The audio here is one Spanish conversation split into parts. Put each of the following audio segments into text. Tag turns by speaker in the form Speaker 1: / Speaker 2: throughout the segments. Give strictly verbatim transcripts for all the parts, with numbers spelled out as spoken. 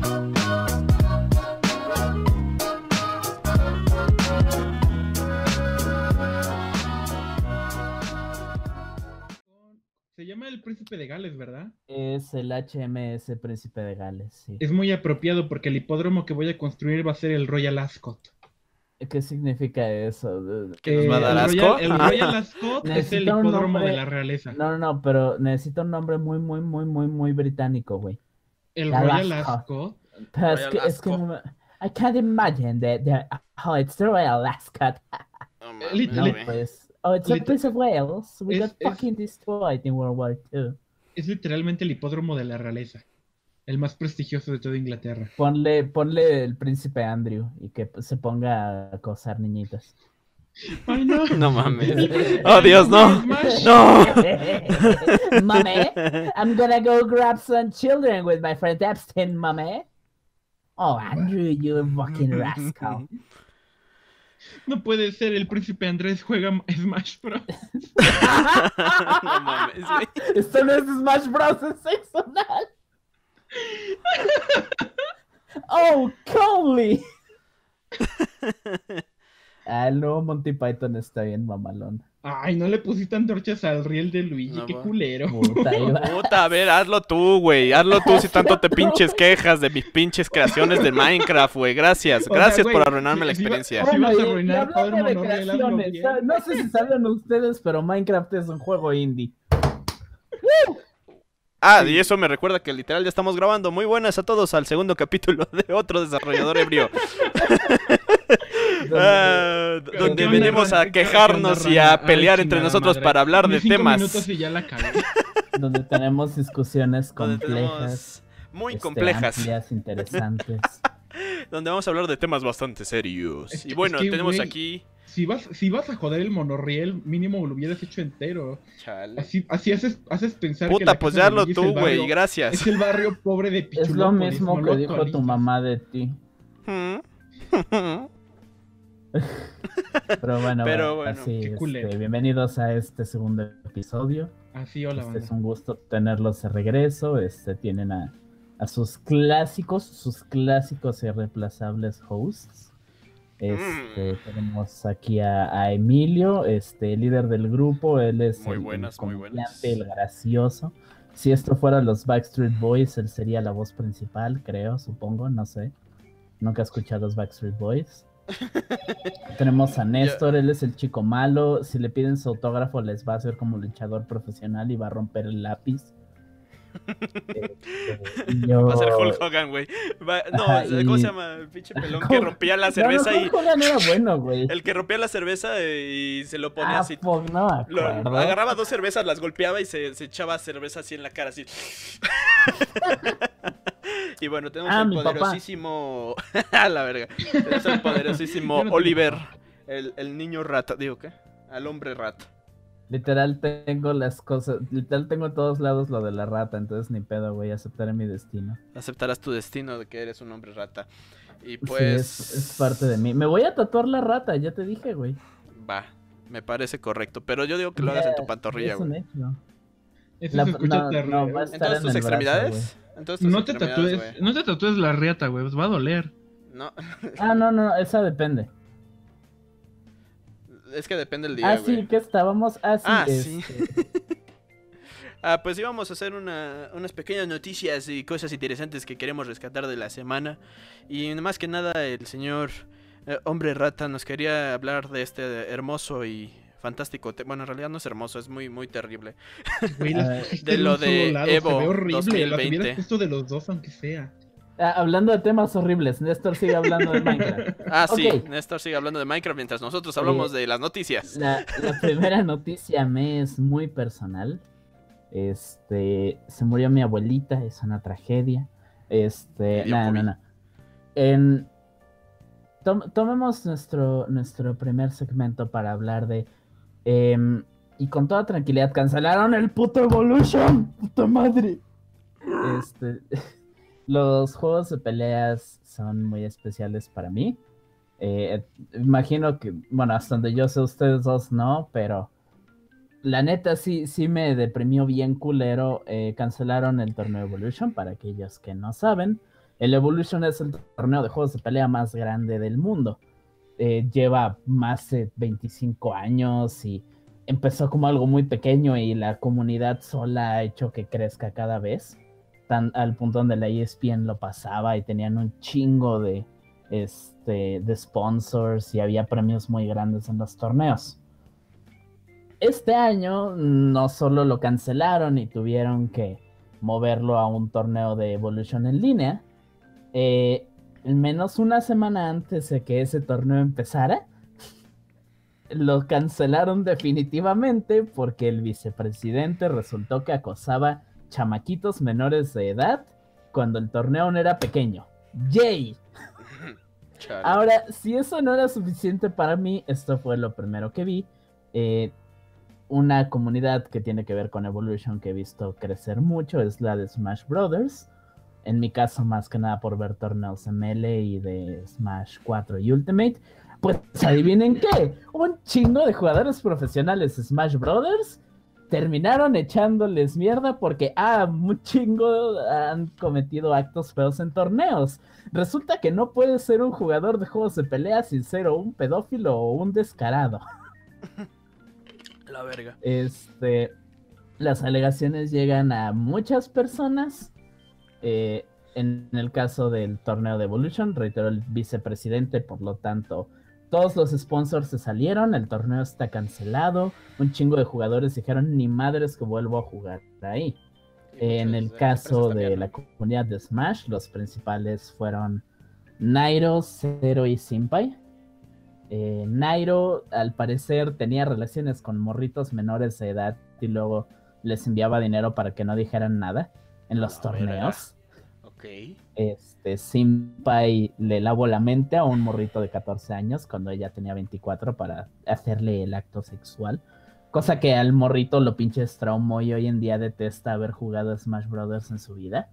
Speaker 1: Se llama el Príncipe de Gales, ¿verdad?
Speaker 2: Es el H M S Príncipe de Gales, sí.
Speaker 1: Es muy apropiado porque el hipódromo que voy a construir va a ser el Royal Ascot.
Speaker 2: ¿Qué significa eso?
Speaker 3: ¿Que nos va a dar
Speaker 1: el
Speaker 3: asco?
Speaker 1: Royal, el Royal Ascot es el hipódromo
Speaker 2: nombre...
Speaker 1: de la realeza.
Speaker 2: No, no, no, pero necesito un nombre muy, muy, muy, muy, muy británico, güey.
Speaker 1: El la Royal Ascot.
Speaker 2: Pero es que, es que no me... I can't imagine that, that oh, it's the Royal Ascot.
Speaker 3: Oh,
Speaker 2: no, pues... Oh, it's a piece of Wales. We
Speaker 1: es,
Speaker 2: got fucking es, destroyed in World War Two.
Speaker 1: Es literalmente el hipódromo de la realeza. El más prestigioso de toda Inglaterra.
Speaker 2: Ponle, ponle el príncipe Andrew y que se ponga a acosar niñitas.
Speaker 1: Ay, no.
Speaker 3: No mames. Oh, Dios, no. No.
Speaker 2: Mommy, I'm gonna go grab some children with my friend Epstein, mommy. Oh, Andrew, you fucking rascal.
Speaker 1: No puede ser, el príncipe Andrés juega Smash Bros.
Speaker 3: No mames, güey.
Speaker 2: Esto no es Smash Bros, es sexo anal. Oh, Coley. Ah, el nuevo Monty Python está bien mamalón.
Speaker 1: Ay, no le pusiste antorchas al riel de Luigi, no, qué culero.
Speaker 3: Puta, Puta, a ver, hazlo tú, güey. Hazlo tú si tanto te pinches quejas de mis pinches creaciones de Minecraft, güey. Gracias, gracias o sea, por arruinarme si, la experiencia.
Speaker 1: Si, si
Speaker 2: bueno,
Speaker 1: vas a arruinar
Speaker 2: y, y de creaciones, no sé si saben ustedes, pero Minecraft es un juego indie.
Speaker 3: Ah, y eso me recuerda que literal ya estamos grabando. Muy buenas a todos al segundo capítulo de otro desarrollador ebrio. Uh, donde venimos a quejarnos y a pelear entre nosotros para hablar de temas.
Speaker 1: Y ya la
Speaker 2: donde tenemos discusiones complejas,
Speaker 3: muy
Speaker 2: este,
Speaker 3: complejas,
Speaker 2: amplias, interesantes.
Speaker 3: Donde vamos a hablar de temas bastante serios. Es que, y bueno, es que, tenemos wey, aquí.
Speaker 1: Si vas, si vas a joder el monorriel, mínimo lo hubieras hecho entero.
Speaker 3: Chale.
Speaker 1: Así, así haces, haces pensar
Speaker 3: Puta,
Speaker 1: que la
Speaker 3: pues ya lo tú, güey, gracias.
Speaker 1: Es el barrio pobre de Pichulópolis.
Speaker 2: Es lo mismo que dijo tu mamá de ti. Pero bueno,
Speaker 3: Pero
Speaker 2: bueno,
Speaker 3: bueno
Speaker 2: así, este, bienvenidos a este segundo episodio.
Speaker 1: Así, hola,
Speaker 2: este es un gusto tenerlos de regreso. Este, tienen a, a sus clásicos, sus clásicos y irreemplazables hosts. Este, mm. Tenemos aquí a, a Emilio, este, líder del grupo. Él es
Speaker 3: muy
Speaker 2: el,
Speaker 3: buenas,
Speaker 2: el
Speaker 3: muy buenas.
Speaker 2: el gracioso. Si esto fuera los Backstreet Boys, él sería la voz principal, creo, supongo, no sé. Nunca he escuchado a los Backstreet Boys. Tenemos a Néstor, él es el chico malo. Si le piden su autógrafo les va a hacer como luchador profesional y va a romper el lápiz.
Speaker 3: este, yo... Va a ser Hulk Hogan, güey. No, Ajá, y... ¿cómo se llama? El pinche pelón ¿Cómo? que rompía la cerveza no, no,
Speaker 2: y... Hogan era bueno, güey.
Speaker 3: El que rompía la cerveza y se lo ponía
Speaker 2: ah,
Speaker 3: así.
Speaker 2: Pues no
Speaker 3: lo, agarraba dos cervezas, las golpeaba y se, se echaba cerveza así en la cara, así. Y bueno, tenemos
Speaker 2: ah,
Speaker 3: el poderosísimo... A la verga. Tenemos el poderosísimo Oliver, el, el niño rata. Digo, ¿qué? Al hombre rata.
Speaker 2: Literal tengo las cosas... Literal tengo en todos lados lo de la rata, entonces ni pedo, güey. Aceptaré mi destino.
Speaker 3: Aceptarás tu destino de que eres un hombre rata. Y pues...
Speaker 2: Sí, es, es parte de mí. Me voy a tatuar la rata, ya te dije, güey.
Speaker 3: Va, me parece correcto. Pero yo digo que lo yeah, hagas en tu pantorrilla, güey.
Speaker 2: Es un hecho.
Speaker 1: Eso la, se escucha
Speaker 2: no,
Speaker 1: terrible.
Speaker 2: No, va a estar
Speaker 3: ¿En todas tus
Speaker 2: en
Speaker 3: extremidades?
Speaker 2: Brazo,
Speaker 1: ¿En todas tus no, te tatúes, wey. no te tatúes la riata, güey, va a doler.
Speaker 3: No.
Speaker 2: Ah, no, no, esa depende.
Speaker 3: Es que depende del día,
Speaker 2: Ah, sí,
Speaker 3: wey.
Speaker 2: que estábamos así.
Speaker 3: Ah,
Speaker 2: este...
Speaker 3: sí. ah, pues íbamos a hacer una, unas pequeñas noticias y cosas interesantes que queremos rescatar de la semana. Y más que nada el señor eh, Hombre Rata nos quería hablar de este hermoso y... fantástico, bueno, en realidad no es hermoso, es muy, muy terrible.
Speaker 1: Güey, de lo de Evo dos mil veinte. Esto de los dos, aunque sea.
Speaker 2: Ah, hablando de temas horribles, Néstor sigue hablando de Minecraft.
Speaker 3: Ah, sí, okay. Néstor sigue hablando de Minecraft mientras nosotros hablamos eh, de las noticias.
Speaker 2: La, la primera noticia me es muy personal. Este, se murió mi abuelita, es una tragedia. Este, no, no, no. En, tom, tomemos nuestro, nuestro primer segmento para hablar de... Eh, y con toda tranquilidad, cancelaron el puto Evolution. Puta madre. Este, los juegos de peleas son muy especiales para mí. Eh, imagino que, bueno, hasta donde yo sé, ustedes dos no, pero la neta sí, sí me deprimió bien culero. Eh, cancelaron el torneo Evolution, para aquellos que no saben. El Evolution es el torneo de juegos de pelea más grande del mundo. Eh, lleva más de veinticinco años y empezó como algo muy pequeño y la comunidad sola ha hecho que crezca cada vez, tan, al punto donde la E S P N lo pasaba y tenían un chingo de, este, de sponsors y había premios muy grandes en los torneos. Este año no solo lo cancelaron y tuvieron que moverlo a un torneo de Evolution en línea, eh, al menos una semana antes de que ese torneo empezara, lo cancelaron definitivamente porque el vicepresidente resultó que acosaba chamaquitos menores de edad cuando el torneo aún era pequeño. ¡Yay! Chale. Ahora, si eso no era suficiente para mí, esto fue lo primero que vi. Eh, una comunidad que tiene que ver con Evolution que he visto crecer mucho es la de Smash Brothers. En mi caso, más que nada por ver torneos de Melee y de Smash cuatro y Ultimate. Pues adivinen qué, un chingo de jugadores profesionales Smash Brothers terminaron echándoles mierda porque, ah, un chingo han cometido actos feos en torneos. Resulta que no puedes ser un jugador de juegos de pelea sin ser o un pedófilo o un descarado.
Speaker 3: La verga.
Speaker 2: Este, las alegaciones llegan a muchas personas. Eh, en el caso del torneo de Evolution, reiteró el vicepresidente, por lo tanto, todos los sponsors se salieron, el torneo está cancelado, un chingo de jugadores dijeron, ni madres que vuelvo a jugar ahí. Eh, en el caso de la comunidad de Smash, los principales fueron Nairo, Zero y Senpai. Eh, Nairo, al parecer, tenía relaciones con morritos menores de edad y luego les enviaba dinero para que no dijeran nada en los torneos.
Speaker 3: Okay.
Speaker 2: Este, Senpai le lavó la mente a un morrito de catorce años cuando ella tenía veinticuatro para hacerle el acto sexual. Cosa que al morrito lo pinches traumó y hoy en día detesta haber jugado a Smash Brothers en su vida.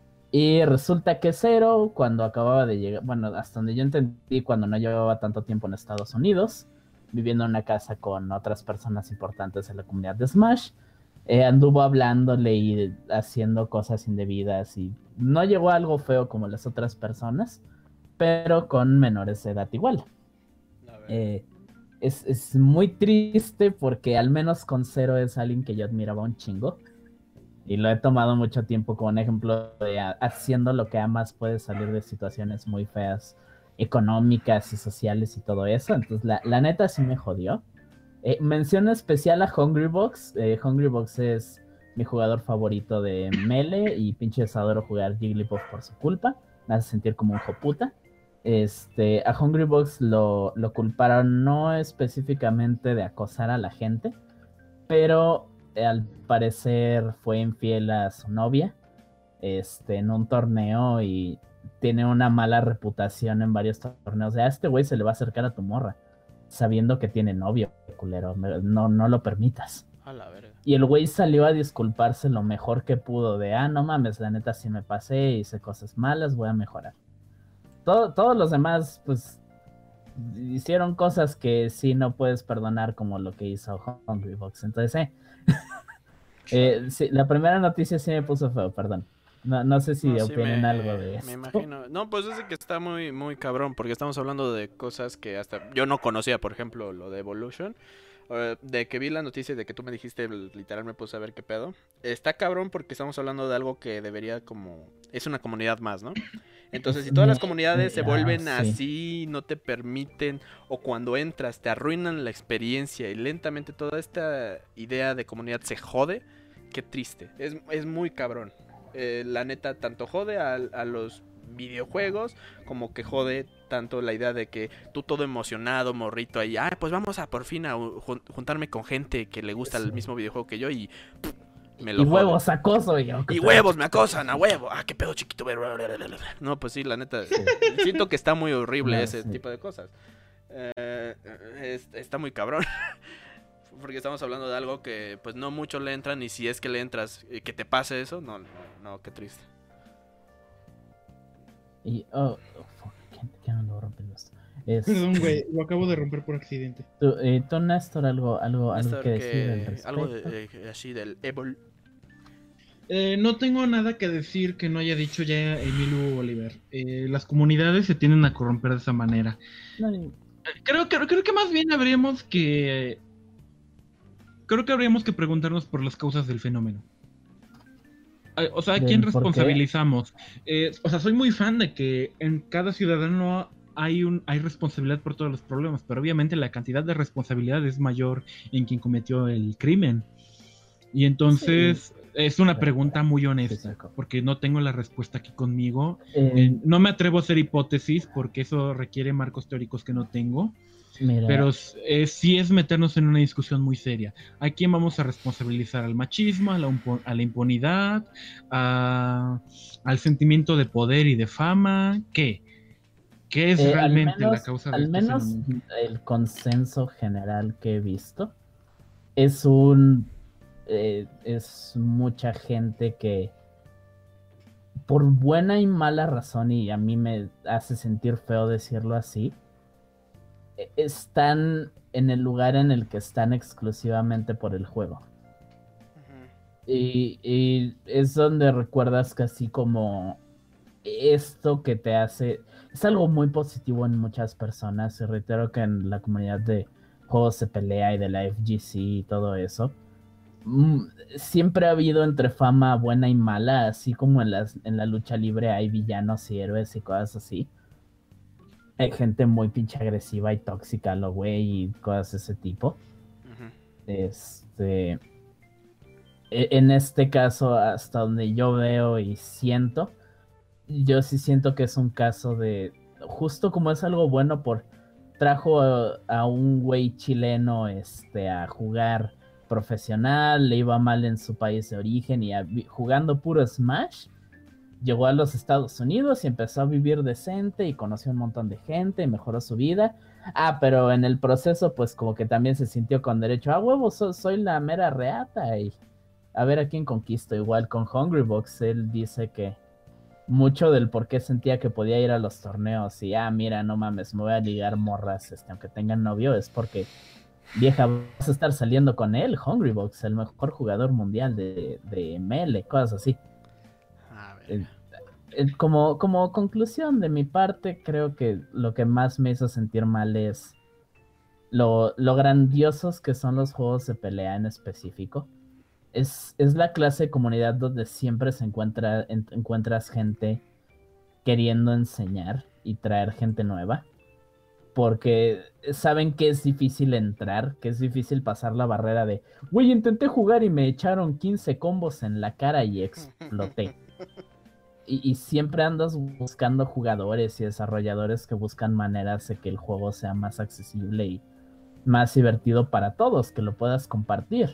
Speaker 2: Y resulta que Zero, cuando acababa de llegar, bueno, hasta donde yo entendí, cuando no llevaba tanto tiempo en Estados Unidos, viviendo en una casa con otras personas importantes en la comunidad de Smash, Eh, anduvo hablándole y haciendo cosas indebidas y no llegó a algo feo como las otras personas, pero con menores de edad igual. Eh, es, es muy triste porque al menos con Zero es alguien que yo admiraba un chingo y lo he tomado mucho tiempo como un ejemplo de a, haciendo lo que amas puedes salir de situaciones muy feas económicas y sociales y todo eso. Entonces la, la neta sí me jodió. Eh, mención especial a Hungrybox. Eh, Hungrybox es mi jugador favorito de Melee y pinches adoro jugar Jigglypuff por su culpa. Me hace sentir como un joputa. Este, a Hungrybox lo, lo culparon no específicamente de acosar a la gente, pero eh, al parecer fue infiel a su novia este, en un torneo y tiene una mala reputación en varios torneos. A este güey se le va a acercar a tu morra sabiendo que tiene novio, culero, no, no lo permitas.
Speaker 3: A la verga.
Speaker 2: Y el güey salió a disculparse lo mejor que pudo de, ah, no mames, la neta sí me pasé, hice cosas malas, voy a mejorar. Todo, todos los demás, pues, hicieron cosas que sí no puedes perdonar como lo que hizo Hungrybox. Entonces, eh, eh sí, la primera noticia sí me puso feo, perdón. No, no sé si no, opinen sí me, algo de esto.
Speaker 3: Me imagino. No, pues es que está muy, muy cabrón, porque estamos hablando de cosas que hasta yo no conocía, por ejemplo, lo de Evolution. De que vi la noticia y de que tú me dijiste, literal me puse a ver qué pedo. Está cabrón porque estamos hablando de algo que debería como... Es una comunidad más, ¿no? Entonces, si todas las comunidades se vuelven ah, sí. así, no te permiten, o cuando entras te arruinan la experiencia y lentamente toda esta idea de comunidad se jode, qué triste. Es, es muy cabrón. Eh, la neta, tanto jode a, a los videojuegos como que jode tanto la idea de que tú todo emocionado, morrito ahí, ah, pues vamos a por fin a juntarme con gente que le gusta sí. el mismo videojuego que yo y pff, me lo
Speaker 2: y jode. Huevos acoso yo.
Speaker 3: Y huevos me acosan a huevo. Ah, qué pedo chiquito. No, pues sí, la neta, sí. siento que está muy horrible no, ese sí. tipo de cosas. Eh, es, está muy cabrón. Porque estamos hablando de algo que pues no muchos le entran y si es que le entras, que te pase eso, no, no, no qué triste.
Speaker 2: Y, oh, oh fuck, ¿qué no lo rompen esto? Es...
Speaker 1: Perdón, güey, lo acabo de romper por accidente.
Speaker 2: Tú, eh, tú Néstor, algo, algo,
Speaker 3: Néstor,
Speaker 2: algo que,
Speaker 3: que
Speaker 2: decir al respecto.
Speaker 3: Algo de, eh, así del Evol.
Speaker 1: Eh, no tengo nada que decir que no haya dicho ya Emilio Oliver. Eh, las comunidades se tienden a corromper de esa manera. No, no. Creo, creo, creo que más bien habríamos que... Creo que habríamos que preguntarnos por las causas del fenómeno. O sea, ¿a quién responsabilizamos? Eh, o sea, soy muy fan de que en cada ciudadano hay, un, hay responsabilidad por todos los problemas, pero obviamente la cantidad de responsabilidad es mayor en quien cometió el crimen. Y entonces... Sí. Es una pregunta muy honesta, porque no tengo la respuesta aquí conmigo. Eh, eh, no me atrevo a hacer hipótesis, porque eso requiere marcos teóricos que no tengo. Mira. Pero eh, sí es meternos en una discusión muy seria. ¿A quién vamos a responsabilizar? ¿Al machismo, a la, a la impunidad, a, al sentimiento de poder y de fama? ¿Qué? ¿Qué es eh, realmente menos, la causa de
Speaker 2: al
Speaker 1: este
Speaker 2: menos
Speaker 1: fenómeno?
Speaker 2: El consenso general que he visto es un... Eh, es mucha gente que por buena y mala razón, y a mí me hace sentir feo decirlo así, están en el lugar en el que están exclusivamente por el juego. Uh-huh. y, y es donde recuerdas que así como esto que te hace, es algo muy positivo en muchas personas, y reitero que en la comunidad de juegos de pelea y de la F G C y todo eso, siempre ha habido entre fama buena y mala, así como en, las, en la lucha libre hay villanos y héroes y cosas así. Hay gente muy pinche agresiva y tóxica, lo güey, y cosas de ese tipo. Uh-huh. Este, en este caso, hasta donde yo veo y siento, yo sí siento que es un caso de, justo como es algo bueno, por trajo a, a un güey chileno este, a jugar profesional, le iba mal en su país de origen y a, jugando puro Smash, llegó a los Estados Unidos y empezó a vivir decente y conoció un montón de gente y mejoró su vida. Ah, pero en el proceso pues como que también se sintió con derecho a huevo, so, soy la mera reata y a ver a quién conquisto. Igual con Hungrybox, él dice que mucho del por qué sentía que podía ir a los torneos y ah, mira, no mames, me voy a ligar morras, este, aunque tengan novio, es porque vieja, vas a estar saliendo con él, Hungrybox, el mejor jugador mundial de, de Melee, cosas así. A ver. Eh, eh, como, como conclusión de mi parte, creo que lo que más me hizo sentir mal es lo, lo grandiosos que son los juegos de pelea en específico. Es, es la clase de comunidad donde siempre se encuentra, en, encuentras gente queriendo enseñar y traer gente nueva. Porque saben que es difícil entrar, que es difícil pasar la barrera de, güey, intenté jugar y me echaron quince combos en la cara y exploté. Y, y siempre andas buscando jugadores y desarrolladores que buscan maneras de que el juego sea más accesible y más divertido para todos, que lo puedas compartir.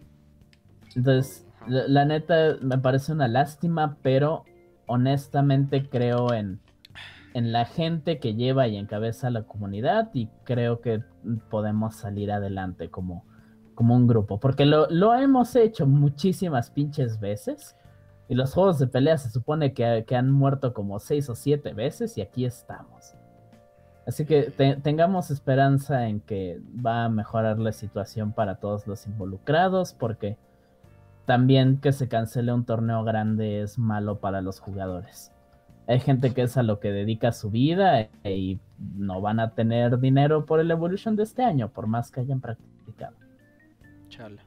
Speaker 2: Entonces, la, la neta me parece una lástima, pero honestamente creo en... en la gente que lleva y encabeza la comunidad y creo que podemos salir adelante como, como un grupo, porque lo, lo hemos hecho muchísimas pinches veces y los juegos de pelea se supone que, que han muerto como seis o siete veces y aquí estamos. Así que te, tengamos esperanza en que va a mejorar la situación para todos los involucrados, porque también que se cancele un torneo grande es malo para los jugadores. Hay gente que es a lo que dedica su vida y no van a tener dinero por el Evolution de este año, por más que hayan practicado.
Speaker 3: Chala.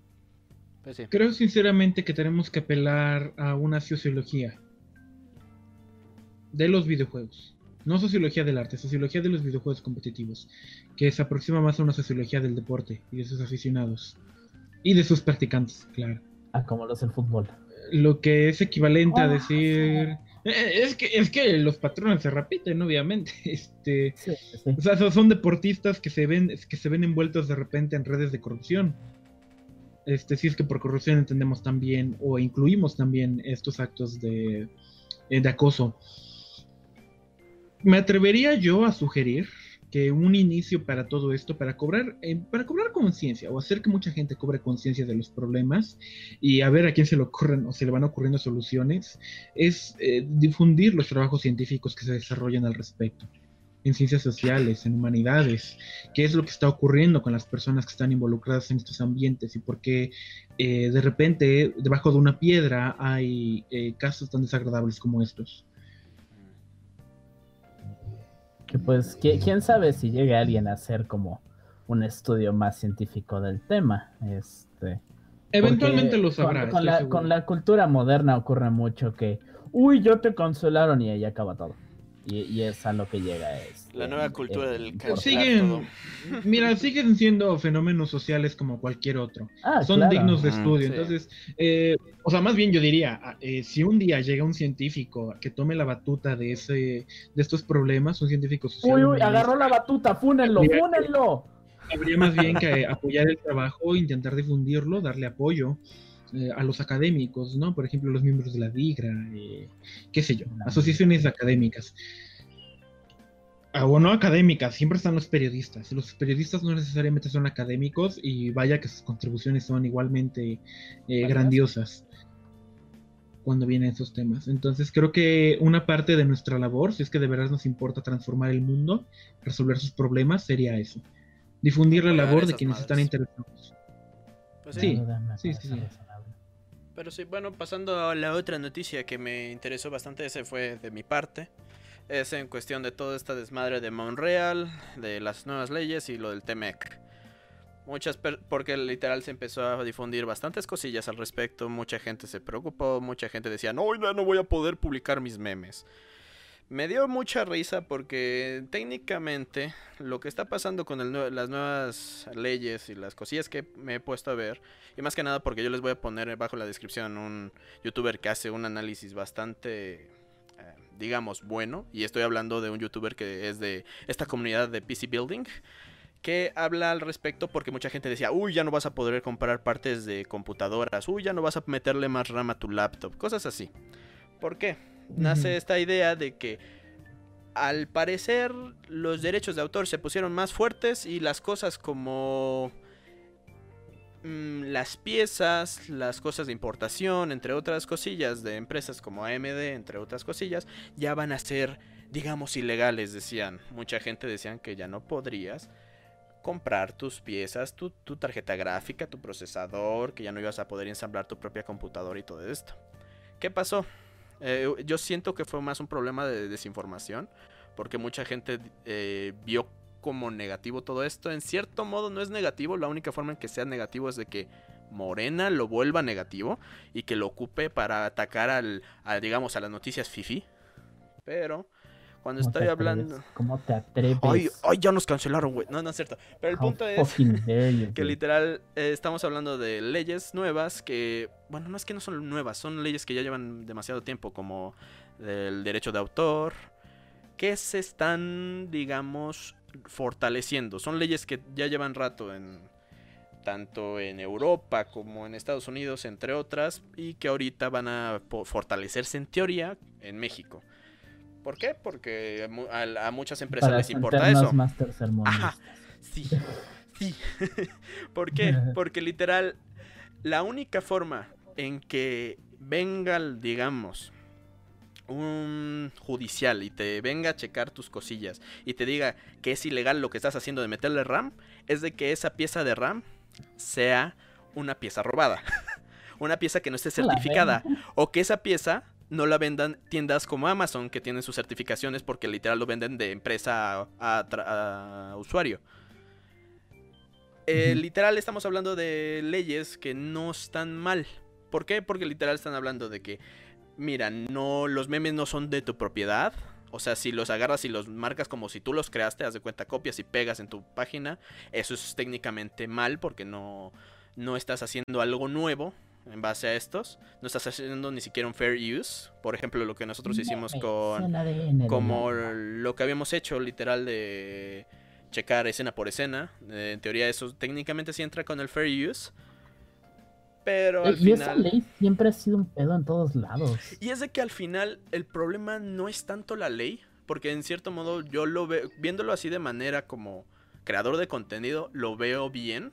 Speaker 3: Pues sí.
Speaker 1: Creo sinceramente que tenemos que apelar a una sociología de los videojuegos. No sociología del arte, sociología de los videojuegos competitivos, que se aproxima más a una sociología del deporte y de sus aficionados. Y de sus practicantes, claro.
Speaker 2: Ah, como los del fútbol.
Speaker 1: Lo que es equivalente oh, a decir... Sí. Es que, es que los patrones se repiten, obviamente. Este, sí, sí. O sea, son deportistas que se ven, que se ven envueltos de repente en redes de corrupción. Este, si es que por corrupción entendemos también, o incluimos también estos actos de, de acoso. Me atrevería yo a sugerir que un inicio para todo esto, para cobrar, eh, para cobrar conciencia, o hacer que mucha gente cobre conciencia de los problemas, y a ver a quién se le ocurren o se le van ocurriendo soluciones, es eh, difundir los trabajos científicos que se desarrollan al respecto. en ciencias sociales, en humanidades, qué es lo que está ocurriendo con las personas que están involucradas en estos ambientes y por qué eh, de repente debajo de una piedra hay eh, casos tan desagradables como estos.
Speaker 2: Que pues, quién sabe si llegue alguien a hacer como un estudio más científico del tema. Este,
Speaker 1: Eventualmente lo sabrá.
Speaker 2: Con, con, la, con la cultura moderna ocurre mucho que, uy, ya te cancelaron y ahí acaba todo. Y, y es a lo que llega. Este,
Speaker 3: la nueva cultura
Speaker 2: el,
Speaker 3: del cancelar
Speaker 1: siguen,
Speaker 3: todo.
Speaker 1: Mira, siguen siendo fenómenos sociales como cualquier otro.
Speaker 2: Ah,
Speaker 1: Son
Speaker 2: claro.
Speaker 1: dignos de estudio.
Speaker 3: Mm, sí.
Speaker 1: Entonces, eh, o sea, más bien yo diría, eh, si un día llega un científico que tome la batuta de ese, de estos problemas, un científico social.
Speaker 2: Uy, uy, agarró la batuta, fúnenlo,
Speaker 1: habría,
Speaker 2: fúnenlo.
Speaker 1: Habría más bien que apoyar el trabajo, intentar difundirlo, darle apoyo. Eh, a los académicos, ¿no? Por ejemplo, los miembros de la DIGRA, eh, qué sé yo, asociaciones académicas. Ah, o no académicas, siempre están los periodistas. Los periodistas no necesariamente son académicos y vaya que sus contribuciones son igualmente eh, grandiosas cuando vienen esos temas. Entonces creo que una parte de nuestra labor, si es que de verdad nos importa transformar el mundo, resolver sus problemas, sería eso. Difundir la labor de quienes madres. Están interesados.
Speaker 3: Pues sí,
Speaker 1: sí, sí, sí.
Speaker 3: Pero sí, bueno, pasando a la otra noticia que me interesó bastante, ese fue de mi parte. Es en cuestión de toda esta desmadre de Montreal, de las nuevas leyes y lo del T M E C. Muchas, per porque literal se empezó a difundir bastantes cosillas al respecto. Mucha gente se preocupó, mucha gente decía, no, ya no voy a poder publicar mis memes. Me dio mucha risa porque técnicamente lo que está pasando con el, las nuevas leyes y las cosillas que me he puesto a ver, y más que nada porque yo les voy a poner bajo la descripción un youtuber que hace un análisis bastante, eh, digamos, bueno, y estoy hablando de un youtuber que es de esta comunidad de P C Building, que habla al respecto porque mucha gente decía, uy, ya no vas a poder comprar partes de computadoras, uy, ya no vas a meterle más RAM a tu laptop, cosas así. ¿Por qué? Nace esta idea de que al parecer los derechos de autor se pusieron más fuertes y las cosas como mmm, las piezas, las cosas de importación, entre otras cosillas de empresas como A M D, entre otras cosillas, ya van a ser, digamos, ilegales, decían. Mucha gente decían que ya no podrías comprar tus piezas, tu, tu tarjeta gráfica, tu procesador, que ya no ibas a poder ensamblar tu propia computadora y todo esto. ¿Qué pasó? Eh, yo siento que fue más un problema de desinformación, porque mucha gente eh, vio como negativo todo esto. En cierto modo no es negativo, la única forma en que sea negativo es de que Morena lo vuelva negativo y que lo ocupe para atacar al, a, digamos, a las noticias fifi. Pero cuando estoy hablando...
Speaker 2: ¿Cómo te atreves?
Speaker 3: Ay, ay, ya nos cancelaron, güey. No, no es cierto. Pero el How punto es you, que literal eh, estamos hablando de leyes nuevas que... Bueno, no es que no son nuevas, son leyes que ya llevan demasiado tiempo, como el derecho de autor, que se están, digamos, fortaleciendo. Son leyes que ya llevan rato en... tanto en Europa como en Estados Unidos, entre otras, y que ahorita van a fortalecerse en teoría en México. ¿Por qué? Porque a, a muchas empresas
Speaker 2: Para
Speaker 3: les importa eso.
Speaker 2: Más
Speaker 3: Ajá, sí, sí. ¿Por qué? Porque literal, la única forma en que venga, digamos, un judicial y te venga a checar tus cosillas y te diga que es ilegal lo que estás haciendo de meterle RAM, es de que esa pieza de RAM sea una pieza robada. Una pieza que no esté certificada. O que esa pieza no la vendan tiendas como Amazon, que tienen sus certificaciones porque literal lo venden de empresa a, a, a usuario. Eh, uh-huh. Literal estamos hablando de leyes que no están mal. ¿Por qué? Porque literal están hablando de que, mira, no, los memes no son de tu propiedad. O sea, si los agarras y los marcas como si tú los creaste, haz de cuenta, copias y pegas en tu página, eso es técnicamente mal porque no, no estás haciendo algo nuevo en base a estos. No estás haciendo ni siquiera un fair use. Por ejemplo, lo que nosotros hicimos con... como lo que habíamos hecho, literal, de checar escena por escena. Eh, en teoría eso técnicamente sí entra con el fair use. Pero al
Speaker 2: y
Speaker 3: final...
Speaker 2: esa ley siempre ha sido un pedo en todos lados.
Speaker 3: Y es de que al final el problema no es tanto la ley, porque en cierto modo yo lo veo, viéndolo así de manera como creador de contenido, lo veo bien.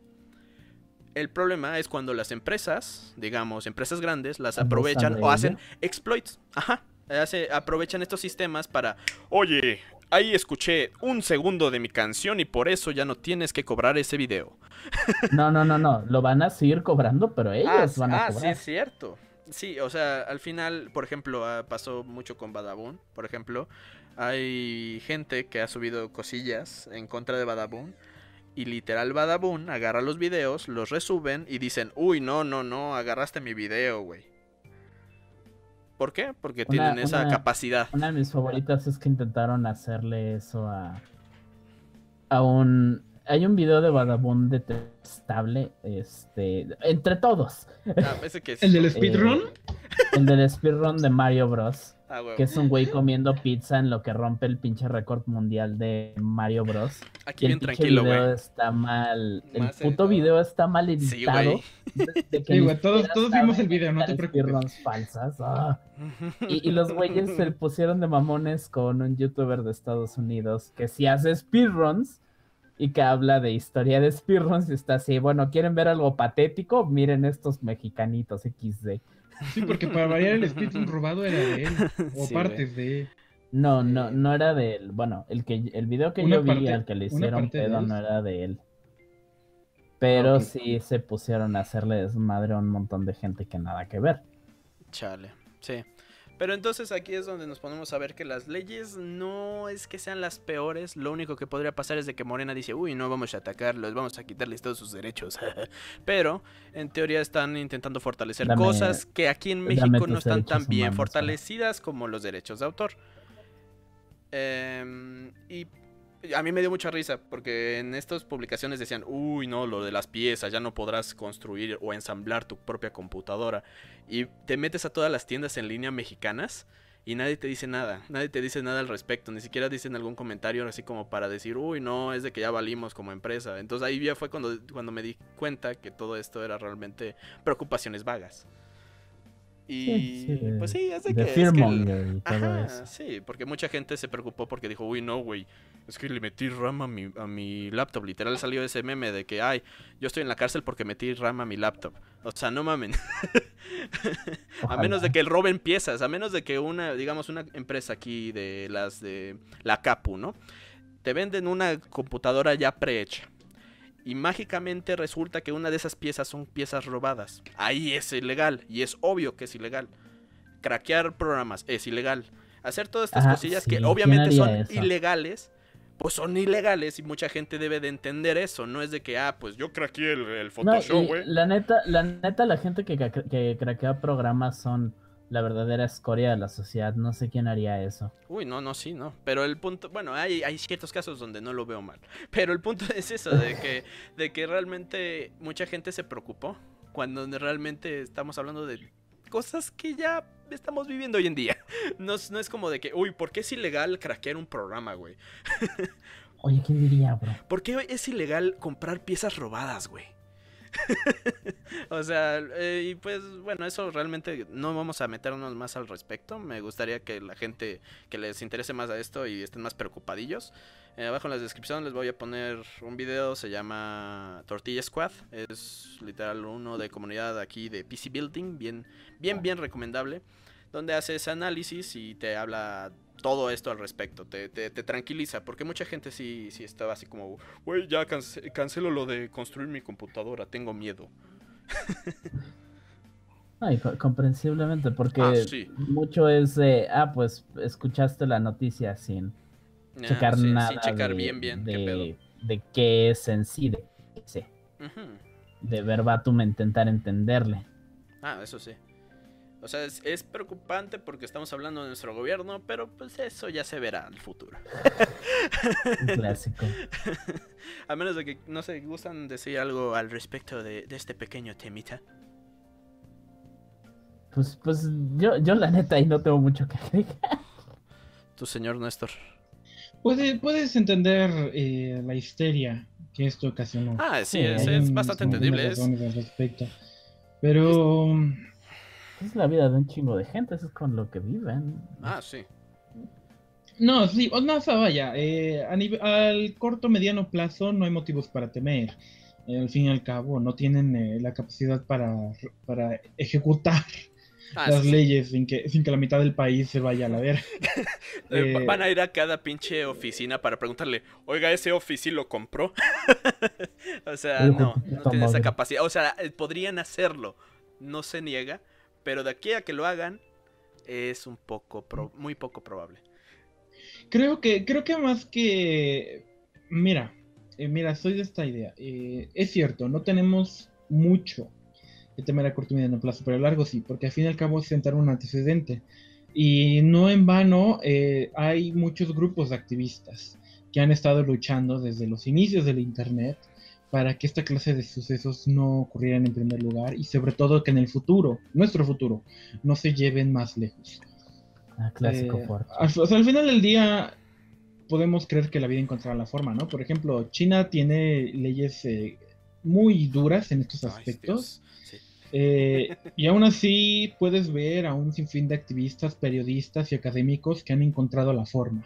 Speaker 3: El problema es cuando las empresas, digamos, empresas grandes, las aprovechan o hacen exploits. Ajá. Hace, aprovechan estos sistemas para, oye, ahí escuché un segundo de mi canción y por eso ya no tienes que cobrar ese video.
Speaker 2: No, no, no, no. Lo van a seguir cobrando, pero ellos
Speaker 3: Ah,
Speaker 2: van a
Speaker 3: ah,
Speaker 2: cobrar.
Speaker 3: sí, es cierto. Sí, o sea, al final, por ejemplo, ah, pasó mucho con Badabun, por ejemplo. Hay gente que ha subido cosillas en contra de Badabun. Y literal Badabun agarra los videos, los resuben y dicen, uy, no, no, no, agarraste mi video, güey. ¿Por qué? Porque
Speaker 2: Una,
Speaker 3: tienen esa
Speaker 2: una,
Speaker 3: capacidad.
Speaker 2: Una de mis favoritas es que intentaron hacerle eso a, a un... Hay un video de Badabun detestable, este, entre todos.
Speaker 3: Ah, ese que es
Speaker 1: ¿El del
Speaker 3: como-
Speaker 1: speedrun?
Speaker 2: Eh, el del speedrun de Mario Bros.
Speaker 3: Ah, huevo.
Speaker 2: Que es un güey comiendo pizza en lo que rompe el pinche récord mundial de Mario Bros.
Speaker 3: Aquí
Speaker 2: Y
Speaker 3: bien
Speaker 2: el pinche
Speaker 3: tranquilo,
Speaker 2: video
Speaker 3: güey.
Speaker 2: está mal. El
Speaker 3: Más
Speaker 2: puto
Speaker 3: editado.
Speaker 2: video está mal
Speaker 3: Sí,
Speaker 2: editado.
Speaker 3: güey.
Speaker 2: de- de que
Speaker 1: Sí,
Speaker 2: ni
Speaker 1: güey, todos,
Speaker 2: siquiera
Speaker 1: todos vimos
Speaker 2: saben
Speaker 1: el video, no te
Speaker 2: editar
Speaker 1: preocupes.
Speaker 2: speedruns falsas. Ah. Y, y los güeyes se pusieron de mamones con un youtuber de Estados Unidos que sí hace speedruns y que habla de historia de speedruns y está así, bueno, ¿quieren ver algo patético? Miren estos mexicanitos equis de.
Speaker 1: Sí, porque para variar el speedrun robado era de él, o
Speaker 3: Sí,
Speaker 1: partes de él.
Speaker 2: No,
Speaker 3: Sí.
Speaker 2: no, no era de él. Bueno, el que el video que
Speaker 1: Una
Speaker 2: yo vi
Speaker 1: parte-
Speaker 2: al que le
Speaker 1: una
Speaker 2: hicieron
Speaker 1: parte de
Speaker 2: pedo
Speaker 1: él.
Speaker 2: no era de él. Pero
Speaker 1: Ah, ok.
Speaker 2: sí se pusieron a hacerle desmadre a un montón de gente que nada que ver.
Speaker 3: Chale, sí. Pero entonces aquí es donde nos ponemos a ver que las leyes no es que sean las peores. Lo único que podría pasar es de que Morena dice, uy, no vamos a atacarlos, vamos a quitarles todos sus derechos. Pero en teoría están intentando fortalecer
Speaker 2: Dame-
Speaker 3: cosas que aquí en
Speaker 2: dame
Speaker 3: México
Speaker 2: tus
Speaker 3: no están tan
Speaker 2: derechos
Speaker 3: bien
Speaker 2: humanos,
Speaker 3: fortalecidas como los derechos de autor. Em, y a mí me dio mucha risa porque en estas publicaciones decían, uy, no, lo de las piezas, ya no podrás construir o ensamblar tu propia computadora. Y te metes a todas las tiendas en línea mexicanas y nadie te dice nada, nadie te dice nada al respecto, ni siquiera dicen algún comentario así como para decir, uy, no, es de que ya valimos como empresa. Entonces ahí ya fue cuando, cuando me di cuenta que todo esto era realmente preocupaciones vagas. Y
Speaker 2: Sí, sí, de-
Speaker 3: pues sí, es de
Speaker 2: de
Speaker 3: que... es que el-
Speaker 2: fearmonger y todo
Speaker 3: Ajá,
Speaker 2: eso.
Speaker 3: sí, porque mucha gente se preocupó porque dijo, uy, no, güey, es que le metí RAM a mi, a mi laptop. Literal salió ese meme de que, ay, yo estoy en la cárcel porque metí RAM a mi laptop. O sea, no mamen. A
Speaker 2: Ojalá.
Speaker 3: menos de que roben piezas, a menos de que una, digamos, una empresa aquí de las de la Capu, ¿no? Te venden una computadora ya prehecha. Y mágicamente resulta que una de esas piezas son piezas robadas. Ahí es ilegal. Y es obvio que es ilegal. Craquear programas es ilegal. Hacer todas estas
Speaker 2: Ajá,
Speaker 3: cosillas
Speaker 2: sí,
Speaker 3: que
Speaker 2: ¿quién
Speaker 3: obviamente son
Speaker 2: haría eso?
Speaker 3: ilegales. Pues son ilegales y mucha gente debe de entender eso. No es de que, ah, pues yo craqueé el, el
Speaker 2: No,
Speaker 3: Photoshop,
Speaker 2: y
Speaker 3: güey.
Speaker 2: la neta, la neta, la gente que, cra- que craquea programas son la verdadera escoria de la sociedad. No sé quién haría eso.
Speaker 3: Uy, no, no, sí, no. Pero el punto, bueno, hay, hay ciertos casos donde no lo veo mal. Pero el punto es eso, de que, de que realmente mucha gente se preocupó cuando realmente estamos hablando de cosas que ya estamos viviendo hoy en día. No, es- no es como de que, uy, ¿por qué es ilegal craquear un programa, güey?
Speaker 2: Oye, ¿quién diría, bro?
Speaker 3: ¿Por qué es ilegal comprar piezas robadas, güey? O sea, eh, y pues bueno, eso realmente no vamos a meternos más al respecto. Me gustaría que la gente que les interese más a esto y estén más preocupadillos. Eh, abajo en la descripción les voy a poner un video, se llama Tortilla Squad. Es literal uno de comunidad aquí de P C Building, bien, bien, bien recomendable. Donde hace ese análisis y te habla todo esto al respecto, te, te, te tranquiliza, porque mucha gente sí, sí estaba así como, güey, ya cance cancelo lo de construir mi computadora, tengo miedo.
Speaker 2: Ay, co- comprensiblemente, porque
Speaker 3: Ah, sí.
Speaker 2: mucho es de, ah, pues escuchaste la noticia sin
Speaker 3: Ah,
Speaker 2: checar
Speaker 3: sí,
Speaker 2: nada
Speaker 3: sin checar
Speaker 2: de,
Speaker 3: bien, bien,
Speaker 2: de,
Speaker 3: qué pedo.
Speaker 2: de qué es en sí, de, sí,
Speaker 3: Ujú.
Speaker 2: de verbatim intentar entenderle.
Speaker 3: Ah, eso sí. O sea, es, es preocupante porque estamos hablando de nuestro gobierno, pero pues eso ya se verá en el futuro.
Speaker 2: Un clásico.
Speaker 3: A menos de que, no sé, gustan decir algo al respecto de, de este pequeño temita.
Speaker 2: Pues, pues yo, yo la neta ahí no tengo mucho que agregar.
Speaker 3: Tu señor Néstor.
Speaker 1: Puede, puedes entender eh, la histeria que esto ocasionó.
Speaker 3: Ah, sí,
Speaker 2: Sí,
Speaker 3: es,
Speaker 1: Hay
Speaker 3: es
Speaker 1: un
Speaker 3: bastante
Speaker 1: montón de
Speaker 3: entendible. Es,
Speaker 1: razones al respecto. Pero
Speaker 2: Es la vida de un chingo de gente, eso es con lo que viven.
Speaker 3: ah, sí.
Speaker 1: no, sí, o no, o sea, vaya, eh, a nivel, al corto mediano plazo no hay motivos para temer. Eh, al fin y al cabo, no tienen eh, la capacidad para, para ejecutar ah, las sí, leyes sí. Sin, que, sin que la mitad del país se vaya a la verga.
Speaker 3: eh, Van a ir a cada pinche oficina para preguntarle, oiga, ¿ese oficio lo compró? O sea, no, no tiene esa capacidad. O sea, podrían hacerlo, no se niega, pero de aquí a que lo hagan es un poco, pro, muy poco probable.
Speaker 1: Creo que, creo que más que, mira, eh, mira, soy de esta idea. Eh, es cierto, no tenemos mucho que temer a corto y mediano plazo, pero a largo sí, porque al fin y al cabo es sentar un antecedente. Y no en vano, eh, hay muchos grupos de activistas que han estado luchando desde los inicios del internet para que esta clase de sucesos no ocurrieran en primer lugar y sobre todo que en el futuro, nuestro futuro, no se lleven más lejos.
Speaker 2: Ah, clásico eh, fuerte.
Speaker 1: Al, o sea, al final del día podemos creer que la vida encontrará la forma, ¿no? Por ejemplo, China tiene leyes eh, muy duras en estos aspectos. Ay, sí. eh, y aún así puedes ver a un sinfín de activistas, periodistas y académicos que han encontrado la forma.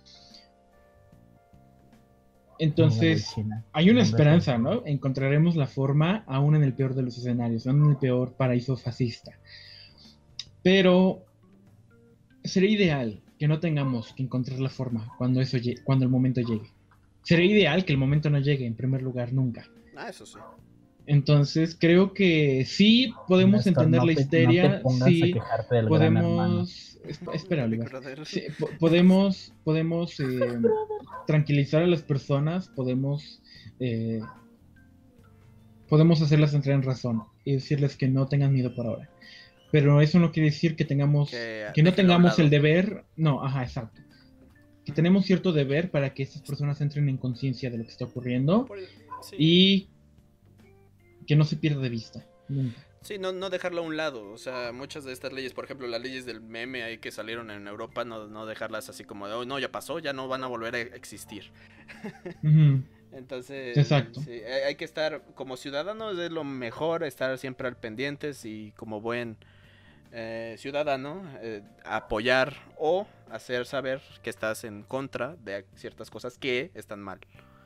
Speaker 1: Entonces, hay una esperanza, ¿no? Encontraremos la forma aún en el peor de los escenarios, aún en el peor paraíso fascista. Pero sería ideal que no tengamos que encontrar la forma cuando eso llegue, cuando el momento llegue. Sería ideal que el momento no llegue en primer lugar nunca.
Speaker 3: Ah, eso sí.
Speaker 1: Entonces creo que sí podemos Néstor, entender no la te, histeria, no sí podemos, espera, Oliver, sí, po podemos, podemos eh, tranquilizar a las personas, podemos, eh, podemos hacerlas entrar en razón y decirles que no tengan miedo por ahora. Pero eso no quiere decir que tengamos, que, que no tengamos el deber, no, ajá, exacto. Que tenemos cierto deber para que estas personas entren en conciencia de lo que está ocurriendo sí. y que no se pierda de vista. Nunca.
Speaker 3: Sí, no, no dejarlo a un lado. O sea, muchas de estas leyes, por ejemplo, las leyes del meme ahí que salieron en Europa, no, no dejarlas así como de, oh, no, ya pasó, ya no van a volver a existir.
Speaker 1: Uh-huh.
Speaker 3: Entonces,
Speaker 1: exacto.
Speaker 3: Sí, hay que estar, como ciudadanos, es lo mejor estar siempre al pendientes y como buen eh, ciudadano, eh, apoyar o hacer saber que estás en contra de ciertas cosas que están mal.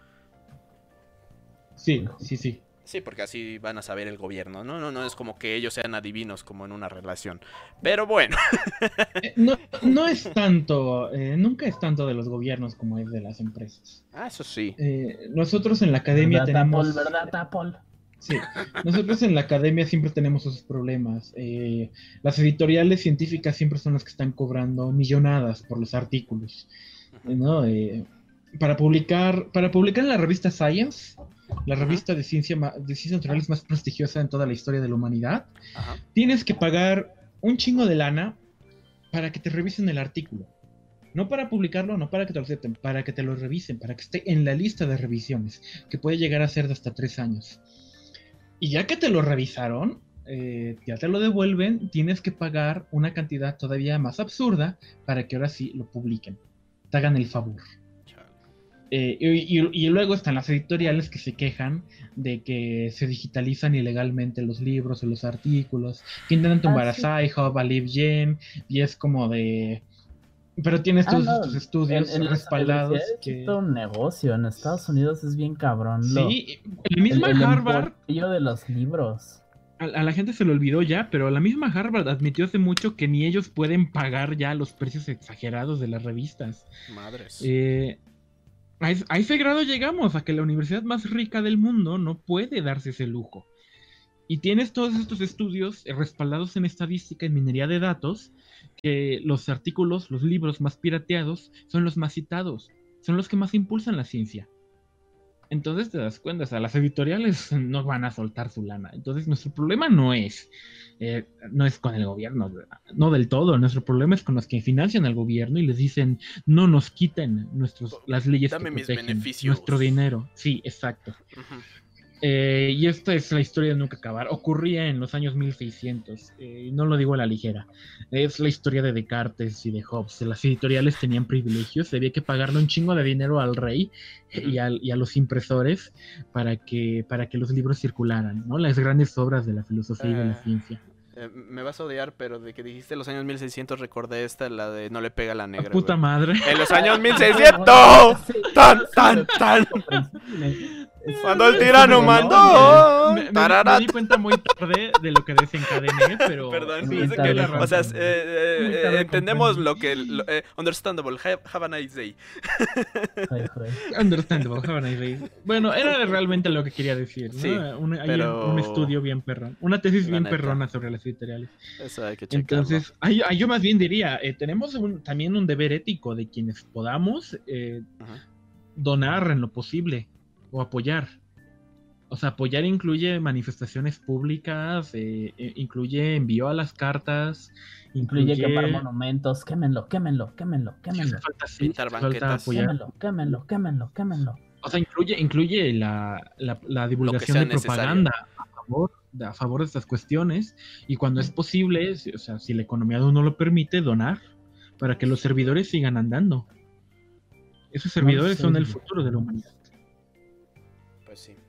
Speaker 1: Sí, sí, sí.
Speaker 3: Sí, porque así van a saber el gobierno, ¿no? No, no es como que ellos sean adivinos como en una relación. Pero bueno.
Speaker 1: eh, no, no es tanto, eh, nunca es tanto de los gobiernos como es de las empresas.
Speaker 3: Ah, eso sí.
Speaker 1: Eh, nosotros en la academia
Speaker 2: ¿verdad,
Speaker 1: tenemos...
Speaker 2: Apple, ¿verdad, Apple?
Speaker 1: Sí, nosotros en la academia siempre tenemos esos problemas. Eh, las editoriales científicas siempre son las que están cobrando millonadas por los artículos, ¿no? Eh, para publicar, para publicar en la revista Science, la revista de ciencia de ciencias naturales más prestigiosa en toda la historia de la humanidad, Ajá. tienes que pagar un chingo de lana para que te revisen el artículo. No para publicarlo, no para que te lo acepten, para que te lo revisen, para que esté en la lista de revisiones, que puede llegar a ser de hasta tres años. Y ya que te lo revisaron, eh, ya te lo devuelven, tienes que pagar una cantidad todavía más absurda para que ahora sí lo publiquen. Te hagan el favor. Eh, y, y, y luego están las editoriales que se quejan de que se digitalizan ilegalmente los libros o los artículos, que intentan tumbar ah, sí. a Sci-Hub, a LibGen, y es como de... Pero tienes todos ah, no. estos estudios en, en respaldados.
Speaker 2: Que... Es todo un negocio, en Estados Unidos es bien cabrón.
Speaker 1: Sí, la misma el, Harvard...
Speaker 2: El de los libros.
Speaker 1: A, a la gente se le olvidó ya, pero la misma Harvard admitió hace mucho que ni ellos pueden pagar ya los precios exagerados de las revistas.
Speaker 3: Madres.
Speaker 1: Eh... A ese, a ese grado llegamos, a que la universidad más rica del mundo no puede darse ese lujo. Y tienes todos estos estudios respaldados en estadística, en minería de datos, que los artículos, los libros más pirateados son los más citados, son los que más impulsan la ciencia. Entonces te das cuenta, o sea, las editoriales no van a soltar su lana. Entonces nuestro problema no es, eh, no es con el gobierno, no del todo. Nuestro problema es con los que financian al gobierno y les dicen, no nos quiten nuestros, las leyes
Speaker 3: Dame
Speaker 1: que
Speaker 3: mis
Speaker 1: protegen
Speaker 3: beneficios.
Speaker 1: Nuestro dinero. Sí, exacto. Uh-huh. Eh, y esta es la historia de nunca acabar. Ocurría en los años mil seiscientos, eh, y no lo digo a la ligera. Es la historia de Descartes y de Hobbes. Las editoriales tenían privilegios, había que pagarle un chingo de dinero al rey y, al, y a los impresores para que, para que los libros circularan, ¿no? Las grandes obras de la filosofía uh, y de la ciencia.
Speaker 3: Eh, me vas a odiar, pero de que dijiste los años mil seiscientos recordé esta, la de No le pega a la negra.
Speaker 1: ¡Puta
Speaker 3: güey.
Speaker 1: madre!
Speaker 3: ¡En los años mil seiscientos! ¡Tan, tan, tan! Cuando el tirano mandó.
Speaker 1: Me, me, me di cuenta muy tarde de lo que desencadené, pero...
Speaker 3: Perdón,
Speaker 1: sí,
Speaker 3: es que la, o sea, eh, eh, eh, entendemos lo que... Lo, eh, understandable, have, have a nice day.
Speaker 1: Understandable, have a nice day. Bueno, era realmente lo que quería decir, ¿no?
Speaker 3: Sí,
Speaker 1: un, hay
Speaker 3: pero...
Speaker 1: un estudio bien perrón, una tesis
Speaker 3: la
Speaker 1: bien
Speaker 3: neta.
Speaker 1: perrona sobre las editoriales.
Speaker 3: Eso hay que checarlo.
Speaker 1: Entonces, ay, ay, yo más bien diría, eh, tenemos un, también un deber ético de quienes podamos eh, uh-huh. donar en lo posible o apoyar. O sea, apoyar incluye manifestaciones públicas, eh, eh, incluye envío a las cartas,
Speaker 2: incluye, incluye quemar monumentos, quémenlo, quémenlo, quémenlo, quémenlo.
Speaker 1: Sí, falta, sí, falta apoyar.
Speaker 2: Quémenlo, quémenlo, quémenlo, quémenlo.
Speaker 1: O sea, incluye, incluye la, la, la divulgación de propaganda a favor, a favor de estas cuestiones, y cuando es posible, o sea, si la economía no lo permite, donar para que los servidores sigan andando. Esos servidores no sé. son el futuro de la humanidad.
Speaker 3: Pues sí.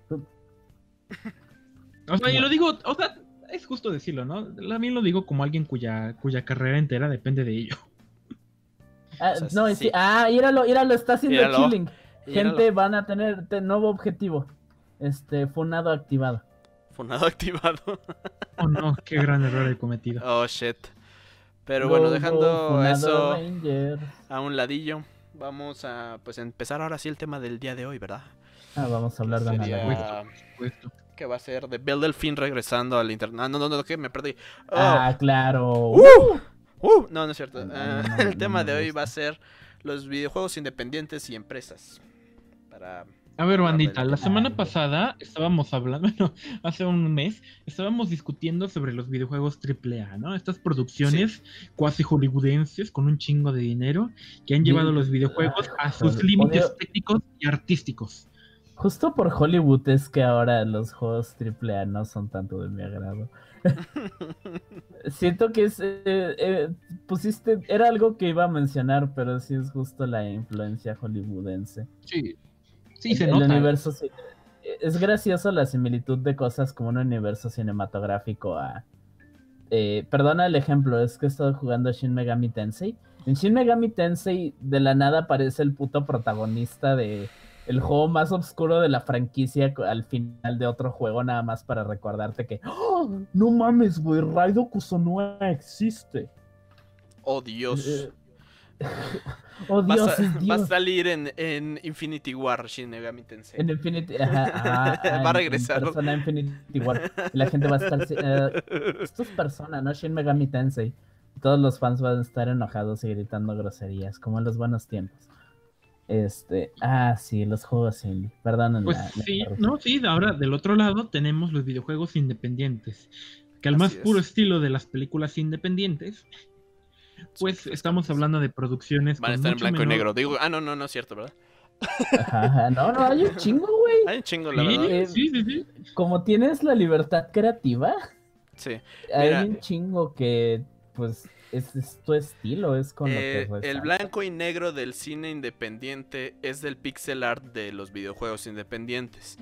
Speaker 1: O sea, yo lo digo, o sea, es justo decirlo, ¿no? A mí lo digo como alguien cuya, cuya carrera entera depende de ello.
Speaker 2: Ah, o sea, no, sí. Sí. Ah, íralo, íralo, está haciendo íralo. Chilling. Gente, íralo. Van a tener te, nuevo objetivo. Este, funado activado.
Speaker 3: Funado activado.
Speaker 1: Oh no, qué gran error he cometido.
Speaker 3: Oh shit. Pero Luego, bueno, dejando eso Ranger. A un ladillo, vamos a pues empezar ahora sí el tema del día de hoy, ¿verdad?
Speaker 2: Ah, vamos a hablar de
Speaker 3: sería... que va a ser de Belle Delphine regresando al internet. Ah, no, no, no, que me perdí.
Speaker 2: Oh. Ah, claro.
Speaker 3: Uh, uh, no, no es cierto. No, uh, no, no, el tema de hoy va a ser los videojuegos independientes y empresas. Para...
Speaker 1: A ver, bandita, la semana pasada estábamos hablando, bueno, hace un mes, estábamos discutiendo sobre los videojuegos triple A, ¿no? Estas producciones sí. cuasi hollywoodenses con un chingo de dinero que han llevado sí. los videojuegos a sus límites Odio. técnicos y artísticos.
Speaker 2: Justo por Hollywood es que ahora los juegos triple A no son tanto de mi agrado. Siento que es, eh, eh, pusiste, era algo que iba a mencionar, pero sí es justo la influencia hollywoodense.
Speaker 1: Sí, sí se
Speaker 2: el,
Speaker 1: nota.
Speaker 2: El universo, es gracioso la similitud de cosas como un universo cinematográfico a... Eh, perdona el ejemplo, es que he estado jugando Shin Megami Tensei. En Shin Megami Tensei de la nada aparece el puto protagonista de... el juego más oscuro de la franquicia al final de otro juego, nada más para recordarte que ¡oh, no mames, güey! Raido Kusonoa existe.
Speaker 3: Oh, Dios.
Speaker 2: Eh, oh, Dios,
Speaker 3: va, a,
Speaker 2: es Dios.
Speaker 3: Va a salir en, en Infinity War, Shin Megami Tensei.
Speaker 2: En Infinity... Ajá, ah,
Speaker 3: va a regresar.
Speaker 2: En Persona Infinity War. Y la gente va a estar... Uh, esto es Persona, ¿no? Shin Megami Tensei. Todos los fans van a estar enojados y gritando groserías, como en los buenos tiempos. Este, ah, sí, los juegos indie, perdón.
Speaker 1: Pues la, sí, la no, sí, ahora del otro lado tenemos los videojuegos independientes, que al Así más es. puro estilo de las películas independientes, pues sí, estamos hablando de producciones.
Speaker 3: Van a estar en blanco menor... y negro, digo, ah, no, no, no es cierto, ¿verdad?
Speaker 2: Ajá, ajá, no, no, hay un chingo, güey.
Speaker 3: Hay un chingo, la
Speaker 1: sí,
Speaker 3: verdad.
Speaker 1: Eh, sí, sí, sí.
Speaker 2: Como tienes la libertad creativa,
Speaker 3: sí.
Speaker 2: Hay
Speaker 3: Mira,
Speaker 2: un chingo que, pues... Es, es tu estilo, es con
Speaker 3: eh,
Speaker 2: lo que
Speaker 3: el blanco y negro del cine independiente es del pixel art de los videojuegos independientes.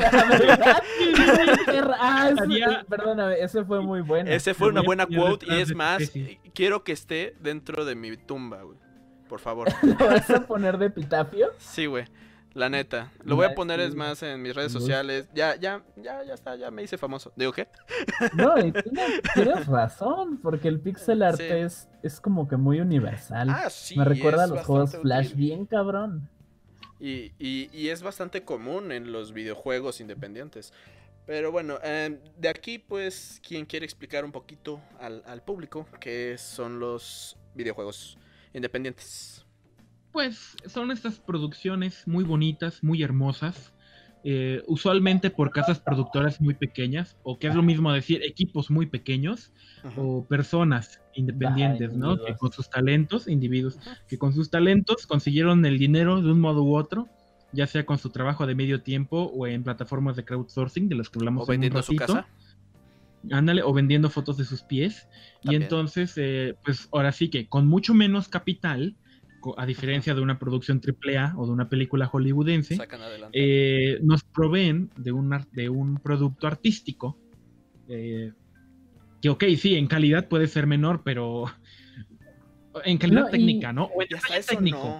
Speaker 2: ah, ese, perdóname, ese fue muy bueno.
Speaker 3: Ese fue una buena quote y es más, quiero que esté dentro de mi tumba, güey. Por favor.
Speaker 2: ¿Lo vas a poner de epitafio?
Speaker 3: Sí, güey. La neta, lo voy a poner es más en mis redes sociales. Ya, ya, ya, ya está, ya me hice famoso. ¿Digo qué?
Speaker 2: No, y tienes, tienes razón, porque el pixel art sí. es, es como que muy universal.
Speaker 3: Ah, sí.
Speaker 2: Me recuerda a los juegos Flash útil. Bien cabrón.
Speaker 3: Y, y, y es bastante común en los videojuegos independientes. Pero bueno, eh, de aquí pues, quien quiere explicar un poquito al, al público qué son los videojuegos independientes.
Speaker 1: Pues son estas producciones muy bonitas, muy hermosas, eh, usualmente por casas productoras muy pequeñas, o que es lo mismo decir equipos muy pequeños, uh-huh. o personas independientes, Ay, ¿no? Que con sus talentos, individuos, uh-huh. que con sus talentos consiguieron el dinero de un modo u otro, ya sea con su trabajo de medio tiempo o en plataformas de crowdsourcing, de las que hablamos
Speaker 3: o
Speaker 1: en un ratito.
Speaker 3: Su casa.
Speaker 1: Ándale, o vendiendo fotos de sus pies. También. Y entonces, eh, pues ahora sí que con mucho menos capital, a diferencia de una producción triple A o de una película hollywoodense, eh, nos proveen de un, de un producto artístico eh, que, ok, sí, en calidad puede ser menor, pero en calidad no, técnica, ¿no? O en detalle técnico.
Speaker 3: No.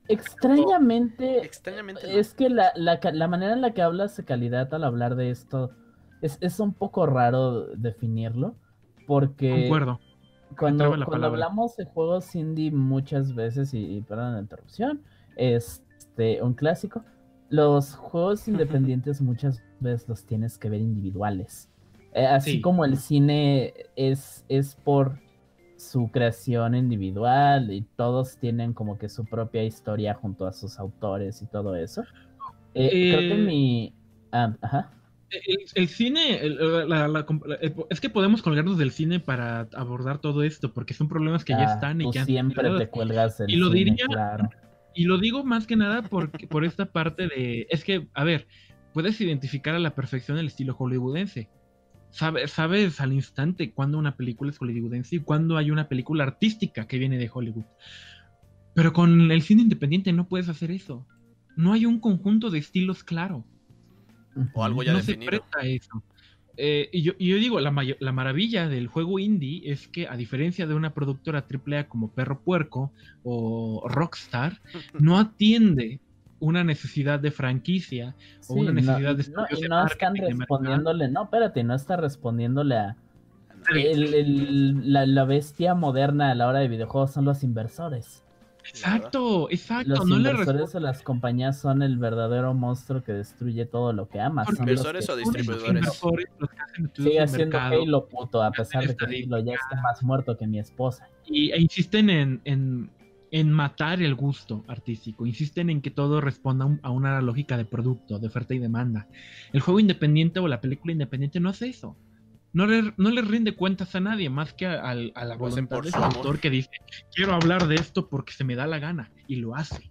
Speaker 2: Extrañamente,
Speaker 3: oh, extrañamente no.
Speaker 2: Es que la, la, la manera en la que hablas de calidad al hablar de esto es, es un poco raro definirlo, porque
Speaker 1: Concuerdo.
Speaker 2: cuando, cuando hablamos de juegos indie muchas veces, y, y perdón la interrupción, este, un clásico, los juegos independientes muchas veces los tienes que ver individuales. Eh, así sí. Como el cine es, es por su creación individual y todos tienen como que su propia historia junto a sus autores y todo eso. Eh, eh, creo que mi... Ah, ajá.
Speaker 1: El, el cine, el, la, la, la, es que podemos colgarnos del cine para abordar todo esto, porque son problemas que ah, ya están y que han
Speaker 2: siempre te cuelgas del
Speaker 1: y lo
Speaker 2: cine,
Speaker 1: diría,
Speaker 2: claro.
Speaker 1: Y lo digo más que nada porque, por esta parte de... Es que, a ver, puedes identificar a la perfección el estilo hollywoodense. Sabes, sabes al instante cuándo una película es hollywoodense y cuándo hay una película artística que viene de Hollywood. Pero con el cine independiente no puedes hacer eso. No hay un conjunto de estilos claro.
Speaker 3: O algo ya
Speaker 1: no
Speaker 3: definido.
Speaker 1: Se presta eso. Eh, y, yo, y yo digo, la, la maravilla del juego indie es que, a diferencia de una productora triple A como Perro Puerco o Rockstar, no atiende una necesidad de franquicia sí, o una necesidad
Speaker 2: no,
Speaker 1: de estudios
Speaker 2: no, y
Speaker 1: de
Speaker 2: no están respondiéndole, no, espérate, no está respondiéndole a el, el, la, la bestia moderna a la hora de videojuegos son los inversores.
Speaker 1: Exacto, exacto.
Speaker 2: Los
Speaker 1: no
Speaker 2: inversores le o las compañías son el verdadero monstruo que destruye todo lo que ama.
Speaker 3: Son ¿Inversores
Speaker 2: los
Speaker 3: que, o distribuidores?
Speaker 1: Los que hacen
Speaker 2: sigue siendo Halo, puto, a pesar de que Halo ya está más muerto que mi esposa.
Speaker 1: Y e insisten en, en, en matar el gusto artístico. Insisten en que todo responda a una lógica de producto, de oferta y demanda. El juego independiente o la película independiente no hace eso. No le, no le rinde cuentas a nadie más que a, a, a la voluntad de su autor que dice, quiero hablar de esto porque se me da la gana, y lo hace.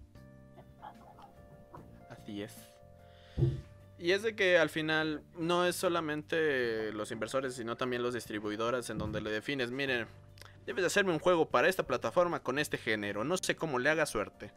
Speaker 3: Así es. Y es de que al final no es solamente los inversores, sino también los distribuidores en donde le defines, miren, debes hacerme un juego para esta plataforma con este género, no sé cómo le haga suerte.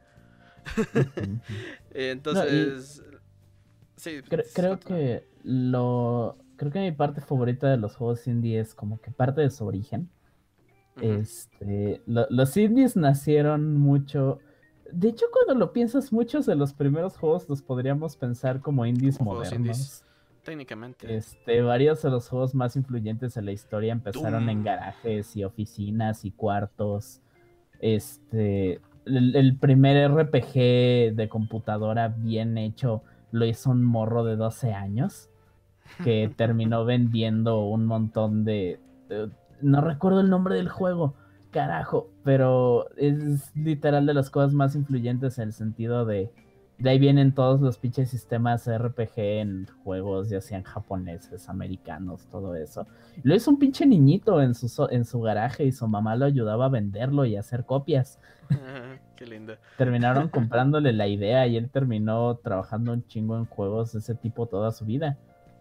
Speaker 3: Entonces...
Speaker 2: No, sí, creo, creo que lo... Creo que mi parte favorita de los juegos indie es como que parte de su origen. Uh-huh. Este, lo, los indies nacieron mucho... De hecho, cuando lo piensas, muchos de los primeros juegos los podríamos pensar como indies como modernos. Indies,
Speaker 3: técnicamente.
Speaker 2: Este, varios de los juegos más influyentes de la historia empezaron Doom. En garajes y oficinas y cuartos. Este, el, el primer R P G de computadora bien hecho lo hizo un morro de doce años. Que terminó vendiendo un montón de, de... No recuerdo el nombre del juego, carajo, pero es literal de las cosas más influyentes en el sentido de... De ahí vienen todos los pinches sistemas R P G en juegos, ya sean japoneses, americanos, todo eso. Lo hizo un pinche niñito en su, en su garaje y su mamá lo ayudaba a venderlo y a hacer copias.
Speaker 3: Qué lindo.
Speaker 2: Terminaron comprándole la idea y él terminó trabajando un chingo en juegos de ese tipo toda su vida.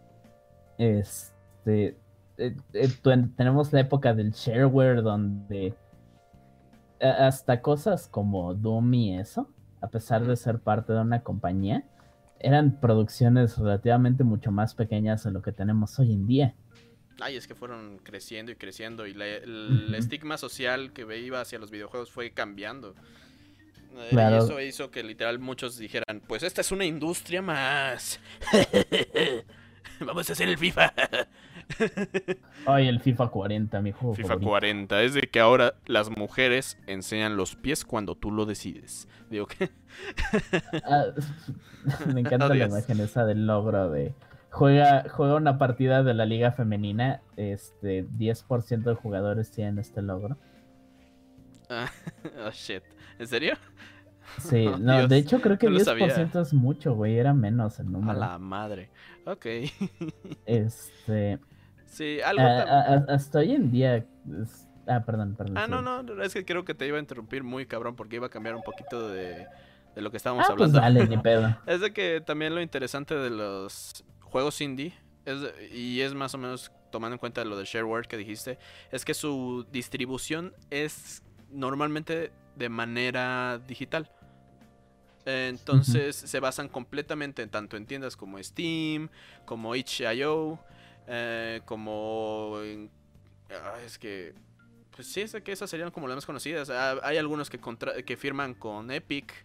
Speaker 2: Este, eh, eh, tenemos la época del shareware donde eh, hasta cosas como Doom y eso, a pesar de ser parte de una compañía, eran producciones relativamente mucho más pequeñas de lo que tenemos hoy en día.
Speaker 3: Ay, es que fueron creciendo y creciendo y la, el uh-huh. estigma social que iba hacia los videojuegos fue cambiando. Claro. Y eso hizo que literal muchos dijeran, pues esta es una industria más. Vamos a hacer el FIFA.
Speaker 2: Ay, el FIFA cuarenta, mi juego
Speaker 3: FIFA
Speaker 2: favorito.
Speaker 3: cuarenta, es de que ahora las mujeres enseñan los pies cuando tú lo decides. Digo que...
Speaker 2: ah, me encanta oh, la imagen esa del logro de... Juega, juega una partida de la liga femenina, este, diez por ciento de jugadores tienen este logro.
Speaker 3: Oh, shit. ¿En serio?
Speaker 2: Sí, oh, no, Dios. De hecho creo que no diez por ciento es mucho, güey, era menos el número.
Speaker 3: A la madre, ok.
Speaker 2: Este...
Speaker 3: Sí, algo
Speaker 2: a, a, hasta hoy en día... Es... Ah, perdón, perdón.
Speaker 3: Ah,
Speaker 2: sí.
Speaker 3: no, no, es que creo que te iba a interrumpir muy cabrón porque iba a cambiar un poquito de, de lo que estábamos
Speaker 2: ah,
Speaker 3: hablando.
Speaker 2: Pues dale, ni pedo.
Speaker 3: Es de que también lo interesante de los juegos indie, es, y es más o menos tomando en cuenta lo del shareware que dijiste, es que su distribución es normalmente de manera digital. Entonces uh-huh. se basan completamente en, tanto en tiendas como Steam, como itch punto i o, eh, como en, ah, es que pues sí, es que esas serían como las más conocidas. Ah, hay algunos que, contra, que firman con Epic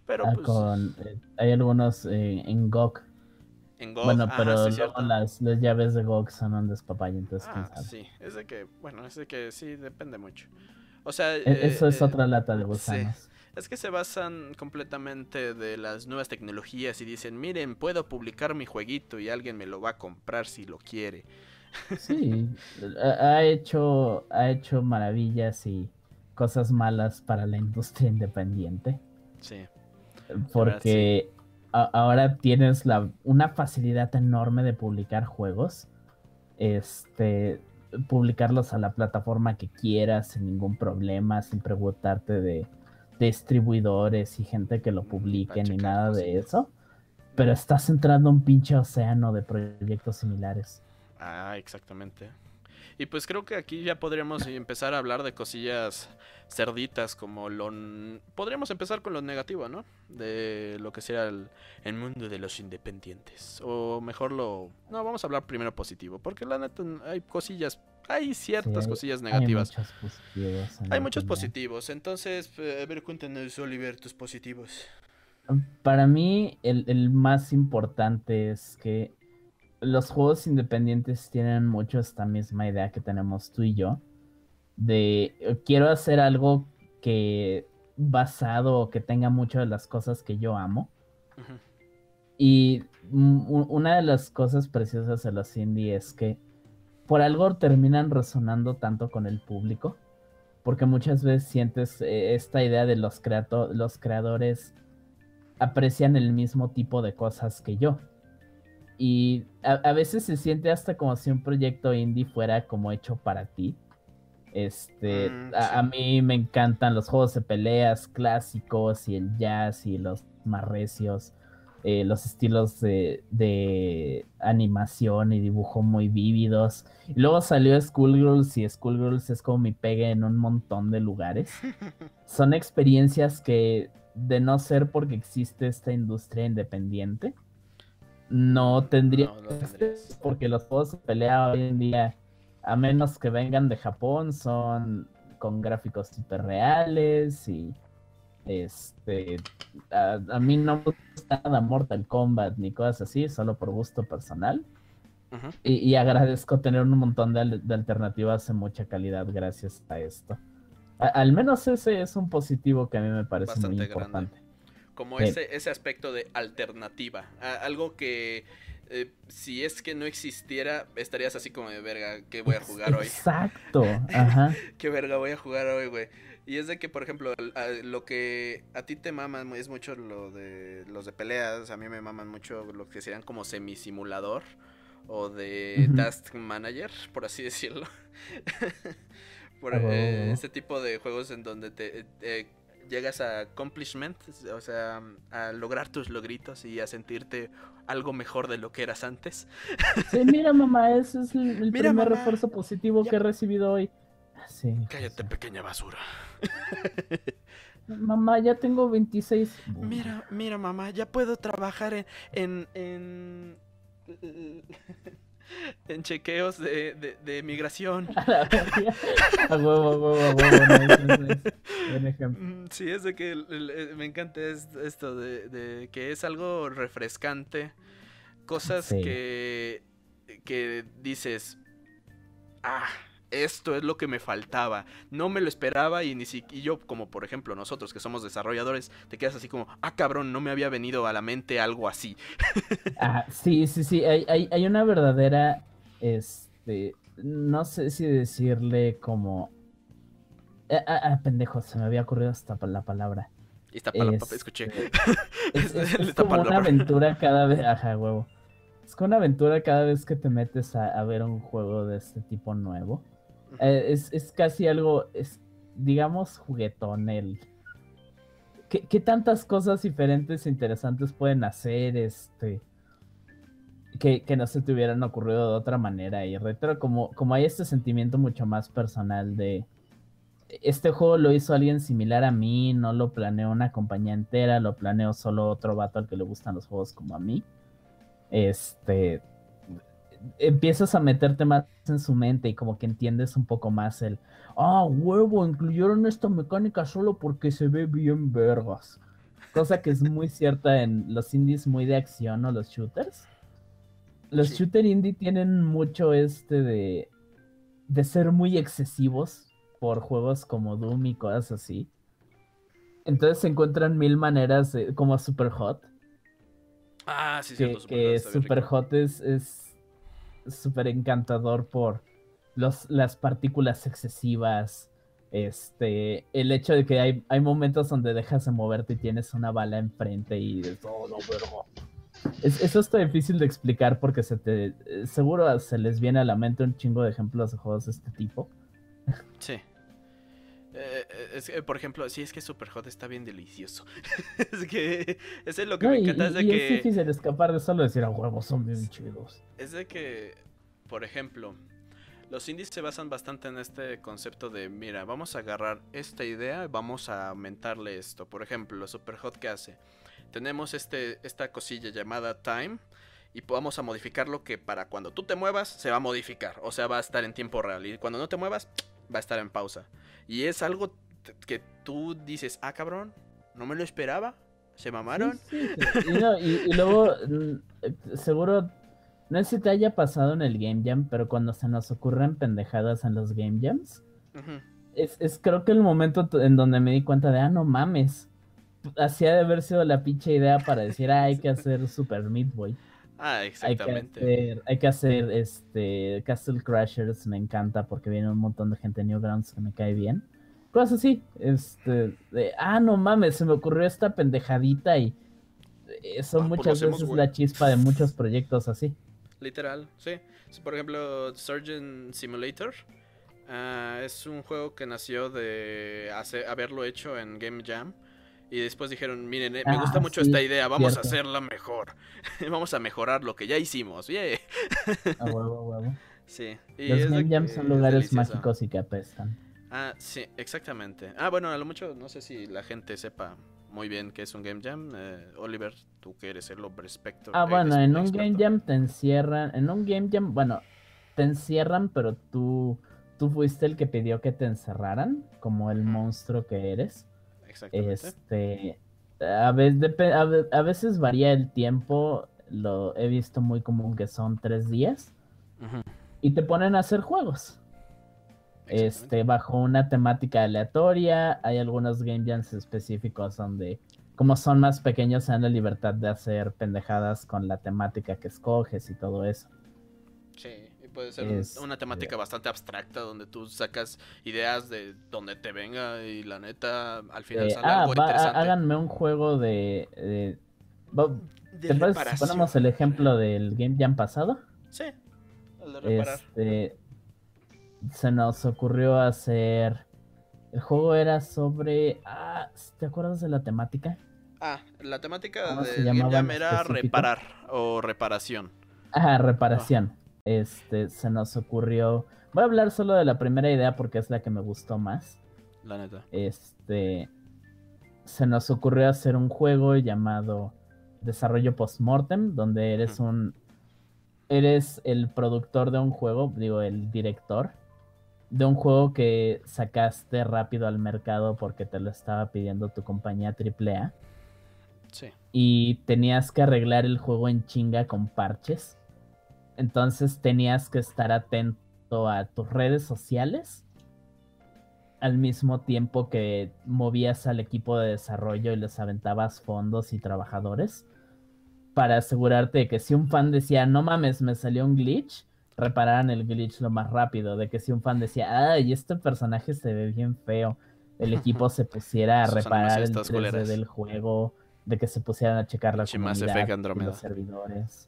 Speaker 3: Pero
Speaker 2: Ah,
Speaker 3: pues...
Speaker 2: con, eh, hay algunos eh, en G O G.
Speaker 3: En G O G,
Speaker 2: Bueno,
Speaker 3: ajá,
Speaker 2: pero
Speaker 3: sí,
Speaker 2: luego
Speaker 3: cierto.
Speaker 2: las, las llaves de G O G son un despapalle, entonces quién
Speaker 3: Ah,
Speaker 2: sabe.
Speaker 3: sí, es de que, bueno, es de que sí, depende mucho. O sea,
Speaker 2: E-
Speaker 3: eh,
Speaker 2: Eso es
Speaker 3: eh,
Speaker 2: otra lata de
Speaker 3: sí,
Speaker 2: gusanos.
Speaker 3: es que se basan completamente de las nuevas tecnologías y dicen, miren, puedo publicar mi jueguito y alguien me lo va a comprar si lo quiere.
Speaker 2: Sí, ha ha hecho, ha hecho maravillas y cosas malas para la industria independiente,
Speaker 3: Sí, la verdad sí.
Speaker 2: porque a- ahora tienes la, una facilidad enorme de publicar juegos, este, publicarlos a la plataforma que quieras sin ningún problema, sin preguntarte de distribuidores y gente que lo
Speaker 3: Ni para
Speaker 2: publique ni
Speaker 3: checar
Speaker 2: nada de
Speaker 3: cosillas.
Speaker 2: eso, pero estás entrando a un pinche océano de proyectos similares.
Speaker 3: Ah, exactamente. Y pues creo que aquí ya podríamos empezar a hablar de cosillas cerditas como lo... n- Podríamos empezar con lo negativo, ¿no? De lo que sea el, el mundo de los independientes. O mejor lo... No, vamos a hablar primero positivo. Porque la neta hay cosillas... Hay
Speaker 2: Sí,
Speaker 3: ciertas
Speaker 2: hay,
Speaker 3: cosillas
Speaker 2: hay
Speaker 3: negativas.
Speaker 2: muchos positivos en
Speaker 3: Hay
Speaker 2: mi
Speaker 3: muchos
Speaker 2: opinión.
Speaker 3: positivos. Entonces, eh, a ver, cuéntanos, Oliver, tus positivos.
Speaker 2: Para mí, el, el más importante es que los juegos independientes tienen mucho esta misma idea que tenemos tú y yo, de eh, quiero hacer algo que basado o que tenga muchas de las cosas que yo amo.
Speaker 3: Ujú.
Speaker 2: Y mm, u- una de las cosas preciosas de los indie es que por algo terminan resonando tanto con el público, porque muchas veces sientes eh, esta idea de los, creato- los creadores aprecian el mismo tipo de cosas que yo. Y a, a veces se siente hasta como si un proyecto indie fuera como hecho para ti. Este,
Speaker 3: Mm,
Speaker 2: a,
Speaker 3: sí.
Speaker 2: a mí me encantan los juegos de peleas clásicos y el jazz y los más recios, eh, los estilos de, de animación y dibujo muy vívidos. Y luego salió Skullgirls y Skullgirls es como mi pegue en un montón de lugares. Son experiencias que, de no ser porque existe esta industria independiente, no tendría,
Speaker 3: No lo tendrías.
Speaker 2: porque los juegos de pelea hoy en día, a menos que vengan de Japón, son con gráficos hiperreales y este a, a mí no me gusta nada Mortal Kombat ni cosas así, solo por gusto personal.
Speaker 3: Ujú.
Speaker 2: Y, y agradezco tener un montón de, al- de alternativas de mucha calidad gracias a esto. A- al menos ese es un positivo que a mí me parece muy
Speaker 3: Bastante grande.
Speaker 2: importante.
Speaker 3: Como
Speaker 2: Sí.
Speaker 3: ese, ese aspecto de alternativa. A- algo que eh, si es que no existiera, estarías así como de verga, ¿qué voy a jugar hoy?
Speaker 2: Exacto, ajá.
Speaker 3: ¿Qué verga voy a jugar hoy, güey? Y es de que, por ejemplo, el- a- lo que a ti te maman es mucho lo de los de peleas, a mí me maman mucho lo que serían como semisimulador o de
Speaker 2: Ujú.
Speaker 3: Task Manager, por así decirlo. Por
Speaker 2: A huevo,
Speaker 3: eh,
Speaker 2: huevo.
Speaker 3: este tipo de juegos en donde te, te llegas a accomplishment, o sea, a lograr tus logritos y a sentirte algo mejor de lo que eras antes.
Speaker 2: Sí, mira, mamá, ese es el, el
Speaker 3: Mira,
Speaker 2: primer
Speaker 3: mamá,
Speaker 2: refuerzo positivo
Speaker 3: ya-
Speaker 2: que he recibido hoy. Ah, sí,
Speaker 3: Cállate,
Speaker 2: sí.
Speaker 3: pequeña basura.
Speaker 2: Mamá, ya tengo veintiséis.
Speaker 3: Mira, mira, mamá, ya puedo trabajar en en en, en chequeos de, de, de migración.
Speaker 2: A la verga. A huevo, a huevo, a huevo. Nice, nice, nice. Buen ejemplo.
Speaker 3: Mm, Sí, es de que el- el- el- me encanta es- esto de, de que es algo refrescante. Cosas
Speaker 2: Sí.
Speaker 3: que, que dices, ah, esto es lo que me faltaba. No me lo esperaba y ni si y yo, como por ejemplo nosotros que somos desarrolladores, te quedas así como, ah, cabrón, no me había venido a la mente algo así.
Speaker 2: Ah, sí, sí, sí. Hay, hay, hay una verdadera, este, no sé si decirle como... Ah, ah, ah, pendejo, se me había ocurrido hasta pa- la palabra.
Speaker 3: Y está para la
Speaker 2: Este,
Speaker 3: papa, escuché.
Speaker 2: Es, es,
Speaker 3: Le
Speaker 2: es
Speaker 3: tapa
Speaker 2: como
Speaker 3: la
Speaker 2: una
Speaker 3: palabra.
Speaker 2: aventura cada vez, ajá, huevo. Es como una aventura cada vez que te metes a, a ver un juego de este tipo nuevo. Eh, es, es casi algo, es, digamos, juguetón el... ¿Qué, qué tantas cosas diferentes e interesantes pueden hacer, este... Que, que no se te hubieran ocurrido de otra manera? Y retro, como, como hay este sentimiento mucho más personal de... Este juego lo hizo alguien similar a mí, no lo planeó una compañía entera, lo planeó solo otro vato al que le gustan los juegos como a mí. Este, empiezas a meterte más en su mente y como que entiendes un poco más el, ah, huevo, incluyeron esta mecánica solo porque se ve bien vergas. cosa que es muy cierta en los indies muy de acción o los shooters. Los sí. shooter indie tienen mucho este de, de ser muy excesivos por juegos como Doom y cosas así. Entonces se encuentran mil maneras, de, como Superhot.
Speaker 3: Ah, sí,
Speaker 2: que,
Speaker 3: cierto.
Speaker 2: Que Superhot es, es súper encantador por los, las partículas excesivas. Este, el hecho de que hay, hay momentos donde dejas de moverte y tienes una bala enfrente y de todo, no, vergo. Es, eso está difícil de explicar porque se te, seguro se les viene a la mente un chingo de ejemplos de juegos de este tipo.
Speaker 3: Sí. Eh, es que, por ejemplo, sí, es que Superhot está bien delicioso. Es que eso es lo que
Speaker 2: no,
Speaker 3: me
Speaker 2: y,
Speaker 3: encanta. Es de
Speaker 2: y
Speaker 3: que...
Speaker 2: es difícil escapar de solo decir a huevos, son bien chidos.
Speaker 3: Es de que, por ejemplo, los indies se basan bastante en este concepto de, mira, vamos a agarrar esta idea y vamos a aumentarle esto. Por ejemplo, Superhot, ¿qué hace? Tenemos este, esta cosilla llamada Time y vamos a modificarlo que para cuando tú te muevas se va a modificar. O sea, va a estar en tiempo real y cuando no te muevas va a estar en pausa. Y es algo que tú dices, ah, cabrón, no me lo esperaba, se mamaron.
Speaker 2: Sí, sí, sí. Y, no, y, y luego, seguro, no sé si te haya pasado en el Game Jam, pero cuando se nos ocurren pendejadas en los Game Jams, uh-huh. es, es creo que el momento en donde me di cuenta de, ah, no mames, así ha de haber sido la pinche idea para decir, ah, hay que hacer Super Meat Boy.
Speaker 3: Ah, exactamente.
Speaker 2: Hay que hacer, hay que hacer este Castle Crashers, me encanta porque viene un montón de gente de Newgrounds que me cae bien. Cosas así, este, de, ah, no mames, se me ocurrió esta pendejadita y eso ah, muchas pues veces es la chispa de muchos proyectos así.
Speaker 3: Literal, sí. Por ejemplo, Surgeon Simulator uh, es un juego que nació de hacer, haberlo hecho en Game Jam. Y después dijeron, miren, eh, me gusta ah, mucho sí, esta idea, vamos cierto. a hacerla mejor. Vamos a mejorar lo que ya hicimos. Yeah.
Speaker 2: A huevo, a huevo.
Speaker 3: Sí.
Speaker 2: Y los Game Jams son lugares mágicos y que apestan.
Speaker 3: Ah, sí, exactamente. Ah, bueno, a lo mucho, no sé si la gente sepa muy bien qué es un Game Jam. Eh, Oliver, tú que eres el hombre espectro.
Speaker 2: Ah, bueno, en un experto. Game Jam te encierran. En un Game Jam, bueno, te encierran, pero tú, tú fuiste el que pidió que te encerraran, como el uh-huh. monstruo que eres. Este, a veces, a veces varía el tiempo, lo he visto muy común que son tres días uh-huh. y te ponen a hacer juegos este, bajo una temática aleatoria. Hay algunos game jams específicos donde, como son más pequeños, se dan la libertad de hacer pendejadas con la temática que escoges y todo eso.
Speaker 3: Sí, y puede ser es, una temática eh, bastante abstracta donde tú sacas ideas de donde te venga y la neta al final
Speaker 2: eh,
Speaker 3: sale
Speaker 2: ah,
Speaker 3: algo
Speaker 2: va,
Speaker 3: interesante.
Speaker 2: Háganme un juego de... de,
Speaker 3: de
Speaker 2: ¿Te parece si ponemos el ejemplo del Game Jam pasado?
Speaker 3: Sí, el de reparar.
Speaker 2: Este, se nos ocurrió hacer... El juego era sobre... Ah, ¿te acuerdas de la temática?
Speaker 3: Ah, la temática del Game Jam era
Speaker 2: específico?
Speaker 3: reparar o reparación.
Speaker 2: Ah, reparación. Oh. Este, se nos ocurrió... Voy a hablar solo de la primera idea porque es la que me gustó más.
Speaker 3: La neta.
Speaker 2: Este... Se nos ocurrió hacer un juego llamado Desarrollo Postmortem, donde eres uh-huh. un... Eres el productor de un juego, digo, el director de un juego que sacaste rápido al mercado porque te lo estaba pidiendo tu compañía triple A.
Speaker 3: Sí.
Speaker 2: Y tenías que arreglar el juego en chinga con parches. Entonces tenías que estar atento a tus redes sociales al mismo tiempo que movías al equipo de desarrollo y les aventabas fondos y trabajadores para asegurarte de que si un fan decía, no mames, me salió un glitch, repararan el glitch lo más rápido. De que si un fan decía, ay, este personaje se ve bien feo, el equipo se pusiera a reparar el tres D culeras. Del juego, de que se pusieran a checar la comunidad y los servidores.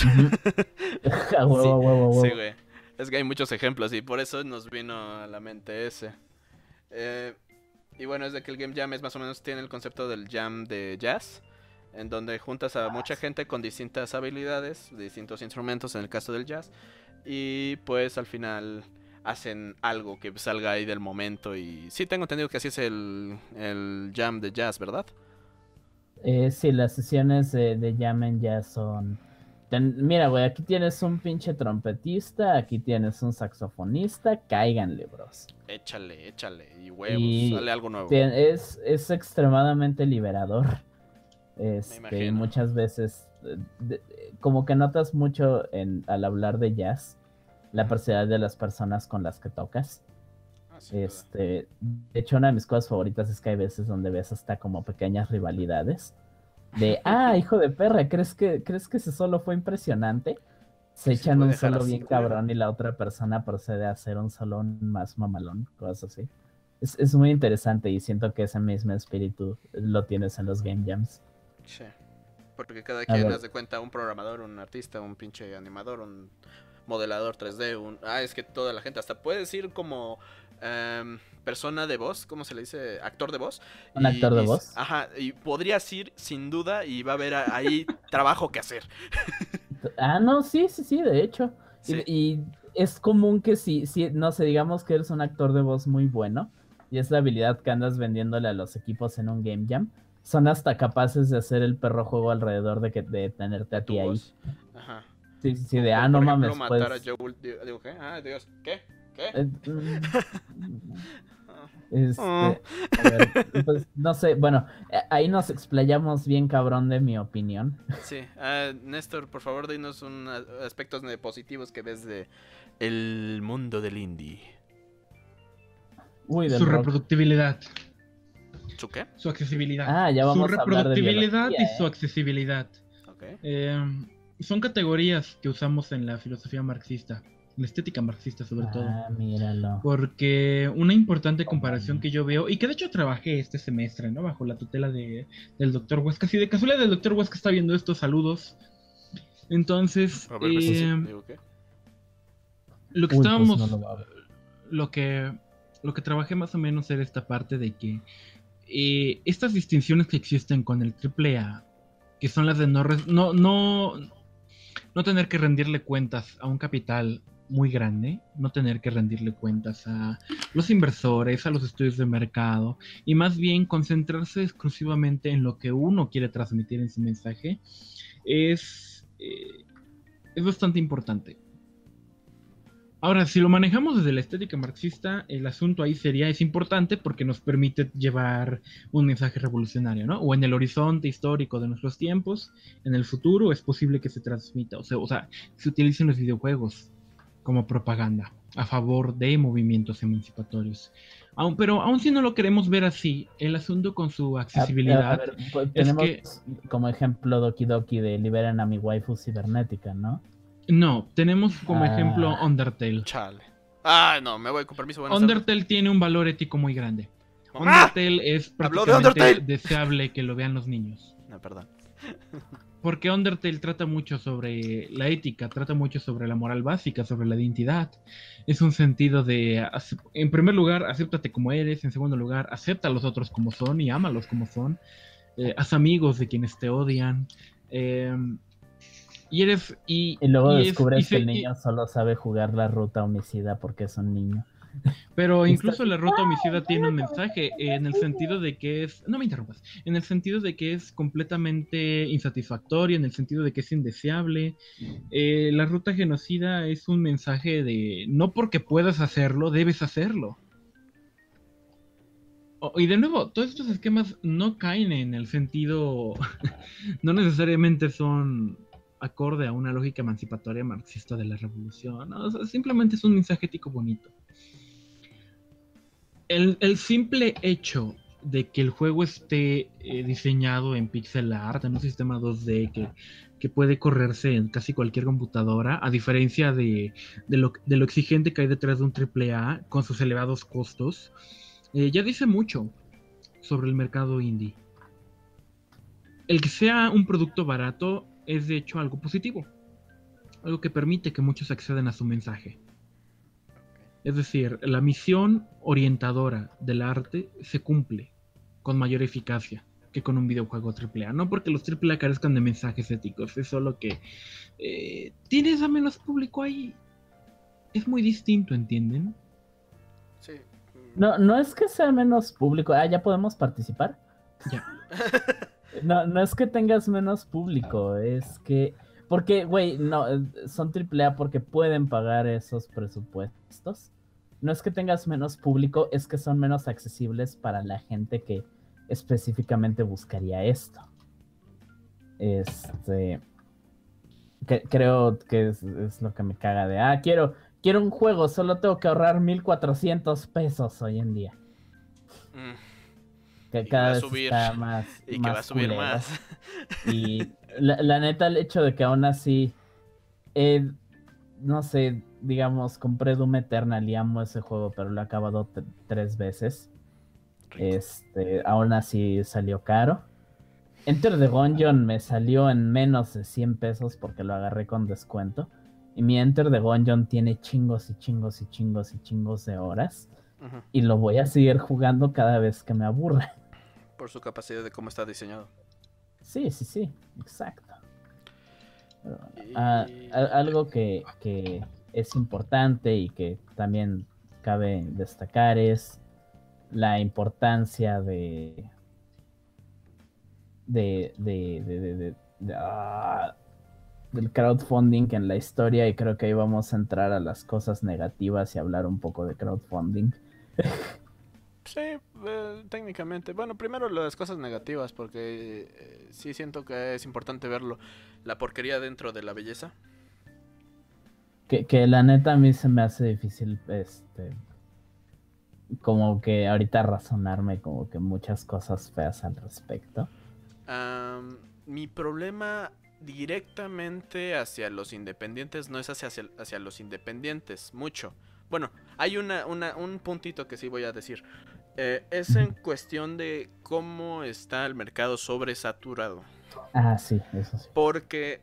Speaker 3: a huevo, sí, huevo, huevo. Sí, güey. Es que hay muchos ejemplos y por eso nos vino a la mente ese. Eh, y bueno, es de que el Game Jam es más o menos, tiene el concepto del jam de jazz, en donde juntas a mucha gente con distintas habilidades, distintos instrumentos en el caso del jazz, y pues al final hacen algo que salga ahí del momento. Y sí, tengo entendido que así es el, el jam de jazz, ¿verdad?
Speaker 2: Eh, sí, las sesiones de, de jam en jazz son... Ten, mira, güey, aquí tienes un pinche trompetista, aquí tienes un saxofonista, cáiganle, bros.
Speaker 3: Échale, échale, y huevos, y sale algo nuevo.
Speaker 2: Es, es extremadamente liberador. Este, y muchas veces, de, como que notas mucho en, al hablar de jazz, la personalidad de las personas con las que tocas. Ah, sí, este, de hecho, una de mis cosas favoritas es que hay veces donde ves hasta como pequeñas rivalidades. De, ah, hijo de perra, ¿crees que, ¿crees que ese solo fue impresionante? Se echan un solo bien cabrón y la otra persona procede a hacer un solo más mamalón, cosas así. Es, es muy interesante y siento que ese mismo espíritu lo tienes en los game jams.
Speaker 3: Sí, porque cada quien haz de cuenta, un programador, un artista, un pinche animador, un modelador tres D, un... Ah, es que toda la gente, hasta puedes ir como um, persona de voz, ¿cómo se le dice? Actor de voz.
Speaker 2: Un y, actor de
Speaker 3: y,
Speaker 2: voz.
Speaker 3: Ajá, y podrías ir sin duda y va a haber ahí trabajo que hacer.
Speaker 2: Ah, no, sí, sí, sí, de hecho. Sí. Y, y es común que si, si, no sé, digamos que eres un actor de voz muy bueno y es la habilidad que andas vendiéndole a los equipos en un game jam, son hasta capaces de hacer el perro juego alrededor de que de tenerte a ti ahí.
Speaker 3: Ajá.
Speaker 2: Sí, sí, sí, de ah, no ejemplo, mames,
Speaker 3: matar
Speaker 2: pues...
Speaker 3: a Joel, digo, ¿qué? Ah, Dios, ¿qué? ¿Qué?
Speaker 2: Eh, este, oh. A ver, pues, no sé, bueno, ahí nos explayamos bien cabrón de mi opinión.
Speaker 3: Sí, uh, Néstor, por favor, dinos un aspectos positivos que ves de el mundo del indie.
Speaker 2: Uy, del
Speaker 1: Su
Speaker 2: rock.
Speaker 1: reproductibilidad.
Speaker 3: ¿Su qué?
Speaker 1: Su accesibilidad.
Speaker 2: Ah, ya vamos
Speaker 1: su
Speaker 2: a hablar de
Speaker 1: reproductibilidad
Speaker 2: biología,
Speaker 1: y
Speaker 2: ¿eh?
Speaker 1: su accesibilidad.
Speaker 3: Okay.
Speaker 1: Eh, son categorías que usamos en la filosofía marxista, la estética marxista sobre
Speaker 2: ah,
Speaker 1: todo.
Speaker 2: Míralo.
Speaker 1: Porque una importante comparación que yo veo, y que de hecho trabajé este semestre, ¿no? Bajo la tutela de, del doctor Huesca. Si de casualidad el doctor Huesca está viendo estos saludos. Entonces,
Speaker 3: a ver,
Speaker 1: eh,
Speaker 3: sí, digo, ¿qué?
Speaker 1: lo que
Speaker 2: Uy,
Speaker 1: estábamos,
Speaker 2: pues no lo,
Speaker 1: lo que lo que trabajé más o menos era esta parte de que eh, estas distinciones que existen con el triple A, que son las de no, no, no, no tener que rendirle cuentas a un capital muy grande, no tener que rendirle cuentas a los inversores, a los estudios de mercado, y más bien concentrarse exclusivamente en lo que uno quiere transmitir en su mensaje, es, eh, es bastante importante. Ahora, si lo manejamos desde la estética marxista, el asunto ahí sería, es importante porque nos permite llevar un mensaje revolucionario, ¿no? O en el horizonte histórico de nuestros tiempos, en el futuro es posible que se transmita, o sea, o sea se utilicen los videojuegos como propaganda a favor de movimientos emancipatorios. Aún, pero aún si no lo queremos ver así, el asunto con su accesibilidad
Speaker 2: a, a ver, pues,
Speaker 1: es
Speaker 2: tenemos
Speaker 1: que...
Speaker 2: como ejemplo Doki Doki de liberen a mi waifu cibernética, ¿no?
Speaker 1: No, tenemos como ah, ejemplo Undertale.
Speaker 3: Chale. Ah, no, me voy con permiso.
Speaker 1: Undertale tardes. Tiene un valor ético muy grande. ¡Mamá! Undertale es prácticamente de deseable que lo vean los niños.
Speaker 3: No, perdón.
Speaker 1: Porque Undertale trata mucho sobre la ética, trata mucho sobre la moral básica, sobre la identidad. Es un sentido de, en primer lugar, acéptate como eres. En segundo lugar, acepta a los otros como son y ámalos como son. Eh, haz amigos de quienes te odian. Eh, Y eres y,
Speaker 2: y luego
Speaker 1: y
Speaker 2: descubres
Speaker 1: es, y
Speaker 2: que
Speaker 1: se,
Speaker 2: el niño y... solo sabe jugar la ruta homicida porque es un niño.
Speaker 1: Pero incluso la ruta homicida tiene un mensaje en el sentido de que es, no me interrumpas, en el sentido de que es completamente insatisfactoria, en el sentido de que es indeseable. Eh, la ruta genocida es un mensaje de no porque puedas hacerlo, debes hacerlo. Oh, y de nuevo, todos estos esquemas no caen en el sentido, no necesariamente son acorde a una lógica emancipatoria marxista de la revolución, ¿no? O sea, simplemente es un mensaje ético bonito. El, el simple hecho de que el juego esté eh, diseñado en pixel art, en un sistema dos D que, que puede correrse en casi cualquier computadora, a diferencia de, de, lo, de lo exigente que hay detrás de un triple A con sus elevados costos, eh, ya dice mucho sobre el mercado indie. El que sea un producto barato es de hecho algo positivo, algo que permite que muchos accedan a su mensaje. Es decir, la misión orientadora del arte se cumple con mayor eficacia que con un videojuego triple A. No porque los triple A carezcan de mensajes éticos, es solo que eh, tienes a menos público ahí. Es muy distinto, ¿entienden?
Speaker 3: Sí.
Speaker 2: No, no es que sea menos público. Ah, ¿ya podemos participar?
Speaker 1: Ya.
Speaker 2: No, no es que tengas menos público, es que... Porque, güey, no, son triple A porque pueden pagar esos presupuestos. No es que tengas menos público, es que son menos accesibles para la gente que específicamente buscaría esto. Este, que, creo que es, es lo que me caga de, ah, quiero, quiero un juego, solo tengo que ahorrar mil cuatrocientos pesos hoy en día.
Speaker 3: Mm.
Speaker 2: Que
Speaker 3: Y
Speaker 2: cada
Speaker 3: va a
Speaker 2: vez
Speaker 3: subir,
Speaker 2: está más,
Speaker 3: y
Speaker 2: más
Speaker 3: que va a subir
Speaker 2: culero.
Speaker 3: más.
Speaker 2: Y la, la neta, el hecho de que aún así, eh, no sé, digamos, compré Doom Eternal y amo ese juego, pero lo he acabado t- tres veces.
Speaker 3: Rico.
Speaker 2: Este, aún así salió caro. Enter the Gungeon me salió en menos de cien pesos porque lo agarré con descuento. Y mi Enter the Gungeon tiene chingos y chingos y chingos y chingos de horas.
Speaker 3: Ujú.
Speaker 2: Y lo voy a seguir jugando cada vez que me aburra.
Speaker 3: Por su capacidad de cómo está diseñado.
Speaker 2: Sí, sí, sí, exacto. Pero,
Speaker 3: Y-
Speaker 2: ah, a- algo que, que es importante y que también cabe destacar es la importancia de de, de, de, de, de- de- ah, del crowdfunding en la historia, y creo que ahí vamos a entrar a las cosas negativas y hablar un poco de crowdfunding.
Speaker 3: Sí, eh, técnicamente. Bueno, primero las cosas negativas, porque eh, sí siento que es importante verlo. La porquería dentro de la belleza.
Speaker 2: Que, que la neta a mí se me hace difícil, este, como que ahorita razonarme como que muchas cosas feas al respecto.
Speaker 3: Am, mi problema directamente hacia los independientes no es hacia, hacia, hacia los independientes, mucho. Bueno, hay una, una, un puntito que sí voy a decir. Eh, es en cuestión de cómo está el mercado sobresaturado.
Speaker 2: Ah, sí, eso sí.
Speaker 3: Porque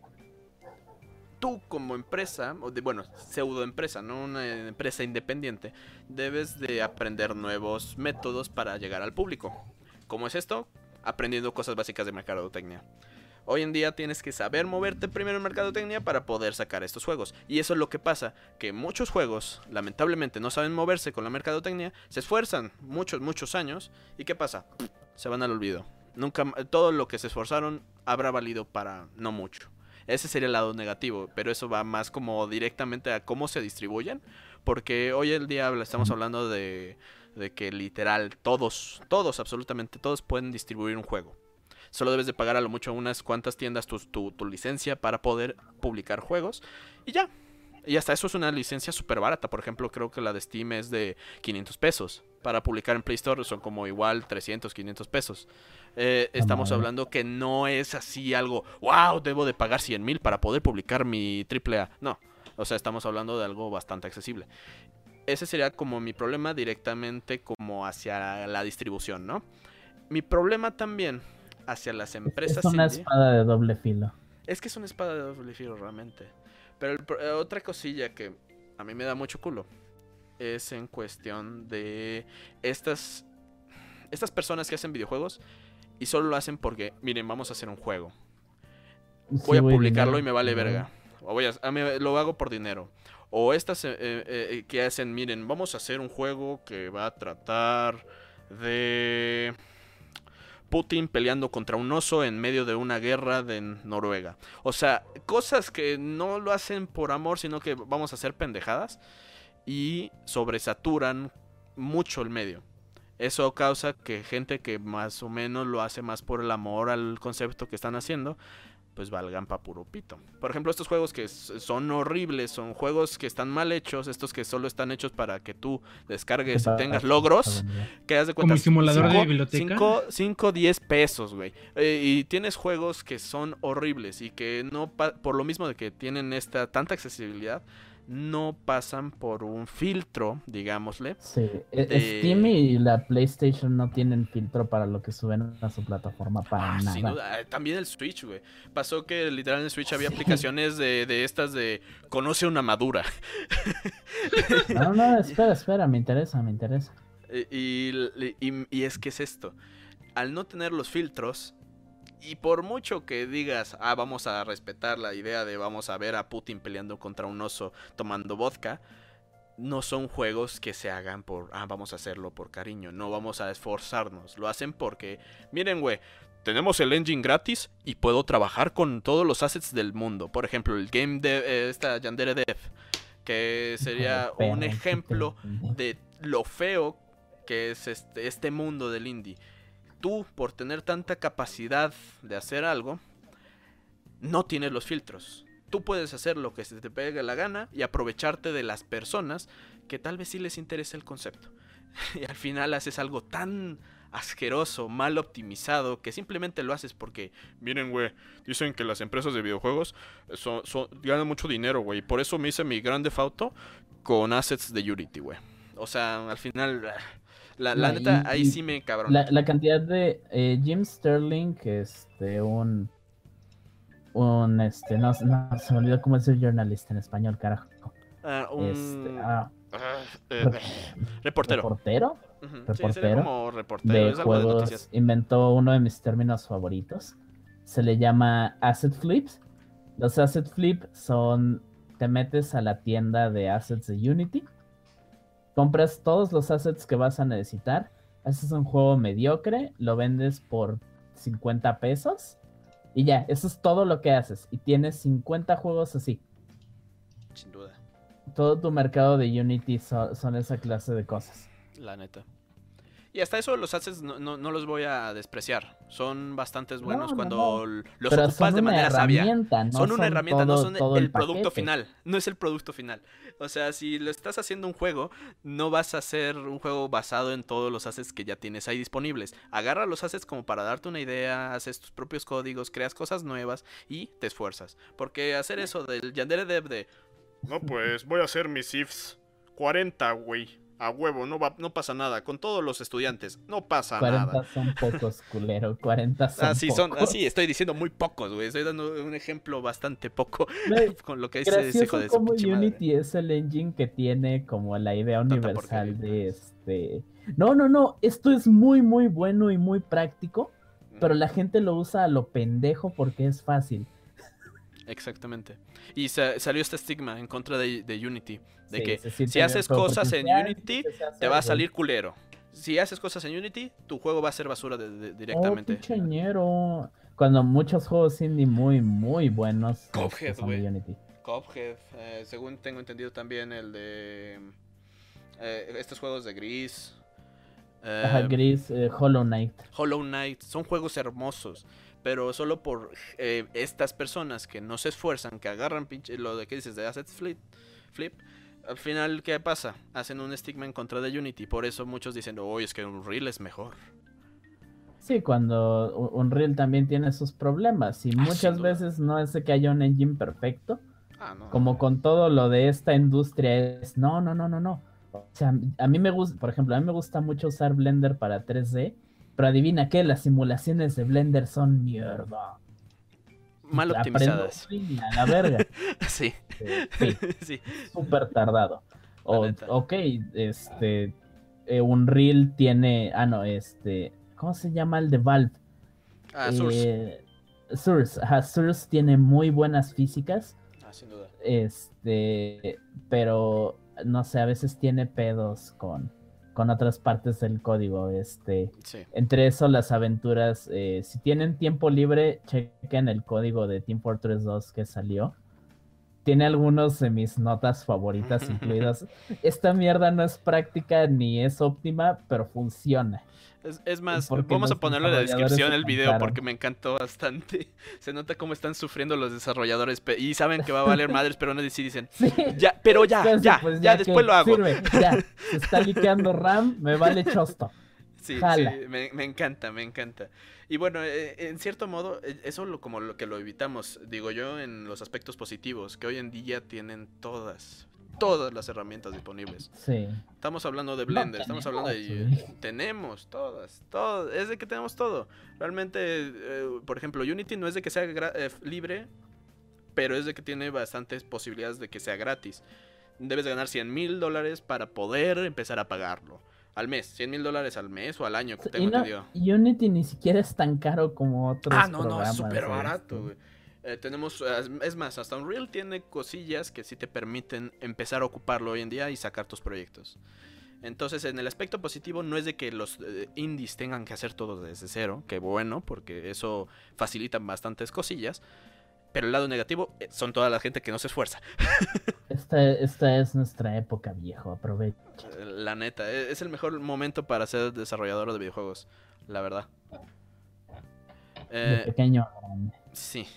Speaker 3: tú como empresa, o de, bueno, pseudo empresa, no una empresa independiente, debes de aprender nuevos métodos para llegar al público. ¿Cómo es esto? Aprendiendo cosas básicas de mercadotecnia. Hoy en día tienes que saber moverte primero en mercadotecnia para poder sacar estos juegos. Y eso es lo que pasa, que muchos juegos, lamentablemente, no saben moverse con la mercadotecnia, se esfuerzan muchos, muchos años, ¿y qué pasa? Se van al olvido. Nunca, todo lo que se esforzaron habrá valido para no mucho. Ese sería el lado negativo, pero eso va más como directamente a cómo se distribuyen, porque hoy en día estamos hablando de, de que literal todos, todos, absolutamente todos pueden distribuir un juego. Solo debes de pagar a lo mucho unas cuantas tiendas tu, tu, tu licencia para poder publicar juegos. Y ya. Y hasta eso es una licencia súper barata. Por ejemplo, creo que la de Steam es de quinientos pesos. Para publicar en Play Store son como igual trescientos, quinientos pesos. Eh, estamos
Speaker 2: madre.
Speaker 3: hablando que no es así algo, wow, debo de pagar cien mil para poder publicar mi triple A. No. O sea, estamos hablando de algo bastante accesible. Ese sería como mi problema directamente como hacia la distribución, ¿no? Mi problema también hacia las empresas
Speaker 2: Es una
Speaker 3: indie,
Speaker 2: espada de doble filo.
Speaker 3: es que es una espada de doble filo realmente. Pero el, eh, otra cosilla que a mí me da mucho culo es en cuestión de estas estas personas que hacen videojuegos y solo lo hacen porque, miren, vamos a hacer un juego. Voy
Speaker 2: Sí,
Speaker 3: a
Speaker 2: güey,
Speaker 3: publicarlo
Speaker 2: dinero.
Speaker 3: y me vale verga. O voy a, a mí lo hago por dinero. O estas eh, eh, que hacen, miren, vamos a hacer un juego que va a tratar de Putin peleando contra un oso en medio de una guerra de Noruega. O sea, cosas que no lo hacen por amor, sino que vamos a hacer pendejadas y sobresaturan mucho el medio. Eso causa que gente que más o menos lo hace más por el amor al concepto que están haciendo, pues valgan pa' puro pito. Por ejemplo, estos juegos que son horribles, son juegos que están mal hechos, estos que solo están hechos para que tú descargues y tengas logros, que das de cuenta,
Speaker 1: como el simulador de biblioteca.
Speaker 3: cinco, diez pesos, güey. Eh, y tienes juegos que son horribles y que no, por lo mismo de que tienen esta tanta accesibilidad, no pasan por un filtro, digámosle.
Speaker 2: Sí,
Speaker 3: de...
Speaker 2: Steam y la PlayStation no tienen filtro para lo que suben a su plataforma para
Speaker 3: ah,
Speaker 2: nada.
Speaker 3: Sin duda. También el Switch, güey. Pasó que literal en el Switch había sí. aplicaciones de, de estas de conoce una madura.
Speaker 2: No, no, espera, espera, me interesa, me interesa.
Speaker 3: Y, y, y es que es esto. Al no tener los filtros, y por mucho que digas, ah, vamos a respetar la idea de vamos a ver a Putin peleando contra un oso tomando vodka, no son juegos que se hagan por, ah, vamos a hacerlo por cariño, no vamos a esforzarnos, lo hacen porque, miren, güey, tenemos el engine gratis y puedo trabajar con todos los assets del mundo. Por ejemplo, el Game Dev, eh, esta Yandere Dev, que sería oh, un ejemplo de lo feo que es este, este mundo del indie. Tú, por tener tanta capacidad de hacer algo, no tiene los filtros. Tú puedes hacer lo que se te pegue la gana y aprovecharte de las personas que tal vez sí les interese el concepto. Y al final haces algo tan asqueroso, mal optimizado, que simplemente lo haces porque, miren, güey, dicen que las empresas de videojuegos son, son, ganan mucho dinero, güey. Por eso me hice mi Grand Theft Auto con assets de Unity, güey. O sea, al final, la, la no, neta, y, ahí y sí me cabrón.
Speaker 2: La, la cantidad de eh, Jim Sterling, este, un... Un, este, no, no, se me olvidó cómo es el journalista en español, carajo.
Speaker 3: Uh, un...
Speaker 2: Este, uh,
Speaker 3: uh, eh, reportero.
Speaker 2: ¿Reportero?
Speaker 3: Uh-huh.
Speaker 2: Reportero.
Speaker 3: Sí, como reportero.
Speaker 2: De
Speaker 3: es
Speaker 2: juegos,
Speaker 3: algo de
Speaker 2: inventó uno de mis términos favoritos. Se le llama asset flips. Los asset flips son, te metes a la tienda de assets de Unity, compras todos los assets que vas a necesitar, haces un juego mediocre, lo vendes por cincuenta pesos. Y ya, eso es todo lo que haces. Y tienes cincuenta juegos así.
Speaker 3: Sin duda.
Speaker 2: Todo tu mercado de Unity so, son esa clase de cosas.
Speaker 3: La neta. Y hasta eso los assets no, no, no los voy a despreciar. Son bastantes buenos no, cuando
Speaker 2: no, no.
Speaker 3: los
Speaker 2: Pero
Speaker 3: ocupas de manera sabia.
Speaker 2: No
Speaker 3: son, son una herramienta,
Speaker 2: todo,
Speaker 3: no son
Speaker 2: todo
Speaker 3: el,
Speaker 2: el
Speaker 3: producto final. No es el producto final. O sea, si lo estás haciendo un juego, no vas a hacer un juego basado en todos los assets que ya tienes ahí disponibles. Agarra los assets como para darte una idea, haces tus propios códigos, creas cosas nuevas y te esfuerzas. Porque hacer eso del Yandere Dev de... No, pues voy a hacer mis ifs cuarenta, güey. A huevo, no va, no pasa nada. Con todos los estudiantes, no pasa
Speaker 2: cuarenta
Speaker 3: nada.
Speaker 2: Son pocos, culero. cuarenta son
Speaker 3: ah, sí,
Speaker 2: pocos.
Speaker 3: Son, así estoy diciendo muy pocos, güey. Estoy dando un ejemplo bastante poco
Speaker 2: no,
Speaker 3: con lo que dice ese hijo de su
Speaker 2: como
Speaker 3: pinche
Speaker 2: Unity
Speaker 3: madre.
Speaker 2: Es el engine que tiene como la idea universal de este... No, no, no. Esto es muy, muy bueno y muy práctico. Mm. Pero la gente lo usa a lo pendejo porque es fácil.
Speaker 3: Exactamente. Y sa salió este estigma en contra de, de Unity. De
Speaker 2: sí,
Speaker 3: que si haces cosas en Unity, te va a salir culero. Si haces cosas en Unity, tu juego va a ser basura de, de, directamente.
Speaker 2: Oh, pincheñero. Cuando muchos juegos indie muy, muy buenos
Speaker 3: Cuphead,
Speaker 2: son de Unity.
Speaker 3: Cuphead, eh, según tengo entendido también el de... Eh, estos juegos de Gris.
Speaker 2: Eh, Ajá, Gris, eh, Hollow Knight.
Speaker 3: Hollow Knight, son juegos hermosos. Pero solo por eh, estas personas que no se esfuerzan, que agarran pinche, lo de que dices de Assets Flip, flip, al final, ¿qué pasa? Hacen un estigma en contra de Unity. Por eso muchos dicen, oye, es que Unreal es mejor.
Speaker 2: Sí, cuando Unreal también tiene sus problemas. Y ah, muchas veces no es de que haya un engine perfecto.
Speaker 3: Ah, no.
Speaker 2: Como con todo lo de esta industria es, no, no, no, no, no. O sea, a mí me gusta, por ejemplo, a mí me gusta mucho usar Blender para tres D. Pero adivina qué, las simulaciones de Blender son mierda.
Speaker 3: Mal optimizadas.
Speaker 2: A la verga.
Speaker 3: Sí.
Speaker 2: Eh, sí. sí. Súper tardado. O, ok, este. Eh, Unreal tiene. Ah, no, este. ¿Cómo se llama el de Valve?
Speaker 3: Ah, Source.
Speaker 2: Eh, Source. Ajá, Source tiene muy buenas físicas.
Speaker 3: Ah, sin duda.
Speaker 2: Este. Pero, no sé, a veces tiene pedos con. con otras partes del código, este,
Speaker 3: sí.
Speaker 2: Entre eso las aventuras, eh, si tienen tiempo libre, chequen el código de Team Fortress dos que salió, tiene algunos de mis notas favoritas incluidas. Esta mierda no es práctica ni es óptima, pero funciona.
Speaker 3: Es, es más, vamos a ponerlo en la descripción el video porque me encantó bastante. Se nota cómo están sufriendo los desarrolladores y saben que va a valer madres, pero no sí dicen, sí. ya, pero ya, Entonces, ya, pues ya, ya después lo hago.
Speaker 2: Sirve, ya, se está liqueando RAM, me vale chosto.
Speaker 3: Sí, Jala. sí, me, me encanta, me encanta. Y bueno, eh, en cierto modo, eso lo, como lo que lo evitamos, digo yo, en los aspectos positivos, que hoy en día tienen todas, todas las herramientas disponibles.
Speaker 2: Sí.
Speaker 3: Estamos hablando de Blender, no, estamos hablando de... Sí. Tenemos todas, todas, es de que tenemos todo. Realmente, eh, por ejemplo, Unity no es de que sea eh, libre, pero es de que tiene bastantes posibilidades de que sea gratis. Debes ganar cien mil dólares para poder empezar a pagarlo. Al mes, cien mil dólares al mes o al año, que tengo
Speaker 2: no,
Speaker 3: entendido.
Speaker 2: Unity ni siquiera es tan caro como otros
Speaker 3: Ah, no,
Speaker 2: programas,
Speaker 3: no, es súper barato,
Speaker 2: este.
Speaker 3: güey. Eh, tenemos, es más, hasta Unreal tiene cosillas que sí te permiten empezar a ocuparlo hoy en día y sacar tus proyectos. Entonces, en el aspecto positivo, no es de que los eh, indies tengan que hacer todo desde cero, que bueno, porque eso facilita bastantes cosillas. Pero el lado negativo eh, son toda la gente que no se esfuerza.
Speaker 2: Esta, esta es nuestra época, viejo, aprovecha.
Speaker 3: La neta, es el mejor momento para ser desarrollador de videojuegos, la verdad.
Speaker 2: Eh, de pequeño a grande.
Speaker 3: Sí.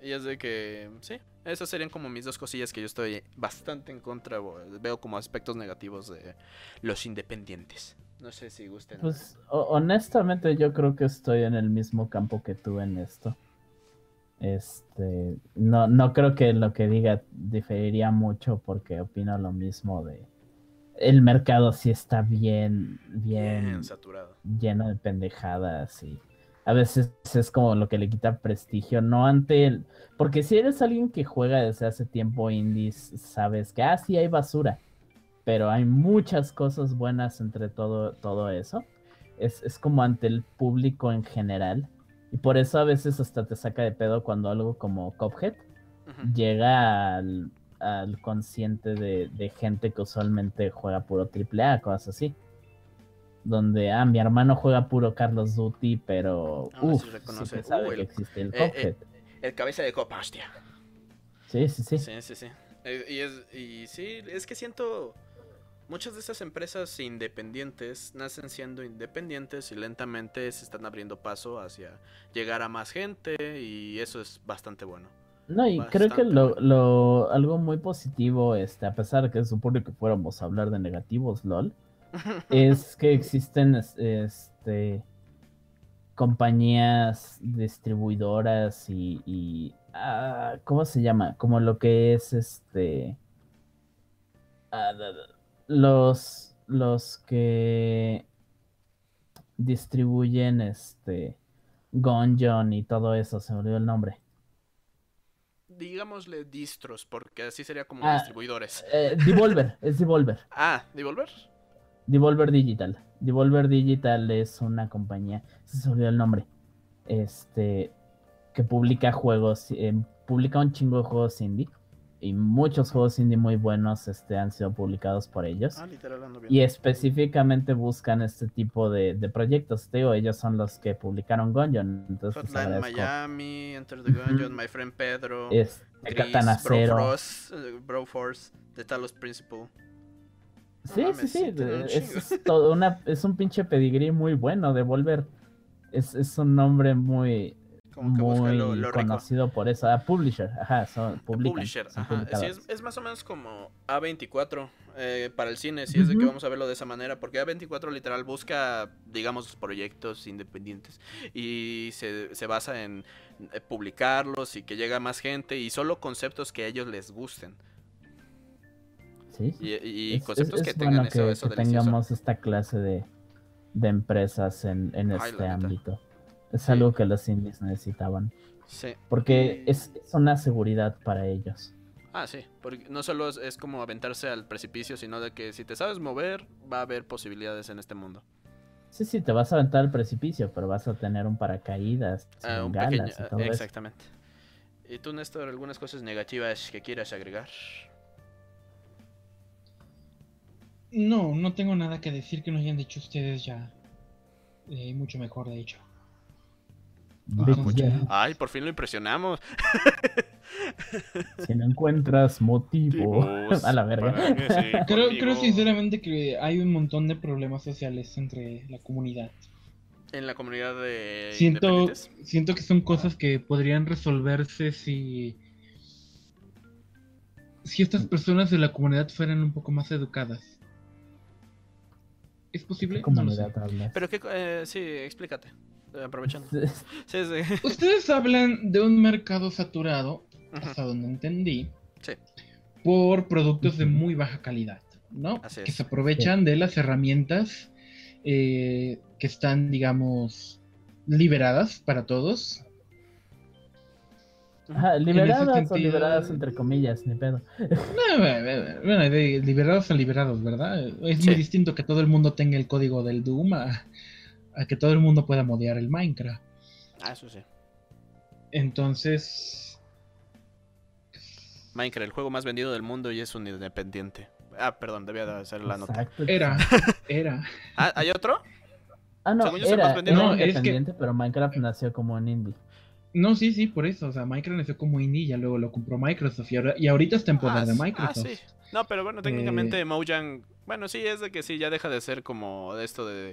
Speaker 3: Y es de que, sí, esas serían como mis dos cosillas que yo estoy bastante en contra, veo como aspectos negativos de los independientes. No sé si gusten.
Speaker 2: Pues honestamente yo creo que estoy en el mismo campo que tú en esto. Este, no, no creo que lo que diga diferiría mucho porque opino lo mismo de el mercado sí está bien, bien,
Speaker 3: bien saturado,
Speaker 2: lleno de pendejadas y a veces es como lo que le quita prestigio, no ante el, porque si eres alguien que juega desde hace tiempo indies, sabes que ah sí hay basura, pero hay muchas cosas buenas entre todo, todo eso. Es, es como ante el público en general. Y por eso a veces hasta te saca de pedo cuando algo como Cuphead uh-huh. llega al, al consciente de, de gente que usualmente juega puro triple A, cosas así. Donde, ah, mi hermano juega puro Call of Duty, pero
Speaker 3: ah,
Speaker 2: uff,
Speaker 3: sí, reconoce.
Speaker 2: sí que sabe
Speaker 3: uh, el,
Speaker 2: que existe el
Speaker 3: eh,
Speaker 2: Cuphead.
Speaker 3: Eh, el cabeza de copa, hostia.
Speaker 2: Sí, sí, sí.
Speaker 3: Sí, sí, sí. Eh, y, es, y sí, es que siento... Muchas de estas empresas independientes nacen siendo independientes y lentamente se están abriendo paso hacia llegar a más gente y eso es bastante bueno.
Speaker 2: No, y
Speaker 3: bastante
Speaker 2: creo que lo,
Speaker 3: bueno.
Speaker 2: lo algo muy positivo, este, a pesar de que se supone que fuéramos a hablar de negativos, LOL, es que existen este compañías distribuidoras y, y uh, ¿cómo se llama? Como lo que es este uh, los los que distribuyen este Gungeon y todo eso, se me olvidó el nombre.
Speaker 3: Digámosle distros, porque así sería como
Speaker 2: ah,
Speaker 3: distribuidores.
Speaker 2: Eh, Devolver, es Devolver.
Speaker 3: Ah, ¿Devolver?
Speaker 2: Devolver Digital. Devolver Digital es una compañía, se me olvidó el nombre, este, que publica juegos, eh, publica un chingo de juegos indie. Y muchos juegos indie muy buenos este, han sido publicados por ellos.
Speaker 3: Ah, literal, ando bien.
Speaker 2: Y específicamente buscan este tipo de, de proyectos. Te digo, ellos son los que publicaron Gungeon. Entonces,
Speaker 3: Hotline
Speaker 2: pues,
Speaker 3: Miami, Enter the Gungeon, uh-huh. My Friend Pedro,
Speaker 2: es,
Speaker 3: Gris,
Speaker 2: Katana Zero,
Speaker 3: Broforce, uh, Broforce, The Talos Principle.
Speaker 2: Sí, no, sí, sí. Es, es, todo una, es un pinche pedigrí muy bueno. Devolver es, es un nombre muy...
Speaker 3: Como que
Speaker 2: muy
Speaker 3: lo, lo
Speaker 2: conocido
Speaker 3: rico.
Speaker 2: por eso. Ah, Publisher, ajá, son publican,
Speaker 3: Publisher,
Speaker 2: son
Speaker 3: ajá. Sí, es, es más o menos como A veinticuatro eh, para el cine, si
Speaker 2: uh-huh.
Speaker 3: es de que vamos a verlo de esa manera, porque A veinticuatro literal busca, digamos, proyectos independientes y se, se basa en eh, publicarlos y que llegue a más gente y solo conceptos que a ellos les gusten.
Speaker 2: Sí, sí.
Speaker 3: Y, y
Speaker 2: es,
Speaker 3: conceptos
Speaker 2: es,
Speaker 3: que
Speaker 2: es
Speaker 3: tengan
Speaker 2: bueno
Speaker 3: eso,
Speaker 2: que,
Speaker 3: eso
Speaker 2: que
Speaker 3: delicioso.
Speaker 2: tengamos esta clase de, de empresas en, en
Speaker 3: Ay,
Speaker 2: este ámbito. Es
Speaker 3: sí.
Speaker 2: algo que los indies necesitaban.
Speaker 3: Sí.
Speaker 2: Porque y... es, es una seguridad para ellos.
Speaker 3: Ah, sí. Porque no solo es, es como aventarse al precipicio, sino de que si te sabes mover, va a haber posibilidades en este mundo.
Speaker 2: Sí, sí, te vas a aventar al precipicio, pero vas a tener un paracaídas,
Speaker 3: ah, un
Speaker 2: pequeño,
Speaker 3: y
Speaker 2: todo
Speaker 3: exactamente. Eso. ¿Y tú, Néstor, algunas cosas negativas que quieras agregar?
Speaker 1: No, no tengo nada que decir que no hayan dicho ustedes ya. Eh, mucho mejor, de hecho.
Speaker 3: Ah, mucho. Ay, por fin lo impresionamos.
Speaker 2: Si no encuentras motivo a la verga.
Speaker 1: Creo, creo sinceramente que hay un montón de problemas sociales entre la comunidad.
Speaker 3: En la comunidad de
Speaker 1: siento, siento que son cosas que podrían resolverse si si estas personas de la comunidad fueran un poco más educadas. ¿Es posible?
Speaker 2: No
Speaker 1: lo sé.
Speaker 3: Pero que eh, sí, explícate. Aprovechando.
Speaker 1: Sí, sí. Ustedes hablan de un mercado saturado, uh-huh. hasta donde entendí,
Speaker 3: sí.
Speaker 1: por productos uh-huh. de muy baja calidad, ¿no?
Speaker 3: Así es.
Speaker 1: Que se aprovechan sí. de las herramientas eh, que están, digamos, liberadas para todos.
Speaker 2: Ajá, liberadas sentido... o liberadas entre comillas, ni pedo.
Speaker 1: No, bueno, de liberados a liberados, ¿verdad? Es sí. muy distinto que todo el mundo tenga el código del Doom a... a que todo el mundo pueda modear el Minecraft.
Speaker 3: Ah, eso sí.
Speaker 1: Entonces...
Speaker 3: Minecraft, el juego más vendido del mundo y es un independiente. Ah, perdón, debía de hacer la nota.
Speaker 2: Exacto.
Speaker 1: Era, era.
Speaker 3: ¿Ah, hay otro?
Speaker 2: Ah, no, era, era no, independiente, es que... pero Minecraft nació como un indie.
Speaker 1: No, sí, sí, por eso. O sea, Minecraft nació como indie y ya luego lo compró Microsoft y, ahora, y ahorita está en poder
Speaker 3: ah,
Speaker 1: de Microsoft.
Speaker 3: Ah, sí. No, pero bueno, técnicamente eh... Mojang... Bueno, sí, es de que sí, ya deja de ser como de esto de...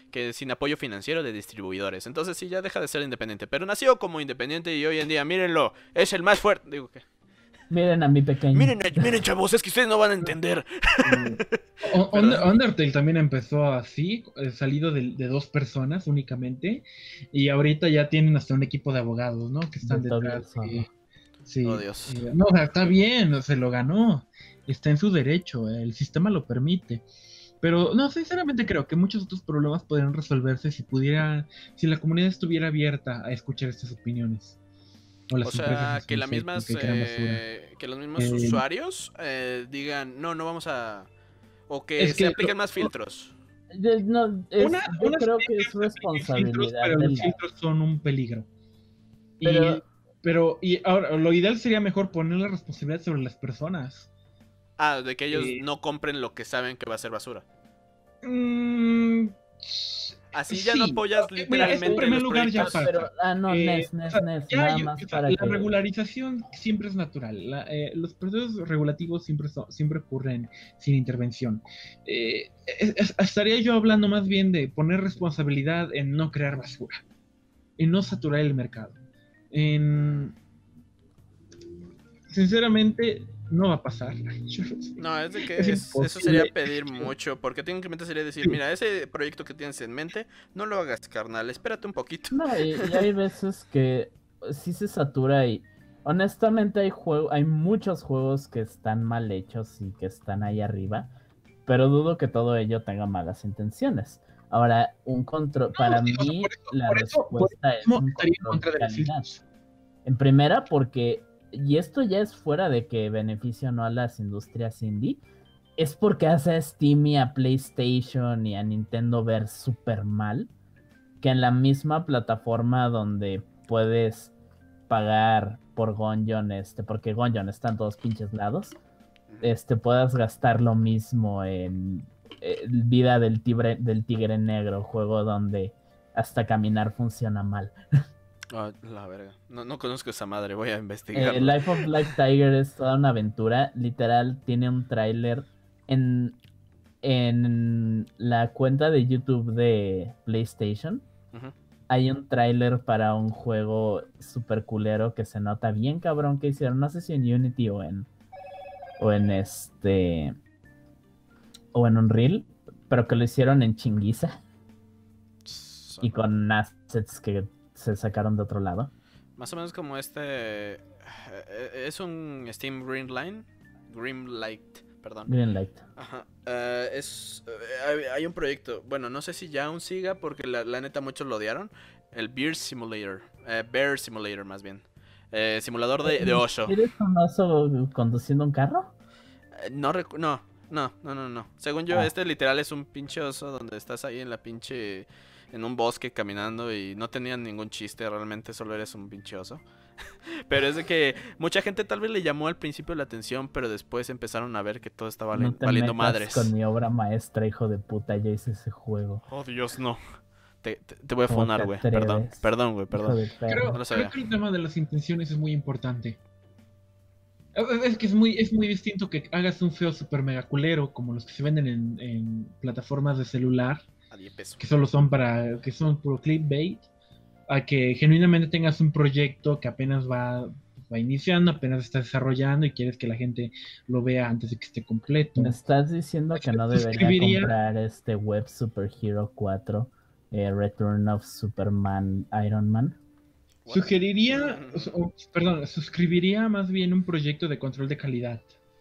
Speaker 3: que sin apoyo financiero de distribuidores. Entonces sí, ya deja de ser independiente. Pero nació como independiente y hoy en día, mírenlo, es el más fuerte. Digo que...
Speaker 2: Miren a mi pequeño.
Speaker 3: Miren, miren, chavos, es que ustedes no van a entender.
Speaker 1: Under, Undertale también empezó así, salido de, de dos personas únicamente, y ahorita ya tienen hasta un equipo de abogados, ¿no? Que están
Speaker 2: De
Speaker 1: detrás.
Speaker 2: todo.
Speaker 1: Sí.
Speaker 3: Oh, Dios.
Speaker 1: Eh, no, o sea, está bien, se lo ganó, está en su derecho, el sistema lo permite. Pero no, sinceramente creo que muchos otros problemas podrían resolverse si pudiera, si la comunidad estuviera abierta a escuchar estas opiniones. O, las
Speaker 3: O sea, que, la
Speaker 1: Facebook
Speaker 3: mismas,
Speaker 1: que, crean
Speaker 3: eh, que los mismos
Speaker 1: Eh,
Speaker 3: usuarios eh, digan, no, no vamos a... O que
Speaker 1: Es
Speaker 3: se
Speaker 1: que-
Speaker 3: apliquen más filtros.
Speaker 2: De- no, es-
Speaker 1: Una-
Speaker 2: yo
Speaker 1: unas
Speaker 2: creo que
Speaker 1: cosas
Speaker 2: es
Speaker 1: aplican
Speaker 2: responsabilidad
Speaker 1: filtros, pero
Speaker 2: de
Speaker 1: los
Speaker 2: la...
Speaker 1: filtros son un peligro.
Speaker 2: Pero-
Speaker 1: Y, pero y ahora, lo ideal sería mejor poner la responsabilidad sobre las personas.
Speaker 3: Ah, de que ellos
Speaker 1: Eh,
Speaker 3: no compren lo que saben que va a ser basura.
Speaker 1: Mm,
Speaker 3: Así ya
Speaker 1: sí.
Speaker 3: no apoyas
Speaker 1: Eh, mira, es que en
Speaker 3: literalmente
Speaker 1: primer
Speaker 3: los
Speaker 1: lugar ya
Speaker 3: proyectos.
Speaker 1: pasa.
Speaker 2: Pero, ah, no,
Speaker 1: Eh,
Speaker 2: Nes, Nes,
Speaker 1: o sea,
Speaker 2: Nes,
Speaker 1: ya
Speaker 2: nada
Speaker 1: hay-
Speaker 2: más
Speaker 1: o sea,
Speaker 2: para
Speaker 1: la
Speaker 2: que...
Speaker 1: regularización siempre es natural. La, eh, los procesos regulativos siempre, son- siempre ocurren sin intervención. Eh, es- es- estaría yo hablando más bien de poner responsabilidad en no crear basura, en no saturar el mercado. En... Sinceramente, no va a pasar. Yo no sé.
Speaker 3: No, es de que
Speaker 1: Es
Speaker 3: es- eso
Speaker 1: imposible.
Speaker 3: sería pedir mucho, porque técnicamente sería decir, mira, ese proyecto que tienes en mente, no lo hagas, carnal, espérate un poquito.
Speaker 2: No, y, y hay veces que sí se satura y honestamente hay juego, hay muchos juegos que están mal hechos y que están ahí arriba, pero dudo que todo ello tenga malas intenciones. Ahora, un control, para
Speaker 1: sí, o sea,
Speaker 2: mí
Speaker 1: por eso-
Speaker 2: la
Speaker 1: por eso- por
Speaker 2: respuesta es
Speaker 1: mismo
Speaker 2: un
Speaker 1: estaría en
Speaker 2: control
Speaker 1: contra
Speaker 2: de
Speaker 1: de los
Speaker 2: calidad.
Speaker 1: filtros.
Speaker 2: En primera, porque, y esto ya es fuera de que beneficia o no a las industrias indie, es porque hace a Steam y a PlayStation y a Nintendo ver súper mal, que en la misma plataforma donde puedes pagar por Gungeon, este, porque Gungeon está en todos pinches lados, este, puedas gastar lo mismo en eh, Vida del Tigre, del Tigre Negro, juego donde hasta caminar funciona mal.
Speaker 3: Ah, la verga. No, no conozco esa madre, voy a
Speaker 2: Eh,
Speaker 3: investigarlo.
Speaker 2: Life of Black Tiger es toda una aventura. Literal, tiene un tráiler en, en la cuenta de YouTube de PlayStation.
Speaker 3: Ujú.
Speaker 2: Hay un tráiler para un juego super culero que se nota bien cabrón que hicieron. No sé si en Unity o en o en este o en Unreal, pero que lo hicieron en chinguiza y con assets que se sacaron de otro lado.
Speaker 3: Más o menos como este... eh, Es un Steam Greenline. Greenlight, perdón.
Speaker 2: Greenlight.
Speaker 3: Ajá. eh, es, eh, hay, hay un proyecto, bueno, no sé si ya aún siga porque la, la neta muchos lo odiaron. El Bear Simulator. eh, Bear Simulator más bien. Eh, simulador de, de oso.
Speaker 2: ¿Eres un oso conduciendo un carro?
Speaker 3: Eh, no, recu- no, no, no, no, no. Según yo,
Speaker 2: Ah.
Speaker 3: este literal es un pinche oso donde estás ahí en la pinche... En un bosque caminando y no tenían ningún chiste, realmente solo eres un pinche oso. Pero es de que mucha gente tal vez le llamó al principio la atención, pero después empezaron a ver que todo estaba
Speaker 2: No
Speaker 3: vali-
Speaker 2: te
Speaker 3: valiendo
Speaker 2: metas
Speaker 3: madres.
Speaker 2: con mi obra maestra, hijo de puta, ya hice ese juego.
Speaker 3: Oh, Dios, no. Te, te, te voy a
Speaker 2: ¿Cómo
Speaker 3: funar,
Speaker 2: te
Speaker 3: güey.
Speaker 2: atreves?
Speaker 3: Perdón, perdón, güey,
Speaker 2: Hijo
Speaker 3: perdón.
Speaker 2: de perra.
Speaker 1: Creo,
Speaker 3: No lo sabía.
Speaker 1: creo que el tema de las intenciones es muy importante. Es es que es muy, es muy distinto que hagas un feo super mega culero como los que se venden en, en plataformas de celular,
Speaker 3: A diez pesos.
Speaker 1: que solo son para, que son puro clickbait, a que genuinamente tengas un proyecto que apenas va, va iniciando, apenas está desarrollando y quieres que la gente lo vea antes de que esté completo.
Speaker 2: ¿Me estás diciendo que no debería
Speaker 1: Suscribiría-
Speaker 2: comprar este Web Super Hero cuatro, eh, Return of Superman Iron Man?
Speaker 1: Sugeriría,
Speaker 3: Mm.
Speaker 1: o- perdón, suscribiría más bien un proyecto de control de calidad.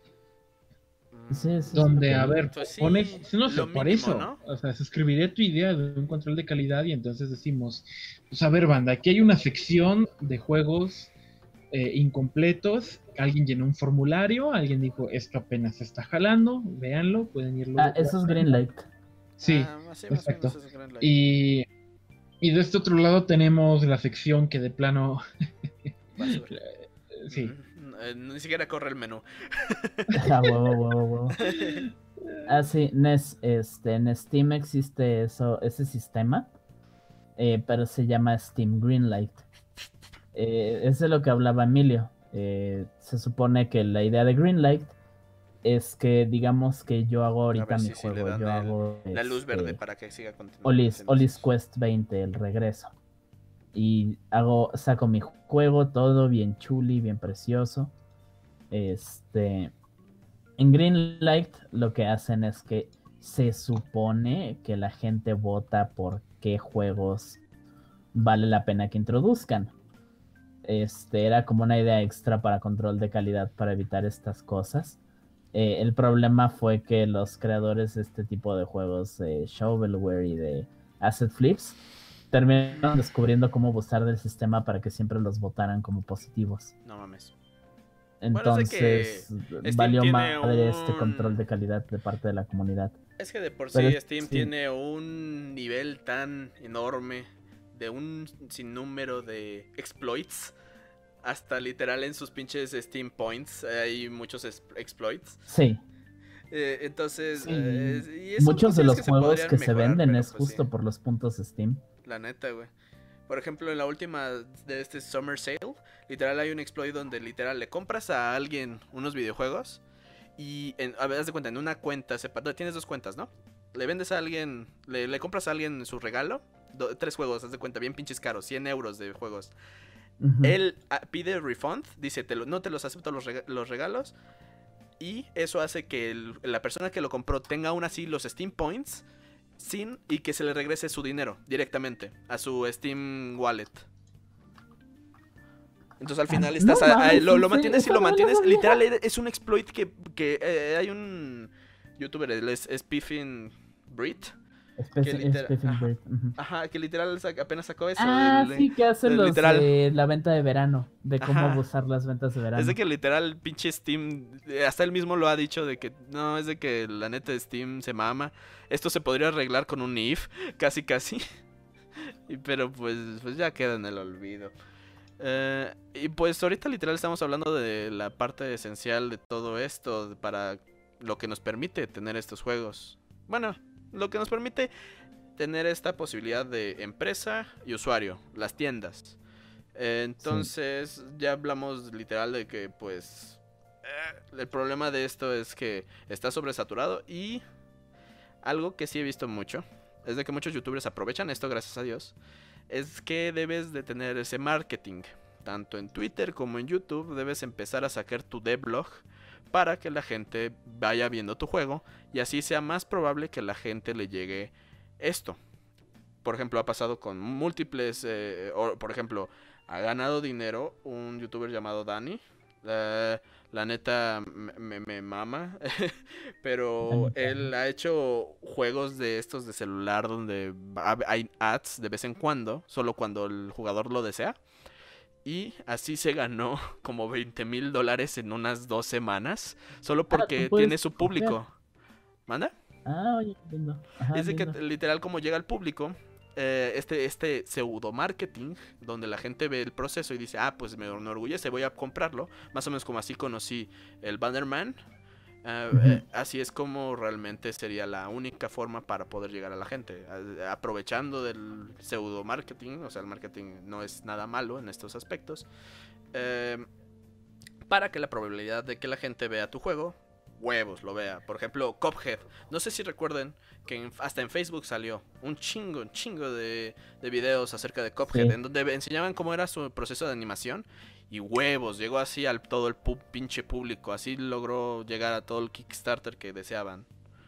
Speaker 2: Sí, sí,
Speaker 1: Donde,
Speaker 2: sí.
Speaker 1: a ver,
Speaker 3: Pues sí,
Speaker 1: pones, no sé,
Speaker 3: lo
Speaker 1: por
Speaker 3: mínimo,
Speaker 1: eso,
Speaker 3: ¿no?
Speaker 1: o sea, suscribiría tu idea de un control de calidad y entonces decimos, pues a ver, banda, aquí hay una sección de juegos eh, incompletos, alguien llenó un formulario, alguien dijo, esto apenas se está jalando, véanlo, pueden irlo.
Speaker 2: Ah, eso es Greenlight.
Speaker 1: Sí,
Speaker 3: Ah, sí, más o
Speaker 1: exacto.
Speaker 3: menos es Greenlight.
Speaker 1: y, y de este otro lado tenemos la sección que de plano,
Speaker 3: Basura.
Speaker 1: sí,
Speaker 3: Mm, eh, ni siquiera corre el menú.
Speaker 2: Ah, huevo, huevo, huevo. Ah, sí, Nes, este, en Steam existe eso, ese sistema, eh, pero se llama Steam Greenlight. Eh, es de lo que hablaba Emilio. Eh, se supone que la idea de Greenlight es que digamos que yo hago ahorita mi
Speaker 3: si,
Speaker 2: juego,
Speaker 3: si le dan
Speaker 2: yo
Speaker 3: el,
Speaker 2: hago
Speaker 3: la luz
Speaker 2: este,
Speaker 3: verde para que siga continuando.
Speaker 2: Olis, Olis Quest veinte, el regreso. Y hago, saco mi juego, todo bien chuli, bien precioso. Este, en Greenlight lo que hacen es que se supone que la gente vota por qué juegos vale la pena que introduzcan. Este, era como una idea extra para control de calidad para evitar estas cosas. Eh, el problema fue que los creadores de este tipo de juegos, de Shovelware y de Asset Flips, terminaron descubriendo cómo abusar del sistema para que siempre los votaran como positivos.
Speaker 3: No mames.
Speaker 2: Entonces,
Speaker 3: bueno, es
Speaker 2: valió
Speaker 3: madre
Speaker 2: un... este control
Speaker 3: un...
Speaker 2: de calidad de parte de la comunidad.
Speaker 3: Es que de por
Speaker 2: Pero
Speaker 3: sí Steam
Speaker 2: sí.
Speaker 3: tiene un nivel tan enorme de un sinnúmero de exploits. Hasta literal en sus pinches Steam Points hay muchos exploits.
Speaker 2: Sí.
Speaker 3: Eh, entonces,
Speaker 2: sí.
Speaker 3: Eh, y
Speaker 2: muchos de los
Speaker 3: que
Speaker 2: juegos
Speaker 3: se
Speaker 2: que se
Speaker 3: mejorar,
Speaker 2: venden es
Speaker 3: pues,
Speaker 2: justo
Speaker 3: sí.
Speaker 2: por los puntos Steam.
Speaker 3: La neta, güey. Por ejemplo, en la última de este Summer Sale, literal hay un exploit donde literal le compras a alguien unos videojuegos y, en, a ver, haz de cuenta, en una cuenta, separada, tienes dos cuentas, ¿no? Le vendes a alguien, le, le compras a alguien su regalo, do, tres juegos, haz de cuenta, bien pinches caros, cien euros de juegos. Uh-huh. Él a, pide refund, dice, te lo, no te los acepto los, rega los regalos, y eso hace que el, la persona que lo compró tenga aún así los Steam Points, sin y que se le regrese su dinero directamente a su Steam Wallet. Entonces al final estás
Speaker 2: no,
Speaker 3: a,
Speaker 2: a,
Speaker 3: a, lo, lo
Speaker 2: sí,
Speaker 3: mantienes y lo mantienes. Literal es un exploit que, que eh, hay un youtuber, es, es Piffin Brit. Que literal, ajá, uh-huh. ajá, que literal apenas sacó eso.
Speaker 2: Ah,
Speaker 3: del,
Speaker 2: sí, que hace los
Speaker 3: literal.
Speaker 2: de la venta de verano, de cómo
Speaker 3: ajá.
Speaker 2: abusar las ventas de verano.
Speaker 3: Es de que literal pinche Steam, hasta él mismo lo ha dicho de que no, es de que la neta de Steam se mama. Esto se podría arreglar con un if, casi casi. y, pero pues, pues ya queda en el olvido. Uh, y pues ahorita literal estamos hablando de la parte esencial de todo esto para lo que nos permite tener estos juegos. Bueno, lo que nos permite tener esta posibilidad de empresa y usuario, las tiendas. Entonces, sí. ya hablamos literal de que, pues, eh, el problema de esto es que está sobresaturado y algo que sí he visto mucho, es de que muchos youtubers aprovechan esto, gracias a Dios, es que debes de tener ese marketing, tanto en Twitter como en YouTube, debes empezar a sacar tu devlog para que la gente vaya viendo tu juego y así sea más probable que la gente le llegue esto. Por ejemplo, ha pasado con múltiples, eh, o, por ejemplo, ha ganado dinero un youtuber llamado Dani. Uh, la neta me, me, me mama, pero él ha hecho juegos de estos de celular donde hay ads de vez en cuando, solo cuando el jugador lo desea. Y así se ganó como veinte mil dólares en unas dos semanas, solo porque ah, tiene su público. ¿Manda?
Speaker 2: Ah, oye, entiendo. Ajá,
Speaker 3: es de
Speaker 2: entiendo.
Speaker 3: que literal como llega al público, eh, este, este pseudo marketing, donde la gente ve el proceso y dice, ah, pues me enorgullece, voy a comprarlo. Más o menos como así conocí el Bannerman. Uh, uh-huh. eh, así es como realmente sería la única forma para poder llegar a la gente, a, aprovechando del pseudo marketing, o sea, el marketing no es nada malo en estos aspectos, eh, para que la probabilidad de que la gente vea tu juego, huevos, lo vea. Por ejemplo, Cuphead, no sé si recuerden que en, hasta en Facebook salió un chingo, un chingo de, de videos acerca de Cuphead, sí. en donde enseñaban cómo era su proceso de animación. Y huevos, llegó así al todo el pu pinche público. Así logró llegar a todo el Kickstarter que deseaban.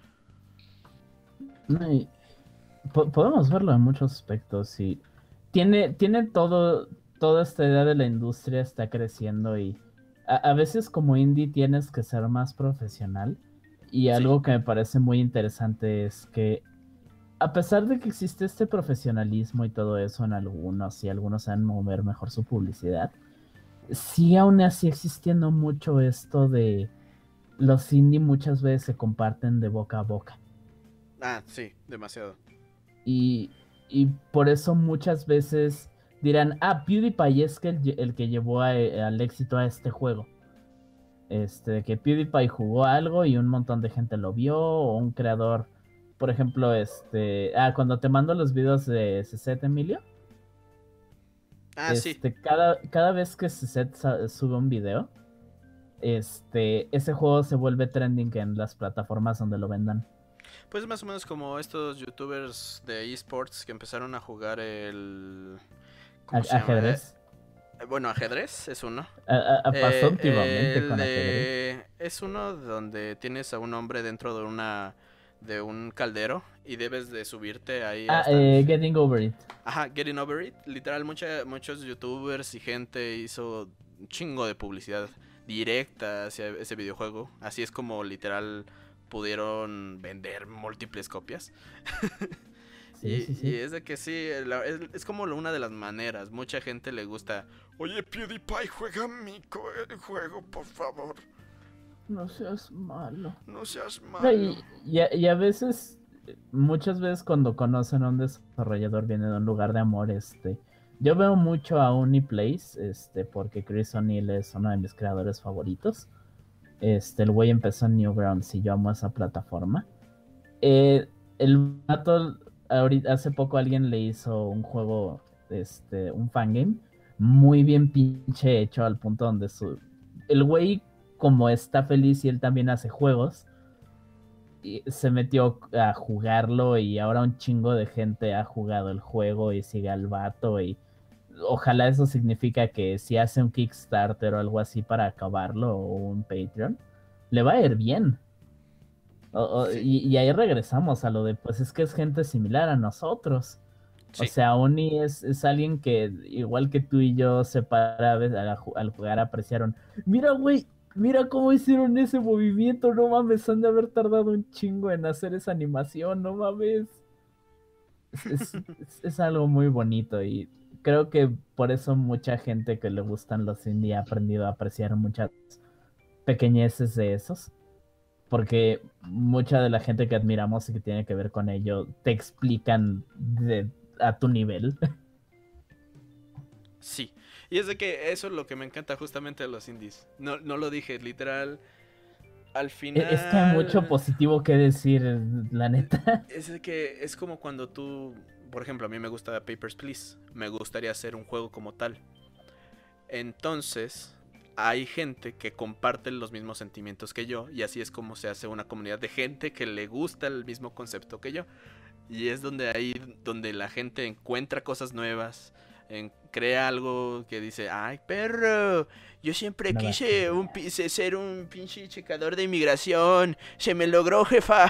Speaker 2: No, y po podemos verlo en muchos aspectos. Y tiene, tiene todo, toda esta idea de la industria está creciendo. Y a, a veces como indie tienes que ser más profesional. Y algo sí. que me parece muy interesante es que a pesar de que existe este profesionalismo y todo eso en algunos, y algunos saben mover mejor su publicidad, sigue aún así existiendo mucho esto de los indie muchas veces se comparten de boca a boca.
Speaker 3: Ah, sí, demasiado.
Speaker 2: Y, y por eso muchas veces dirán, ah, PewDiePie es que el, el que llevó a, al éxito a este juego. Este, que PewDiePie jugó algo y un montón de gente lo vio, o un creador, por ejemplo, este, ah, cuando te mando los videos de C Z, Emilio.
Speaker 3: Ah,
Speaker 2: este,
Speaker 3: sí.
Speaker 2: Cada, cada vez que Cezet sube un video, este, ese juego se vuelve trending en las plataformas donde lo vendan.
Speaker 3: Pues más o menos como estos youtubers de esports que empezaron a jugar el...
Speaker 2: ¿cómo se ajedrez.
Speaker 3: llama? Bueno, ajedrez es uno.
Speaker 2: A, a, pasó
Speaker 3: eh,
Speaker 2: últimamente con
Speaker 3: de...
Speaker 2: ajedrez.
Speaker 3: Es uno donde tienes a un hombre dentro de una de un caldero y debes de subirte ahí.
Speaker 2: Ah, eh, el... Getting Over It.
Speaker 3: Ajá, Getting Over It. Literal, mucha, muchos youtubers y gente hizo un chingo de publicidad directa hacia ese videojuego. Así es como literal pudieron vender múltiples copias. Sí, y, sí, sí. y es de que sí, la, es, es como una de las maneras. Mucha gente le gusta. Oye, PewDiePie, juega mi juego, por favor.
Speaker 2: No seas malo.
Speaker 3: No seas malo.
Speaker 2: Y, y, a, y a veces, muchas veces cuando conocen a un desarrollador viene de un lugar de amor, este... Yo veo mucho a Uniplace, este, porque Chris O'Neill es uno de mis creadores favoritos. Este, el güey empezó en Newgrounds y yo amo esa plataforma. Eh, el vato, ahorita, hace poco alguien le hizo un juego, este, un fangame, muy bien pinche hecho al punto donde su... El güey, como está feliz y él también hace juegos, y se metió a jugarlo y ahora un chingo de gente ha jugado el juego y sigue al vato y ojalá eso significa que si hace un Kickstarter o algo así para acabarlo o un Patreon, le va a ir bien. O, o, sí. y, y ahí regresamos a lo de, pues es que es gente similar a nosotros. Sí. O sea, Oni es, es alguien que, igual que tú y yo, se para al, al jugar, apreciaron. Mira, güey, mira cómo hicieron ese movimiento, no mames, han de haber tardado un chingo en hacer esa animación, no mames. Es, es, es, es algo muy bonito y creo que por eso mucha gente que le gustan los indie ha aprendido a apreciar muchas pequeñeces de esos. Porque mucha de la gente que admiramos y que tiene que ver con ello te explican de, a tu nivel.
Speaker 3: Sí, y es de que eso es lo que me encanta justamente de los indies. No, no lo dije, literal. Al final...
Speaker 2: Es que hay mucho positivo que decir, la neta.
Speaker 3: Es de que es como cuando tú... Por ejemplo, a mí me gusta Papers, Please. Me gustaría hacer un juego como tal. Entonces, hay gente que comparte los mismos sentimientos que yo. Y así es como se hace una comunidad de gente que le gusta el mismo concepto que yo. Y es donde ahí donde la gente encuentra cosas nuevas. En, crea algo que dice, ay perro, yo siempre no quise un, ser un pinche checador de inmigración, se me logró, jefa.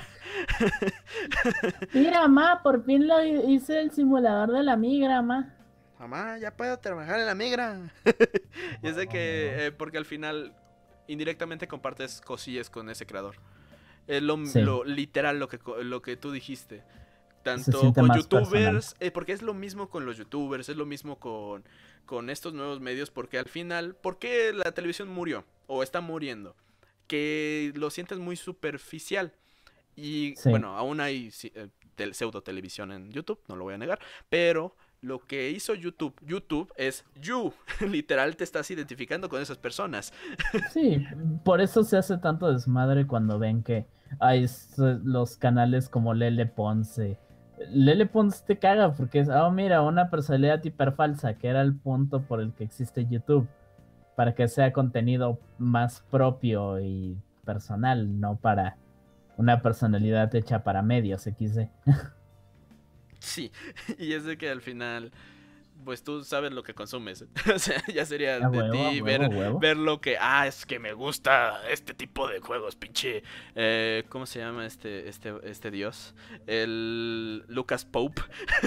Speaker 2: Mira, ma, por fin lo hice el simulador de la migra, ma.
Speaker 3: Mamá, ya puedo trabajar en la migra. Y es de que, eh, porque al final indirectamente compartes cosillas con ese creador. Es lo, sí. lo literal lo que, lo que tú dijiste. Tanto con youtubers, eh, porque es lo mismo con los youtubers, es lo mismo con, con estos nuevos medios, porque al final, ¿por qué la televisión murió? O está muriendo. Que lo sientes muy superficial. Y sí. bueno, aún hay eh, tel pseudo televisión en YouTube, no lo voy a negar, pero lo que hizo YouTube, YouTube es you, literal te estás identificando con esas personas.
Speaker 2: Sí, por eso se hace tanto desmadre cuando ven que hay los canales como Lele Ponce. Lele Pons te caga porque es, oh mira, una personalidad hiper falsa, que era el punto por el que existe YouTube, para que sea contenido más propio y personal, no para una personalidad hecha para medios, equis de.
Speaker 3: Sí, y es de que al final, pues tú sabes lo que consumes, o sea, ya sería
Speaker 2: a
Speaker 3: de
Speaker 2: huevo,
Speaker 3: ti
Speaker 2: huevo,
Speaker 3: ver,
Speaker 2: huevo.
Speaker 3: ver lo que, ah, es que me gusta este tipo de juegos, pinche, eh, ¿cómo se llama este, este, este dios? El Lucas Pope.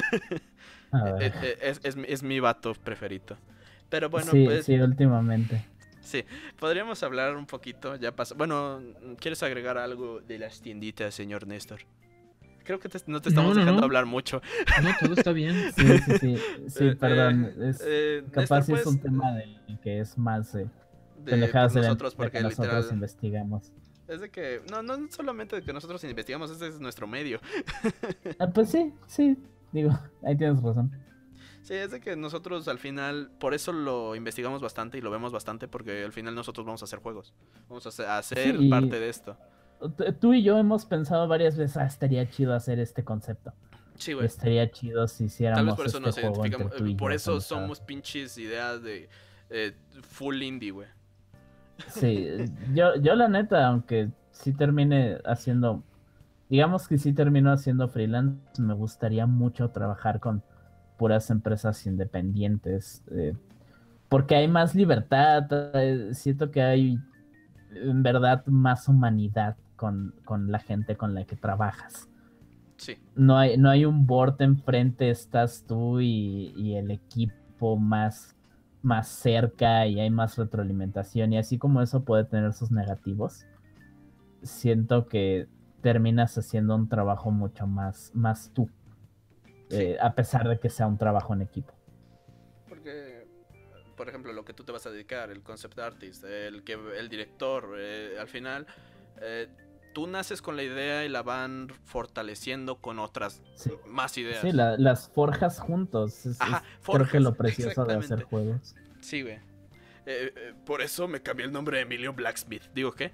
Speaker 3: es, es, es, es mi vato preferido. Pero bueno,
Speaker 2: sí,
Speaker 3: pues...
Speaker 2: Sí, últimamente.
Speaker 3: Sí, podríamos hablar un poquito, ya pasó. Bueno, ¿quieres agregar algo de las tienditas, señor Néstor? Creo que te, no te estamos no, no, dejando no. hablar mucho.
Speaker 1: No, todo está bien.
Speaker 2: Sí, sí, sí, sí eh, perdón. Es, eh, capaz Néstor, es un pues, tema del que es más eh,
Speaker 3: de pendejadas de nosotros, porque
Speaker 2: que nosotros
Speaker 3: literal,
Speaker 2: investigamos.
Speaker 3: Es de que, no, no solamente de que nosotros investigamos, ese es nuestro medio.
Speaker 2: Ah, pues sí, sí, digo, ahí tienes razón.
Speaker 3: Sí, es de que nosotros al final, por eso lo investigamos bastante y lo vemos bastante, porque al final nosotros vamos a hacer juegos. Vamos a hacer, a hacer sí, parte de esto.
Speaker 2: Tú y yo hemos pensado varias veces, ah, estaría chido hacer este concepto.
Speaker 3: Sí, güey.
Speaker 2: Estaría chido si hiciéramos
Speaker 3: Tal vez por eso
Speaker 2: este
Speaker 3: nos
Speaker 2: juego
Speaker 3: identificamos.
Speaker 2: entre tú y
Speaker 3: por
Speaker 2: yo
Speaker 3: eso
Speaker 2: pensado.
Speaker 3: Somos pinches ideas de eh, full indie, güey.
Speaker 2: Sí, yo, yo la neta, aunque sí termine haciendo, digamos que sí termino haciendo freelance, me gustaría mucho trabajar con puras empresas independientes, eh, porque hay más libertad, eh, siento que hay en verdad más humanidad con, con la gente con la que trabajas.
Speaker 3: Sí.
Speaker 2: No hay, no hay un board enfrente, estás tú y, y el equipo más, más cerca y hay más retroalimentación y así como eso puede tener sus negativos, siento que terminas haciendo un trabajo mucho más, más tú,
Speaker 3: Sí.
Speaker 2: eh, a pesar de que sea un trabajo en equipo.
Speaker 3: Porque, por ejemplo, lo que tú te vas a dedicar, el concept artist, el, que, el director, eh, al final, eh, tú naces con la idea y la van fortaleciendo con otras
Speaker 2: Sí,
Speaker 3: más ideas.
Speaker 2: sí la, las forjas juntos, es,
Speaker 3: Ajá,
Speaker 2: es
Speaker 3: forjas,
Speaker 2: creo que lo precioso de hacer juegos.
Speaker 3: Sí, güey. Eh, eh, por eso me cambié el nombre de Emilio Blacksmith. Digo, ¿qué?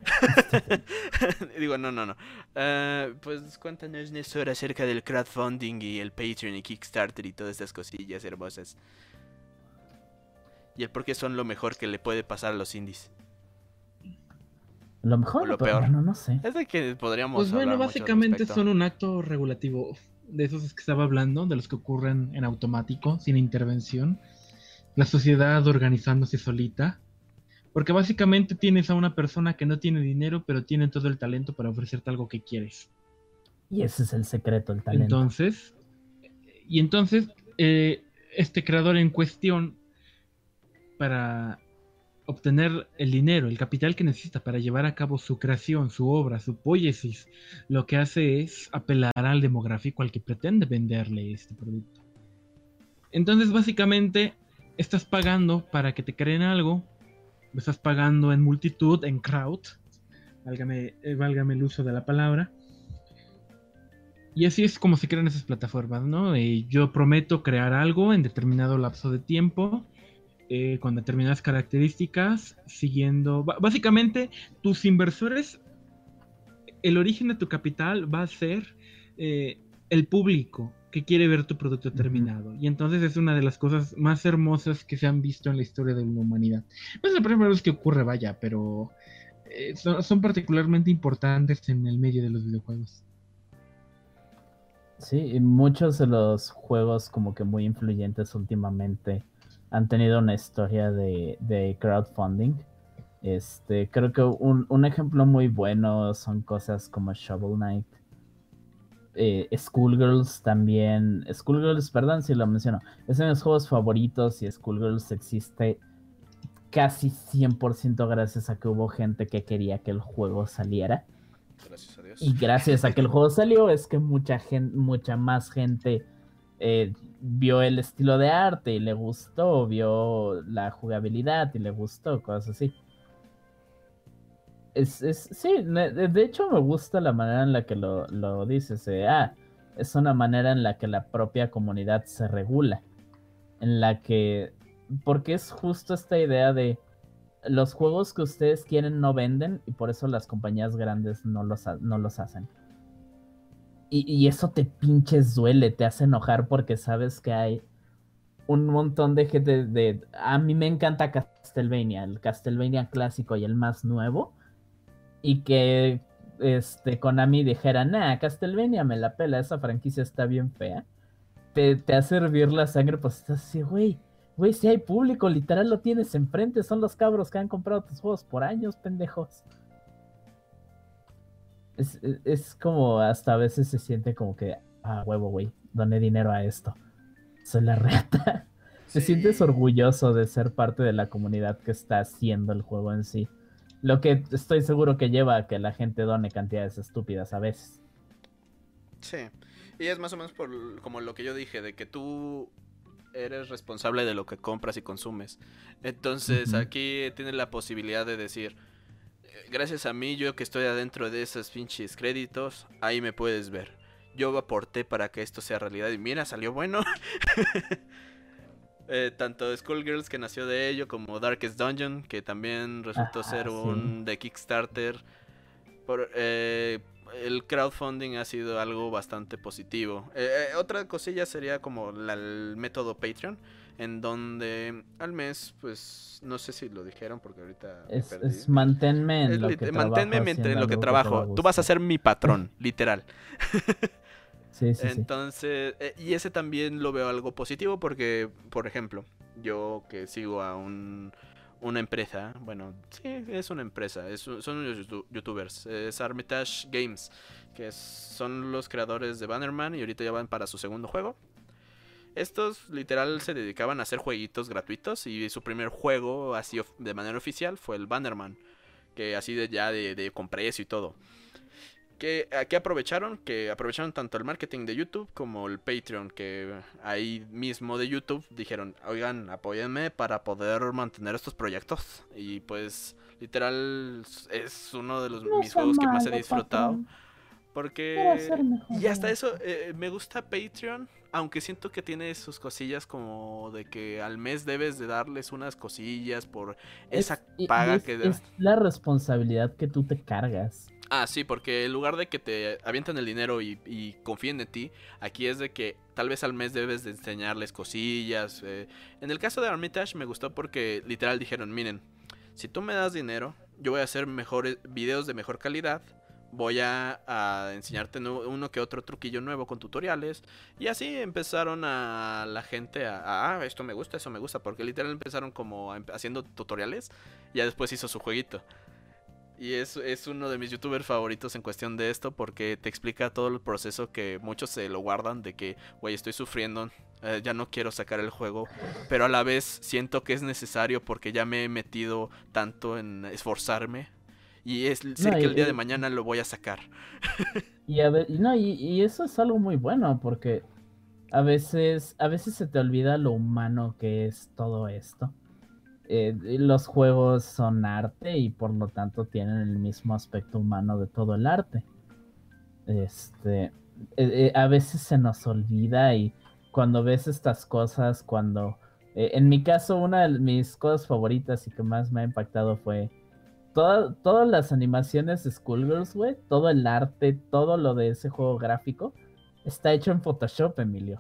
Speaker 3: Digo, no, no, no. Uh, pues cuéntanos, Néstor, acerca del crowdfunding y el Patreon y Kickstarter y todas estas cosillas hermosas. Y el por qué son lo mejor que le puede pasar a los indies.
Speaker 2: Lo mejor
Speaker 3: o lo
Speaker 2: pero,
Speaker 3: peor.
Speaker 2: Bueno, no sé.
Speaker 3: Es de que podríamos
Speaker 1: Pues bueno,
Speaker 3: hablar
Speaker 1: básicamente
Speaker 3: mucho
Speaker 1: son un acto regulativo de esos que estaba hablando, de los que ocurren en automático, sin intervención. La sociedad organizándose solita. Porque básicamente tienes a una persona que no tiene dinero, pero tiene todo el talento para ofrecerte algo que quieres.
Speaker 2: Y ese es el secreto, el talento.
Speaker 1: Entonces, y entonces, eh, este creador en cuestión, para obtener el dinero, el capital que necesita para llevar a cabo su creación, su obra, su poiesis, lo que hace es apelar al demográfico al que pretende venderle este producto. Entonces, básicamente, estás pagando para que te creen algo, estás pagando en multitud, en crowd, válgame, eh, válgame el uso de la palabra. Y así es como se crean esas plataformas, ¿no? Eh, yo prometo crear algo en determinado lapso de tiempo, eh, con determinadas características, siguiendo... Básicamente, tus inversores, el origen de tu capital va a ser eh, el público que quiere ver tu producto terminado. Uh-huh. Y entonces es una de las cosas más hermosas que se han visto en la historia de la humanidad. No es la primera vez que ocurre, vaya, pero eh, son, son particularmente importantes en el medio de los videojuegos.
Speaker 2: Sí, muchos de los juegos como que muy influyentes últimamente han tenido una historia de, de crowdfunding. Este, creo que un, un ejemplo muy bueno son cosas como Shovel Knight. Eh, Skullgirls también. Skullgirls, perdón si lo menciono. Es de mis juegos favoritos y Skullgirls existe casi cien por ciento gracias a que hubo gente que quería que el juego saliera.
Speaker 3: Gracias a Dios.
Speaker 2: Y gracias a que el juego salió es que mucha gente, mucha más gente eh, vio el estilo de arte y le gustó, vio la jugabilidad y le gustó, cosas así. Es, es, sí, de hecho me gusta la manera en la que lo, lo dices. Eh, ah, es una manera en la que la propia comunidad se regula. En la que... Porque es justo esta idea de... Los juegos que ustedes quieren no venden y por eso las compañías grandes no los, no los hacen. Y, y eso te pinches duele, te hace enojar porque sabes que hay un montón de gente de, de... A mí me encanta Castlevania, el Castlevania clásico y el más nuevo. Y que este, Konami dijera, nah, Castlevania me la pela, esa franquicia está bien fea. Te, te hace hervir la sangre, pues estás así, güey. Güey, si hay público, literal lo tienes enfrente. Son los cabros que han comprado tus juegos por años, pendejos. Es, es, es como, hasta a veces se siente como que, ah, huevo, güey, doné dinero a esto. Soy la reta. Sí. Te sientes orgulloso de ser parte de la comunidad que está haciendo el juego en sí. Lo que estoy seguro que lleva a que la gente done cantidades estúpidas a veces.
Speaker 3: Sí, y es más o menos por como lo que yo dije, de que tú eres responsable de lo que compras y consumes. Entonces uh-huh. aquí tienes la posibilidad de decir, gracias a mí, yo que estoy adentro de esos pinches créditos, ahí me puedes ver. Yo aporté para que esto sea realidad y mira, salió bueno. eh, tanto Skullgirls, que nació de ello, como Darkest Dungeon, que también resultó ah, ser un sí. de Kickstarter. Por, eh, el crowdfunding ha sido algo bastante positivo. Eh, eh, otra cosilla sería como la, el método Patreon, en donde al mes, pues, no sé si lo dijeron porque ahorita
Speaker 2: es,
Speaker 3: perdí.
Speaker 2: es manténme en
Speaker 3: es,
Speaker 2: lo que
Speaker 3: manténme
Speaker 2: trabajo,
Speaker 3: en lo que trabajo. Tú vas a ser mi patrón, literal.
Speaker 2: Sí, sí,
Speaker 3: Entonces, sí. Eh, y ese también lo veo algo positivo porque, por ejemplo, yo que sigo a un, una empresa, bueno, sí, es una empresa, es, son unos youtubers, es Armitage Games, que es, son los creadores de Bannerman y ahorita ya van para su segundo juego. Estos literal se dedicaban a hacer jueguitos gratuitos y su primer juego así de manera oficial fue el Bannerman, que así de ya de, de con precio y todo. Que aquí aprovecharon, que aprovecharon tanto el marketing de YouTube como el Patreon, que ahí mismo de YouTube dijeron, oigan, apóyenme para poder mantener estos proyectos. Y pues literal es uno de los no mis juegos que más he disfrutado. Patrón. Porque... Y hasta eso, eh, me gusta Patreon, aunque siento que tiene sus cosillas como de que al mes debes de darles unas cosillas por esa
Speaker 2: es,
Speaker 3: paga
Speaker 2: es,
Speaker 3: que...
Speaker 2: Es la responsabilidad que tú te cargas.
Speaker 3: Ah, sí, porque en lugar de que te avientan el dinero y, y confíen en ti, aquí es de que tal vez al mes debes de enseñarles cosillas. Eh. En el caso de Armitage me gustó porque literal dijeron, miren, si tú me das dinero, yo voy a hacer mejores videos de mejor calidad, voy a, a enseñarte uno que otro truquillo nuevo con tutoriales. Y así empezaron a la gente a, ah, esto me gusta, eso me gusta, porque literal empezaron como haciendo tutoriales y ya después hizo su jueguito. Y es, es uno de mis youtubers favoritos en cuestión de esto porque te explica todo el proceso que muchos se lo guardan de que, güey, estoy sufriendo, eh, ya no quiero sacar el juego, pero a la vez siento que es necesario porque ya me he metido tanto en esforzarme y es sé no, que y, el día de mañana lo voy a sacar.
Speaker 2: Y, a ver, no, y, y eso es algo muy bueno porque a veces, a veces se te olvida lo humano que es todo esto. Eh, los juegos son arte y por lo tanto tienen el mismo aspecto humano de todo el arte. Este, eh, eh, a veces se nos olvida y cuando ves estas cosas, cuando... Eh, en mi caso, una de mis cosas favoritas y que más me ha impactado fue toda, todas las animaciones de Skullgirls, güey, todo el arte, todo lo de ese juego gráfico, está hecho en Photoshop, Emilio.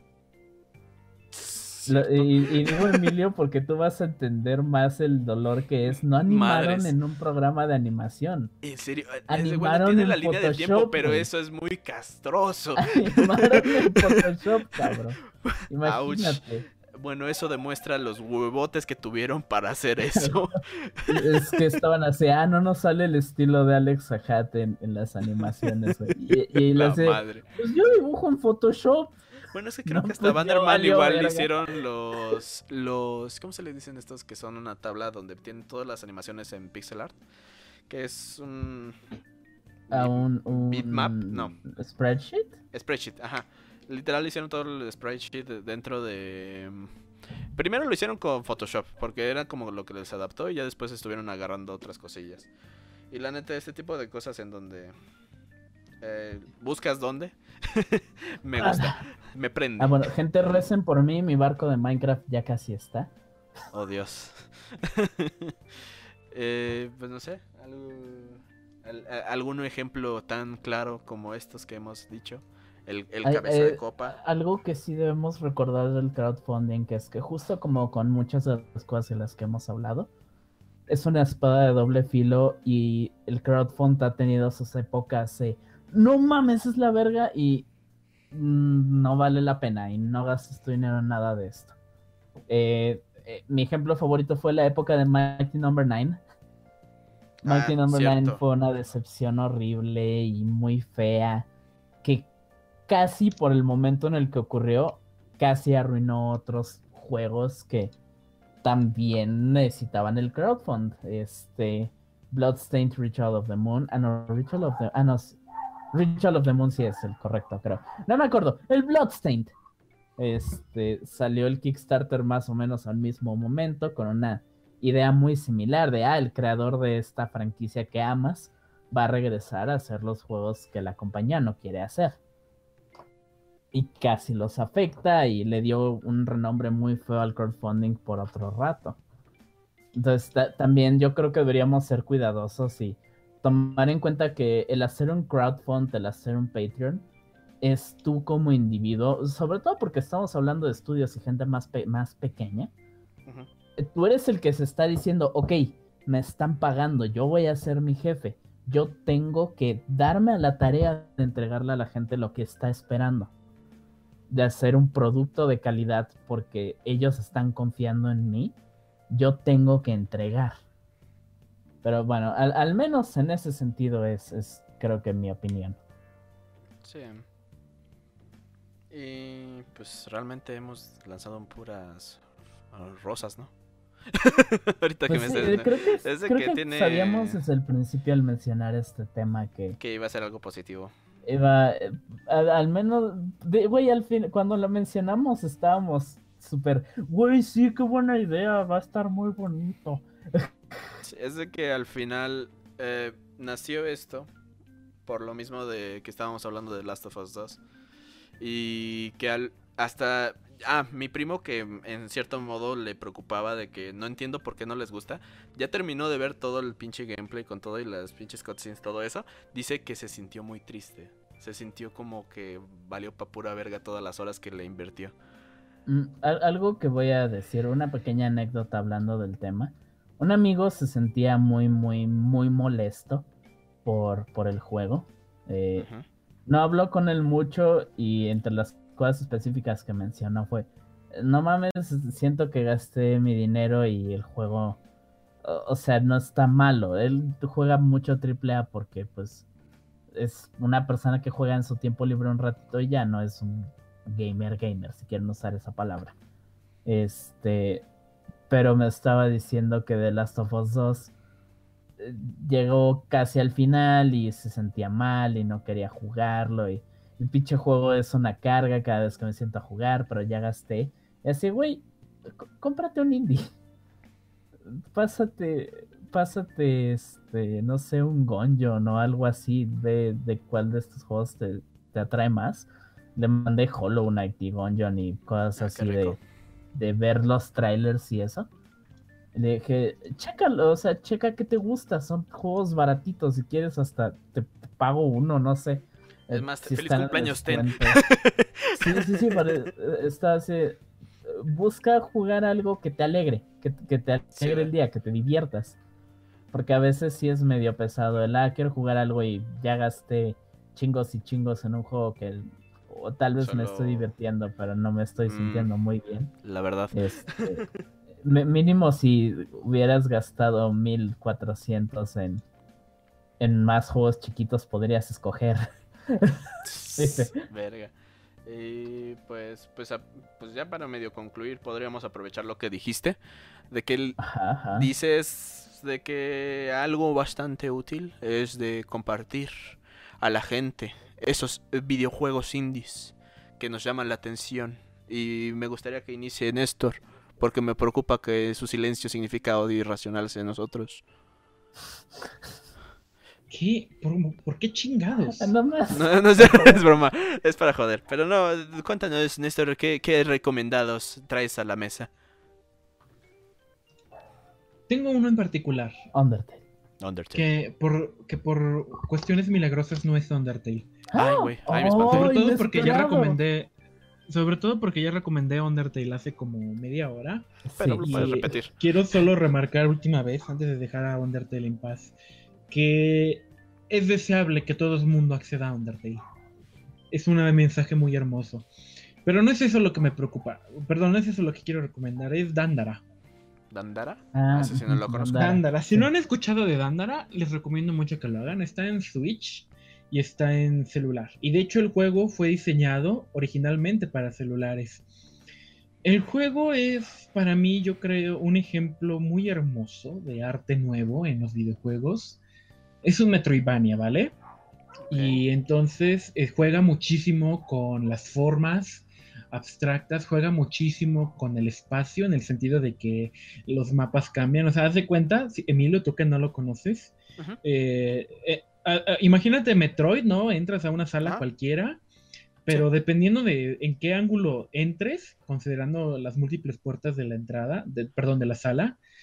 Speaker 2: Lo, y, y digo Emilio porque tú vas a entender más el dolor que es. No animaron Madres. en un programa de animación.
Speaker 3: En serio,
Speaker 2: animaron
Speaker 3: bueno, tiene
Speaker 2: en
Speaker 3: la línea
Speaker 2: Photoshop,
Speaker 3: del tiempo, pero
Speaker 2: wey.
Speaker 3: eso es muy castroso.
Speaker 2: Animaron en Photoshop, cabrón. Imagínate.
Speaker 3: Ouch. Bueno, eso demuestra los huevotes que tuvieron para hacer eso.
Speaker 2: Es que estaban así, ah, no nos sale el estilo de Alex Ajat en, en las animaciones, güey. Y, y
Speaker 3: la
Speaker 2: les
Speaker 3: madre.
Speaker 2: Pues yo dibujo en Photoshop.
Speaker 3: Bueno, es que creo
Speaker 2: no,
Speaker 3: que hasta
Speaker 2: pues
Speaker 3: Bannerman igual
Speaker 2: verga.
Speaker 3: hicieron los, los... ¿Cómo se le dicen estos? Que son una tabla donde tienen todas las animaciones en pixel art. Que es un...
Speaker 2: ¿A un, un...
Speaker 3: bitmap? No.
Speaker 2: ¿Spreadsheet?
Speaker 3: Spreadsheet, ajá. Literal hicieron todo el spreadsheet dentro de... Primero lo hicieron con Photoshop, porque era como lo que les adaptó y ya después estuvieron agarrando otras cosillas. Y la neta, este tipo de cosas en donde... Eh, buscas dónde me gusta, me prende.
Speaker 2: Ah, bueno, gente, recen por mí, mi barco de Minecraft ya casi está.
Speaker 3: Oh, Dios. eh, pues no sé, algo, al, algún ejemplo tan claro como estos que hemos dicho. El, el cabeza eh, de copa.
Speaker 2: Algo que sí debemos recordar del crowdfunding, que es que justo como con muchas de las cosas de las que hemos hablado, es una espada de doble filo y el crowdfund ha tenido sus épocas de... No mames, es la verga y mmm, no vale la pena y no gastes tu dinero en nada de esto. Eh, eh, mi ejemplo favorito fue la época de Mighty Number nueve. Mighty ah, Number nueve fue una decepción horrible y muy fea que casi por el momento en el que ocurrió, casi arruinó otros juegos que también necesitaban el crowdfund. Este, Bloodstained Ritual of the Moon. Ah, no, Ritual of the... Ah, no, Ritual of the Moon sí es el correcto, creo. No me acuerdo. El Bloodstained. Este, salió el Kickstarter más o menos al mismo momento con una idea muy similar de, ah, el creador de esta franquicia que amas va a regresar a hacer los juegos que la compañía no quiere hacer. Y casi los afecta y le dio un renombre muy feo al crowdfunding por otro rato. Entonces, ta- también yo creo que deberíamos ser cuidadosos y tomar en cuenta que el hacer un crowdfund, el hacer un Patreon, es tú como individuo, sobre todo porque estamos hablando de estudios y gente más, pe más pequeña. Uh-huh. Tú eres el que se está diciendo, ok, me están pagando, yo voy a ser mi jefe, yo tengo que darme a la tarea de entregarle a la gente lo que está esperando, de hacer un producto de calidad porque ellos están confiando en mí, yo tengo que entregar. Pero bueno, al, al menos en ese sentido es, es creo que mi opinión.
Speaker 3: Sí. Y pues realmente hemos lanzado puras rosas, ¿no? Ahorita
Speaker 2: pues
Speaker 3: que
Speaker 2: sí,
Speaker 3: me estás...
Speaker 2: creo que,
Speaker 3: es de
Speaker 2: creo
Speaker 3: que,
Speaker 2: que
Speaker 3: tiene...
Speaker 2: sabíamos desde el principio al mencionar este tema que...
Speaker 3: que iba a ser algo positivo.
Speaker 2: Iba, al, al menos, güey, al fin, cuando lo mencionamos estábamos súper, güey, sí, qué buena idea, va a estar muy bonito.
Speaker 3: Sí, es de que al final eh, nació esto por lo mismo de que estábamos hablando de Last of Us dos. Y que al, hasta... Ah, mi primo que en cierto modo le preocupaba de que no entiendo por qué no les gusta. Ya terminó de ver todo el pinche gameplay con todo y las pinches cutscenes, todo eso. Dice que se sintió muy triste. Se sintió como que valió pa' pura verga todas las horas que le invirtió.
Speaker 2: Mm, algo que voy a decir, una pequeña anécdota hablando del tema. Un amigo se sentía muy, muy, muy molesto por, por el juego. Eh, uh-huh. No habló con él mucho y entre las cosas específicas que mencionó fue, no mames, siento que gasté mi dinero y el juego, o, o sea, no está malo. Él juega mucho triple A porque pues es una persona que juega en su tiempo libre un ratito y ya no es un gamer gamer, si quieren usar esa palabra. Este, pero me estaba diciendo que The Last of Us dos eh, llegó casi al final y se sentía mal y no quería jugarlo y el pinche juego es una carga cada vez que me siento a jugar, pero ya gasté. Y así, güey, cómprate un indie. Pásate, pásate, este, no sé, un Gungeon o algo así, de, de cuál de estos juegos te, te atrae más. Le mandé Hollow Knight y Gungeon y cosas ah, así de, de ver los trailers y eso. Le dije, chécalo, o sea, checa qué te gusta, son juegos baratitos, si quieres hasta te pago uno, no sé.
Speaker 3: Es más, si feliz cumpleaños, ten.
Speaker 2: Sí, sí, sí, pare, está así. Busca jugar algo que te alegre, que, que te alegre sí, el día, que te diviertas. Porque a veces sí es medio pesado el, ah, quiero jugar algo y ya gasté chingos y chingos en un juego que o tal vez Solo... me estoy divirtiendo, pero no me estoy mm, sintiendo muy bien.
Speaker 3: La verdad.
Speaker 2: Este, mínimo si hubieras gastado mil cuatrocientos en, en más juegos chiquitos podrías escoger.
Speaker 3: Verga. Y pues, pues, pues ya para medio concluir podríamos aprovechar lo que dijiste, de que el,
Speaker 2: ajá, ajá.
Speaker 3: dices de que algo bastante útil es de compartir a la gente esos videojuegos indies que nos llaman la atención. Y me gustaría que inicie Néstor, porque me preocupa que su silencio significa odio irracional hacia nosotros.
Speaker 1: ¿Qué? ¿Por, ¿Por qué chingados?
Speaker 2: No, más.
Speaker 3: no, no sé, es broma, es para joder. Pero no, cuéntanos, Néstor, ¿qué, qué recomendados traes a la mesa?
Speaker 1: Tengo uno en particular.
Speaker 2: Undertale.
Speaker 3: Undertale.
Speaker 1: Que por, que por cuestiones milagrosas no es Undertale.
Speaker 3: Ay, güey, ay, me
Speaker 1: espantó. Sobre todo porque ya recomendé... Sobre todo porque ya recomendé Undertale hace como media hora.
Speaker 3: Pero
Speaker 1: sí,
Speaker 3: lo puedes repetir.
Speaker 1: Quiero solo remarcar última vez, antes de dejar a Undertale en paz, que es deseable que todo el mundo acceda a Undertale. Es un mensaje muy hermoso. Pero no es eso lo que me preocupa. Perdón, no es eso lo que quiero recomendar. Es Dandara.
Speaker 3: ¿Dandara?
Speaker 2: Ah,
Speaker 3: Ese sí no lo conozco.
Speaker 1: Dandara. Si sí. no han escuchado de Dandara, les recomiendo mucho que lo hagan. Está en Switch y está en celular. Y de hecho el juego fue diseñado originalmente para celulares. El juego es, para mí, yo creo, un ejemplo muy hermoso de arte nuevo en los videojuegos. Es un Metroidvania, ¿vale? Okay. Y entonces eh, juega muchísimo con las formas abstractas, juega muchísimo con el espacio, en el sentido de que los mapas cambian. O sea, haz de cuenta, si, Emilio, tú que no lo conoces, uh-huh. eh, eh, a, a, imagínate Metroid, ¿no? Entras a una sala uh-huh. cualquiera, pero sí. dependiendo de en qué ángulo entres, considerando las múltiples puertas de la entrada, de, perdón, de la sala,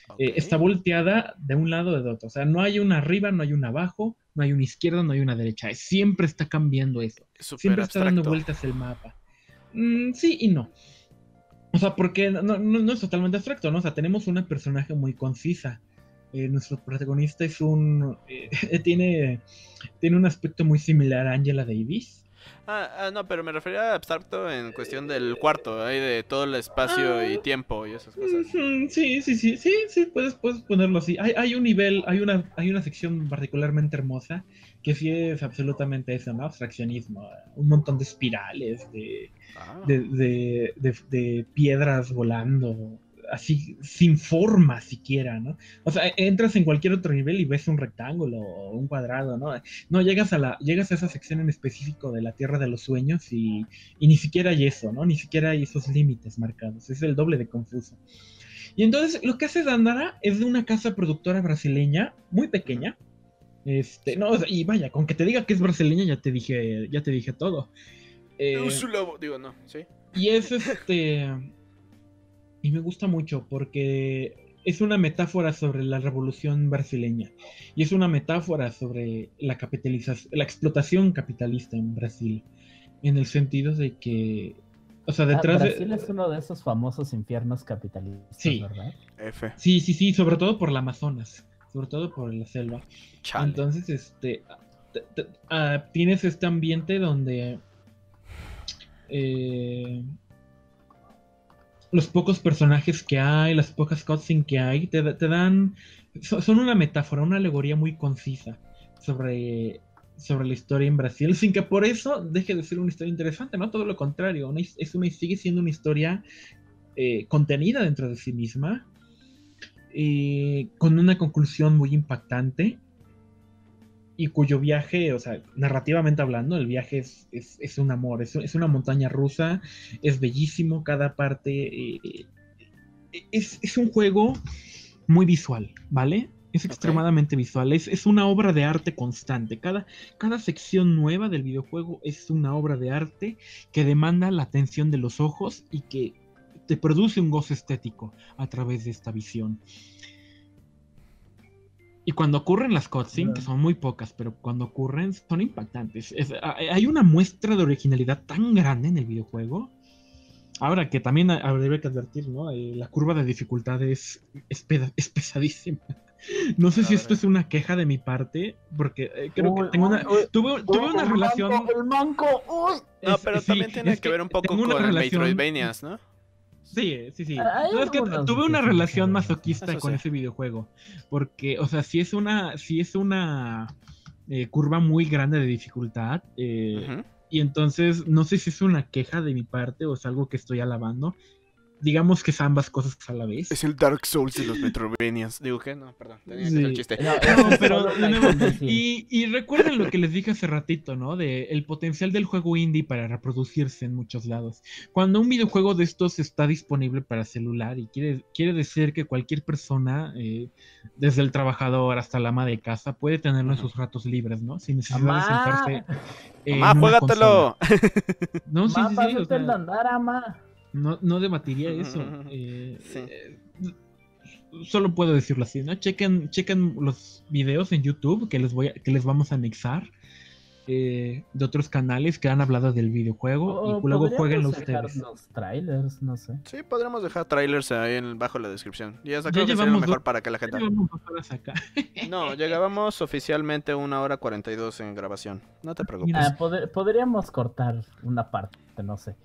Speaker 1: Okay. Eh, está volteada de un lado o de otro. O sea, no hay una arriba, no hay una abajo, no hay una izquierda, no hay una derecha. Siempre está cambiando eso. Siempre está dando vueltas el mapa. Mm, sí y no. O sea, porque no, no, no es totalmente abstracto, ¿no? O sea, tenemos una personaje muy concisa. Eh, nuestro protagonista es un... Eh, tiene, tiene un aspecto muy similar a Angela Davis.
Speaker 3: Ah, ah, no, pero me refería a abstracto en cuestión del cuarto, ahí de todo el espacio ah, y tiempo y esas cosas.
Speaker 1: Sí, sí, sí, sí, sí, puedes, puedes ponerlo así. Hay, hay un nivel, hay una, hay una sección particularmente hermosa que sí es absolutamente eso, ¿no? Abstraccionismo. Un montón de espirales, de, ah. de, de, de, de piedras volando, así, sin forma siquiera, ¿no? O sea, entras en cualquier otro nivel y ves un rectángulo o un cuadrado, ¿no? No, llegas a la, llegas a esa sección en específico de la Tierra de los Sueños y, y ni siquiera hay eso, ¿no? Ni siquiera hay esos límites marcados, es el doble de confuso. Y entonces, lo que hace Dandara es de una casa productora brasileña, muy pequeña, este, no, y vaya, con que te diga que es brasileña ya te dije, ya te dije todo.
Speaker 3: Eh, digo, no, ¿sí?
Speaker 1: Y es este... Y me gusta mucho porque es una metáfora sobre la revolución brasileña. Y es una metáfora sobre la capitalización, la explotación capitalista en Brasil. En el sentido de que... O sea, detrás
Speaker 2: ah, Brasil
Speaker 1: de...
Speaker 2: es uno de esos famosos infiernos capitalistas,
Speaker 1: sí.
Speaker 2: ¿verdad?
Speaker 3: F.
Speaker 1: Sí, sí, sí, sobre todo por la Amazonas. Sobre todo por la selva.
Speaker 3: Chale.
Speaker 1: Entonces, este... T -t -t uh, tienes este ambiente donde... Eh... los pocos personajes que hay, las pocas cutscenes que hay, te, te dan... Son una metáfora, una alegoría muy concisa sobre, sobre la historia en Brasil, sin que por eso deje de ser una historia interesante, ¿no? Todo lo contrario, una, es una, sigue siendo una historia eh, contenida dentro de sí misma, eh, con una conclusión muy impactante, y cuyo viaje, o sea, narrativamente hablando, el viaje es, es, es un amor, es, es una montaña rusa, es bellísimo, cada parte, eh, es, es un juego muy visual, ¿vale? Es extremadamente okay. visual, es, es una obra de arte constante, cada, cada sección nueva del videojuego es una obra de arte que demanda la atención de los ojos y que te produce un gozo estético a través de esta visión. Y cuando ocurren las cutscenes, que son muy pocas, pero cuando ocurren son impactantes. Es, hay una muestra de originalidad tan grande en el videojuego. Ahora que también habría que advertir, ¿no? Eh, la curva de dificultad es, es, peda, es pesadísima. No sé a si ver. Esto es una queja de mi parte, porque eh, creo uy, que tengo una, uy, tuve, tuve uy, una
Speaker 2: el
Speaker 1: relación...
Speaker 2: Manco, el manco, uy.
Speaker 3: No, pero es, también sí, tiene que, que ver un poco con el Metroidvanias, ¿no?
Speaker 1: Sí, sí, sí. No, es que tuve una relación masoquista Eso con sí. ese videojuego. Porque, o sea, si es una, si es una eh, curva muy grande de dificultad. Eh, uh-huh. Y entonces, no sé si es una queja de mi parte o es algo que estoy alabando. Digamos que es ambas cosas a la vez.
Speaker 3: Es el Dark Souls de los Metroidvanias. Digo que no, perdón, tenía
Speaker 1: sí.
Speaker 3: que hacer el chiste.
Speaker 1: No, no pero y, y recuerden lo que les dije hace ratito, ¿no? De el potencial del juego indie para reproducirse en muchos lados. Cuando un videojuego de estos está disponible para celular y quiere, quiere decir que cualquier persona, eh, desde el trabajador hasta la ama de casa, puede tenerlo en sus ratos libres, ¿no? Sin necesidad ¡Amá! de sentarse.
Speaker 3: Eh, ¡Mamá, juégatelo!
Speaker 1: No, sí, sí, sí.
Speaker 2: O sea, andar, ama.
Speaker 1: No, no debatiría eso. Eh, sí. eh, solo puedo decirlo así, ¿no? Chequen, chequen los videos en YouTube que les voy a, que les vamos a anexar eh, de otros canales que han hablado del videojuego
Speaker 2: o,
Speaker 1: y luego jueguenlo ustedes.
Speaker 2: Los trailers, no sé.
Speaker 3: Sí, podríamos dejar trailers ahí en, bajo la descripción. Y eso creo que sería lo mejor para que la gente.
Speaker 1: Acá.
Speaker 3: No, llegábamos oficialmente una hora cuarenta y dos en grabación. No te preocupes.
Speaker 2: Ah, pod podríamos cortar una parte, no sé.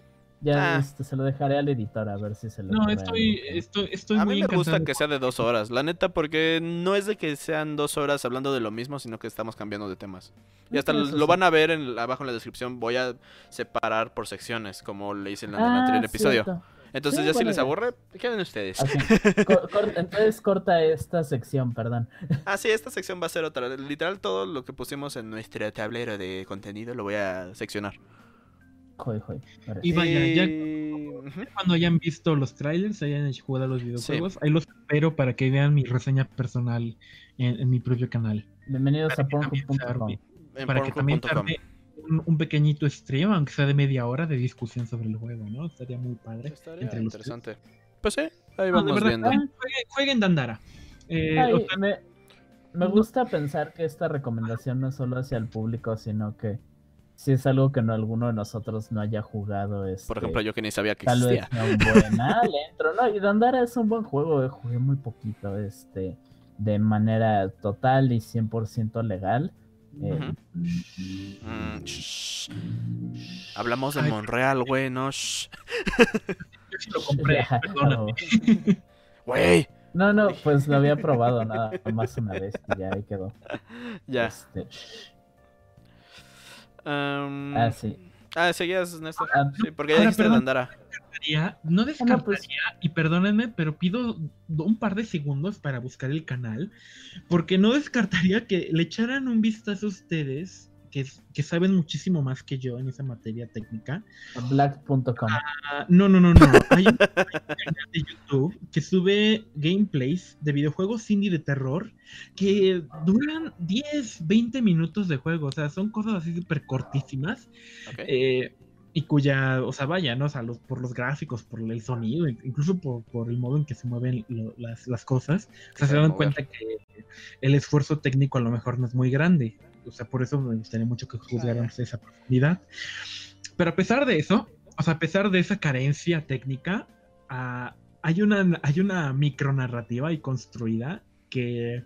Speaker 2: Ya ah. este, se lo dejaré al editor a ver si se lo...
Speaker 1: No, estoy, estoy, estoy
Speaker 3: a
Speaker 1: muy
Speaker 3: mí me
Speaker 1: encantado.
Speaker 3: gusta que sea de dos horas, la neta, porque no es de que sean dos horas hablando de lo mismo, sino que estamos cambiando de temas. Y hasta Eso lo sí. van a ver en, abajo en la descripción, voy a separar por secciones, como le hice en el ah, anterior episodio. Cierto. Entonces sí, ya si les aburre, queden ustedes.
Speaker 2: Okay. Cor cor entonces corta esta sección, perdón.
Speaker 3: Ah, sí, esta sección va a ser otra. Literal, todo lo que pusimos en nuestro tablero de contenido lo voy a seccionar.
Speaker 2: Joder, joder.
Speaker 1: Y vaya, ya uh-huh. cuando hayan visto los trailers, hayan jugado los videojuegos, sí. ahí los espero para que vean mi reseña personal en, en mi propio canal.
Speaker 2: Bienvenidos para a Ponjo punto com.
Speaker 1: Para que también tarde un, un pequeñito stream, aunque sea de media hora, de discusión sobre el juego, ¿no? Estaría muy padre.
Speaker 3: Estaría entre interesante. Los pues sí, Ahí vamos
Speaker 1: no, de verdad,
Speaker 3: viendo.
Speaker 1: jueguen, jueguen Dandara. Eh,
Speaker 2: Ay,
Speaker 1: o sea,
Speaker 2: me, me gusta pensar que esta recomendación no es solo hacia el público, sino que si es algo que no alguno de nosotros no haya jugado, este,
Speaker 3: Por ejemplo, yo que ni sabía que
Speaker 2: tal vez
Speaker 3: existía.
Speaker 2: sea un buen ah, le entro, ¿no? Y Dandara es un buen juego, eh, jugué muy poquito, este, de manera total y cien por ciento legal. Eh,
Speaker 3: Ujú. Mm, shh. Hablamos de
Speaker 1: Ay,
Speaker 3: Monreal, güey, no. Shh.
Speaker 1: yo sí lo compré,
Speaker 2: ya,
Speaker 1: perdóname.
Speaker 3: Güey.
Speaker 2: No, no, pues lo había probado nada más una vez y ya ahí quedó.
Speaker 3: Ya.
Speaker 2: Este,
Speaker 3: Um,
Speaker 2: ah, sí.
Speaker 3: Ah, seguías, Néstor.
Speaker 2: Ah,
Speaker 3: Sí, porque ya
Speaker 1: Ahora,
Speaker 3: dijiste
Speaker 1: perdón.
Speaker 3: Dandara.
Speaker 1: descartaría, no descartaría, y perdónenme, pero pido un par de segundos para buscar el canal, porque no descartaría que le echaran un vistazo a ustedes, que, que saben muchísimo más que yo en esa materia técnica.
Speaker 2: Black punto com.
Speaker 1: Ah, no, no, no, no. Hay un canal de YouTube que sube gameplays de videojuegos indie de terror que duran diez, veinte minutos de juego. O sea, son cosas así súper cortísimas.
Speaker 3: Okay.
Speaker 1: Eh, y cuya, o sea, vaya, ¿no? O sea, los, por los gráficos, por el sonido, incluso por, por el modo en que se mueven lo, las, las cosas, o sea, se dan cuenta que el esfuerzo técnico a lo mejor no es muy grande. O sea, por eso me gustaría mucho que juzgáramos esa profundidad. Pero a pesar de eso, o sea, a pesar de esa carencia técnica, uh, hay una, hay una micronarrativa y construida que...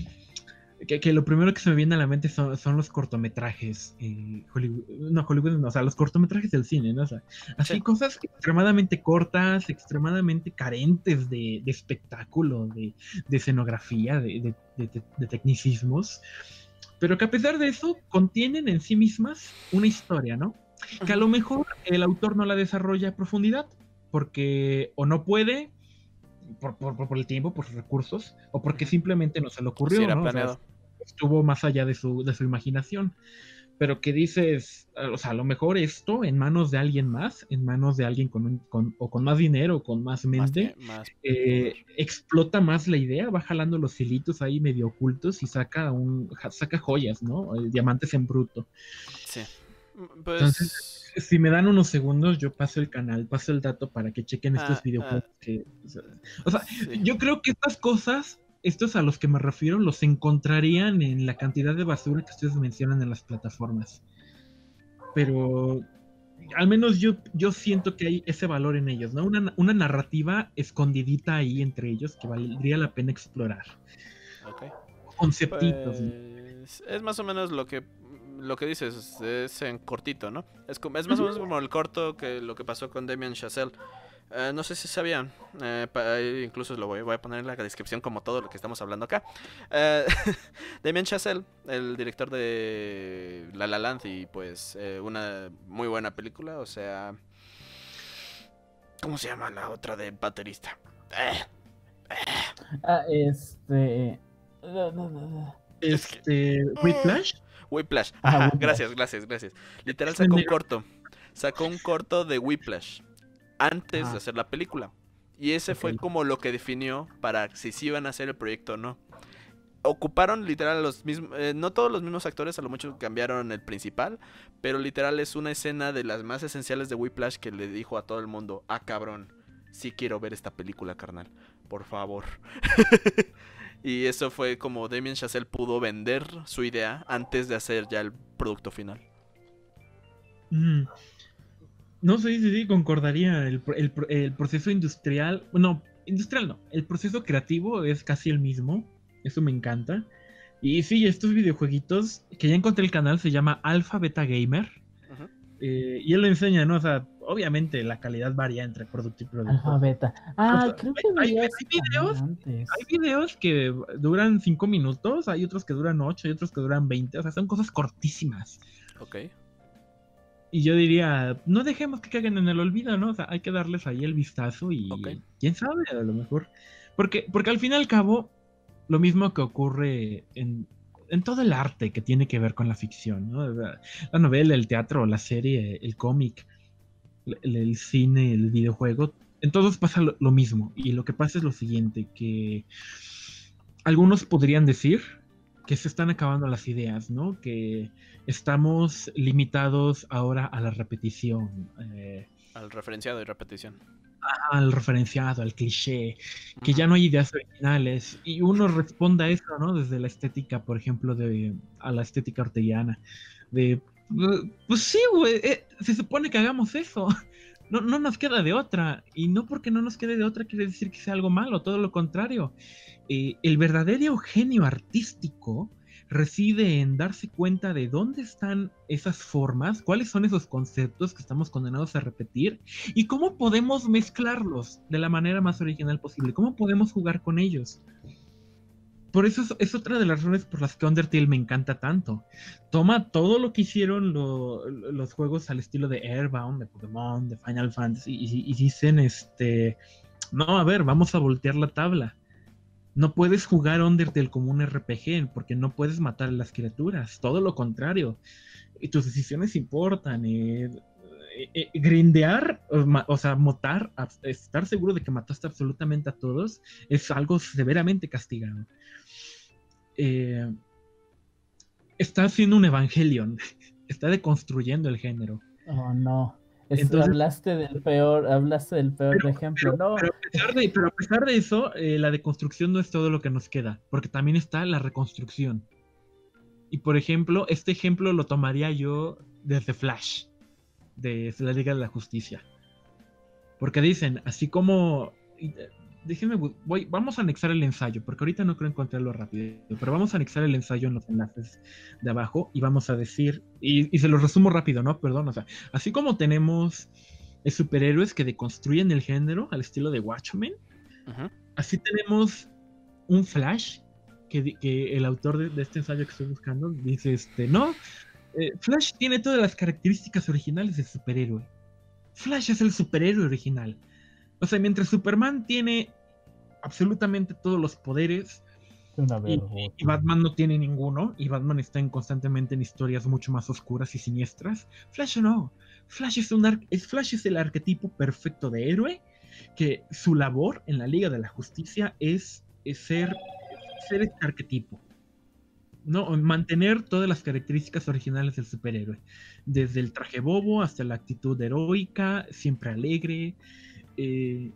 Speaker 1: Que, que lo primero que se me viene a la mente son, son los cortometrajes. Eh, Hollywood, no, Hollywood, no, o sea, los cortometrajes del cine, ¿no? O sea, así sí. Cosas extremadamente cortas, extremadamente carentes de, de espectáculo, de, de escenografía, de, de, de, de tecnicismos, pero que a pesar de eso contienen en sí mismas una historia, ¿no? Que a lo mejor el autor no la desarrolla a profundidad, porque o no puede, Por, por, por el tiempo, por sus recursos, o porque simplemente no se le ocurrió,
Speaker 3: sí, era
Speaker 1: ¿no?
Speaker 3: planeado.
Speaker 1: O sea, estuvo más allá de su, de su imaginación. Pero que dices, o sea, a lo mejor esto en manos de alguien más, en manos de alguien con, un, con o con más dinero, con más mente, más, más eh, explota más la idea, va jalando los hilitos ahí medio ocultos y saca un saca joyas, ¿no? Diamantes en bruto.
Speaker 3: Sí. Pues...
Speaker 1: Entonces, si me dan unos segundos, yo paso el canal, paso el dato para que chequen estos ah, videojuegos. Ah, que, o sea, o sea sí. Yo creo que estas cosas, estos a los que me refiero, los encontrarían en la cantidad de basura que ustedes mencionan en las plataformas. Pero al menos yo, yo siento que hay ese valor en ellos, ¿no? Una, una narrativa escondidita ahí entre ellos que valdría la pena explorar.
Speaker 3: Okay.
Speaker 1: Conceptitos.
Speaker 3: Pues, ¿no? Es más o menos lo que lo que dices, es en cortito, ¿no? Es, como, es más uh-huh. o menos como el corto que lo que pasó con Damien Chazelle. Uh, no sé si sabían, uh, pa, incluso lo voy, voy a poner en la descripción como todo lo que estamos hablando acá. Uh, Damien Chazelle, el director de La La Land y pues eh, una muy buena película, o sea... ¿Cómo se llama la otra de baterista? Eh,
Speaker 2: eh. Ah, este...
Speaker 1: Este... ¿Whiplash?
Speaker 3: Whiplash, ajá, ah, gracias, gracias, gracias. Literal sacó un corto, sacó un corto de Whiplash antes ah. de hacer la película. Y ese okay. fue como lo que definió para si sí iban a hacer el proyecto o no. Ocuparon literal los mismos, eh, no todos los mismos actores, a lo mucho cambiaron el principal, pero literal es una escena de las más esenciales de Whiplash que le dijo a todo el mundo, ah cabrón, sí quiero ver esta película, carnal, por favor. Y eso fue como Damien Chazelle pudo vender su idea antes de hacer ya el producto final.
Speaker 1: Mm. No sé si sí, sí, concordaría. El, el, el proceso industrial, no, industrial no, el proceso creativo es casi el mismo. Eso me encanta. Y sí, estos videojueguitos que ya encontré el canal se llama Alpha Beta Gamer. Uh-huh. eh, y él lo enseña, ¿no? O sea, obviamente la calidad varía entre producto y producto.
Speaker 2: Alpha Beta. Ah, o sea, creo que
Speaker 1: hay, hay, hay videos, hay videos que duran cinco minutos, hay otros que duran ocho, hay otros que duran veinte, o sea, son cosas cortísimas.
Speaker 3: Ok.
Speaker 1: Y yo diría, no dejemos que caigan en el olvido, ¿no? O sea, hay que darles ahí el vistazo y okay. quién sabe, a lo mejor. Porque, porque al fin y al cabo, lo mismo que ocurre en, en todo el arte que tiene que ver con la ficción, ¿no? La, la novela, el teatro, la serie, el cómic, el, el cine, el videojuego, en todos pasa lo, lo mismo. Y lo que pasa es lo siguiente, que algunos podrían decir que se están acabando las ideas, ¿no? Que estamos limitados ahora a la repetición. Eh,
Speaker 3: Al referenciado y repetición.
Speaker 1: al referenciado, al cliché, que ya no hay ideas originales, y uno responde a eso, ¿no? Desde la estética, por ejemplo, de a la estética orteguiana, de, pues sí, güey, eh, se supone que hagamos eso, no, no nos queda de otra, y no porque no nos quede de otra quiere decir que sea algo malo, todo lo contrario. Eh, el verdadero genio artístico reside en darse cuenta de dónde están esas formas, cuáles son esos conceptos que estamos condenados a repetir y cómo podemos mezclarlos de la manera más original posible, cómo podemos jugar con ellos. Por eso es, es otra de las razones por las que Undertale me encanta tanto. Toma todo lo que hicieron lo, los juegos al estilo de Airbound, de Pokémon, de Final Fantasy y, y dicen, este, no, a ver, vamos a voltear la tabla. No puedes jugar Undertale como un R P G porque no puedes matar a las criaturas, todo lo contrario. Y tus decisiones importan. Eh, eh, eh, grindear, o, o sea, matar, estar seguro de que mataste absolutamente a todos, es algo severamente castigado. Eh, está haciendo un Evangelion, está deconstruyendo el género.
Speaker 2: Oh, no. Es, Entonces, hablaste del peor, hablaste del peor pero, ejemplo,
Speaker 1: pero,
Speaker 2: ¿no?
Speaker 1: Pero a pesar de, pero a pesar de eso, eh, la deconstrucción no es todo lo que nos queda, porque también está la reconstrucción. Y por ejemplo, este ejemplo lo tomaría yo desde Flash, de la Liga de la Justicia. Porque dicen, así como... Déjenme, voy, vamos a anexar el ensayo, porque ahorita no creo encontrarlo rápido, pero vamos a anexar el ensayo en los enlaces de abajo y vamos a decir, y, y se los resumo rápido, ¿no? Perdón, o sea, así como tenemos superhéroes que deconstruyen el género al estilo de Watchmen, uh-huh. así tenemos un Flash, que, que el autor de, de este ensayo que estoy buscando dice, este, no, eh, Flash tiene todas las características originales del superhéroe. Flash es el superhéroe original. O sea, mientras Superman tiene absolutamente todos los poderes y, y Batman no tiene ninguno, y Batman está en, constantemente en historias mucho más oscuras y siniestras, Flash no. Flash es, un ar- es, Flash es el arquetipo perfecto de héroe, que su labor en la Liga de la Justicia es, es ser, ser este arquetipo. No, mantener todas las características originales del superhéroe. Desde el traje bobo hasta la actitud heroica, siempre alegre. Eh,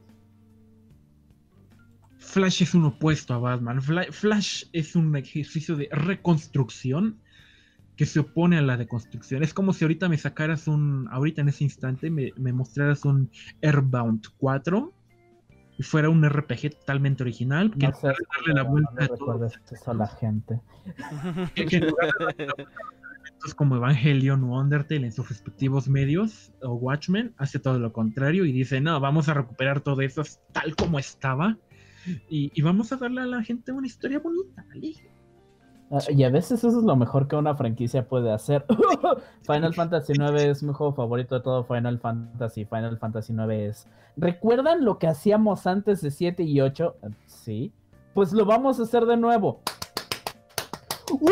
Speaker 1: Flash es un opuesto a Batman. Flash es un ejercicio de reconstrucción que se opone a la deconstrucción. Es como si ahorita me sacaras un, ahorita en ese instante me, me mostraras un Airbound cuatro y fuera un R P G totalmente original, que
Speaker 2: no sé,
Speaker 1: darle la vuelta
Speaker 2: no a todo eso a la gente.
Speaker 1: Que, que en lugar de elementos como Evangelion o Undertale en sus respectivos medios, o Watchmen, hace todo lo contrario y dice, no, vamos a recuperar todo eso tal como estaba y, y vamos a darle a la gente una historia bonita, alegre.
Speaker 2: Uh, y a veces eso es lo mejor que una franquicia puede hacer. Final Fantasy nueve es mi juego favorito de todo Final Fantasy. Final Fantasy nueve es... ¿Recuerdan lo que hacíamos antes de siete y ocho? Uh, sí. Pues lo vamos a hacer de nuevo. ¡Uh!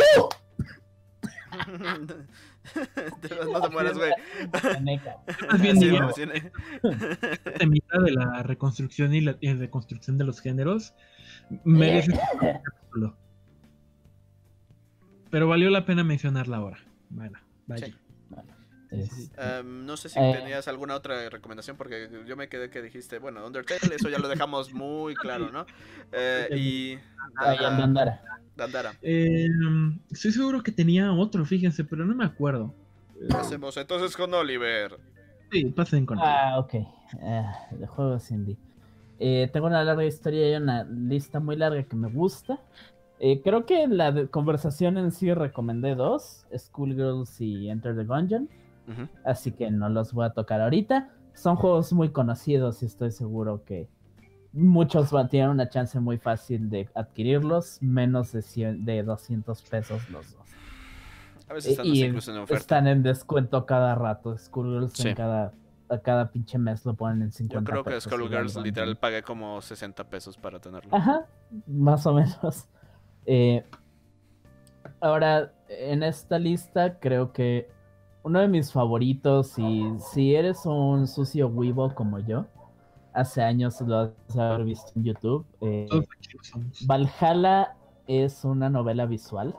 Speaker 3: No te mueras, güey.
Speaker 1: Más bien, sí, digo, esta mitad de la reconstrucción y la y reconstrucción de los géneros merece un capítulo. Pero valió la pena mencionarla ahora. Bueno, vaya.
Speaker 3: Sí. Um, no sé si eh, tenías alguna otra recomendación, porque yo me quedé que dijiste, bueno, Undertale, eso ya lo dejamos muy claro, ¿no? Eh, y...
Speaker 2: Uh, Dandara.
Speaker 3: Dandara.
Speaker 1: Eh, estoy seguro que tenía otro, fíjense, pero no me acuerdo.
Speaker 3: Pasemos entonces con Oliver.
Speaker 1: Sí, pasen con
Speaker 2: Ah, ok. Uh, de juegos indie. Eh, tengo una larga historia y una lista muy larga que me gusta. Eh, creo que en la conversación en sí recomendé dos, Schoolgirls y Enter the Gungeon. Uh-huh. Así que no los voy a tocar ahorita. Son juegos muy conocidos y estoy seguro que muchos van, tienen una chance muy fácil de adquirirlos, menos de, cien, de doscientos pesos los dos.
Speaker 3: A veces están
Speaker 2: y
Speaker 3: incluso en oferta.
Speaker 2: Están en descuento cada rato. Schoolgirls sí. en cada, a cada pinche mes lo ponen en cincuenta pesos.
Speaker 3: Yo creo que Schoolgirls literal pagué como sesenta pesos para tenerlo.
Speaker 2: Ajá, más o menos. Eh, ahora, en esta lista creo que uno de mis favoritos, y si eres un sucio weebo como yo, hace años lo has haber visto en YouTube, eh, Valhalla es una novela visual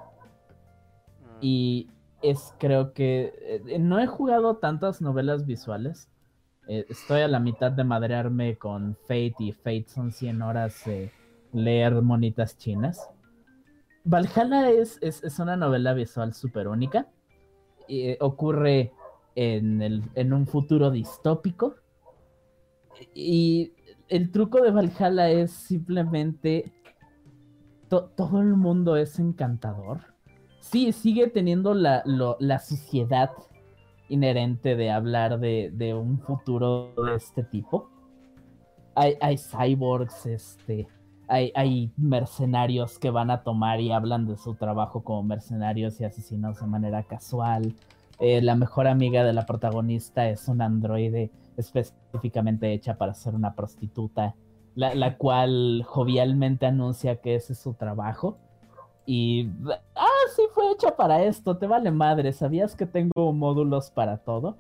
Speaker 2: y es creo que eh, no he jugado tantas novelas visuales, Eh, estoy a la mitad de madrearme con Fate y Fate son cien horas de leer monitas chinas. Valhalla es, es, es una novela visual súper única. Eh, ocurre en, el, en un futuro distópico. Y el truco de Valhalla es simplemente to, todo el mundo es encantador. Sí, sigue teniendo la, lo, la suciedad inherente de hablar de, de un futuro de este tipo. Hay, hay cyborgs, este, hay, hay mercenarios que van a tomar y hablan de su trabajo como mercenarios y asesinos de manera casual. Eh, la mejor amiga de la protagonista es un androide específicamente hecha para ser una prostituta, la, la cual jovialmente anuncia que ese es su trabajo. Y, ah, sí fue hecha para esto, te vale madre, ¿sabías que tengo módulos para todo?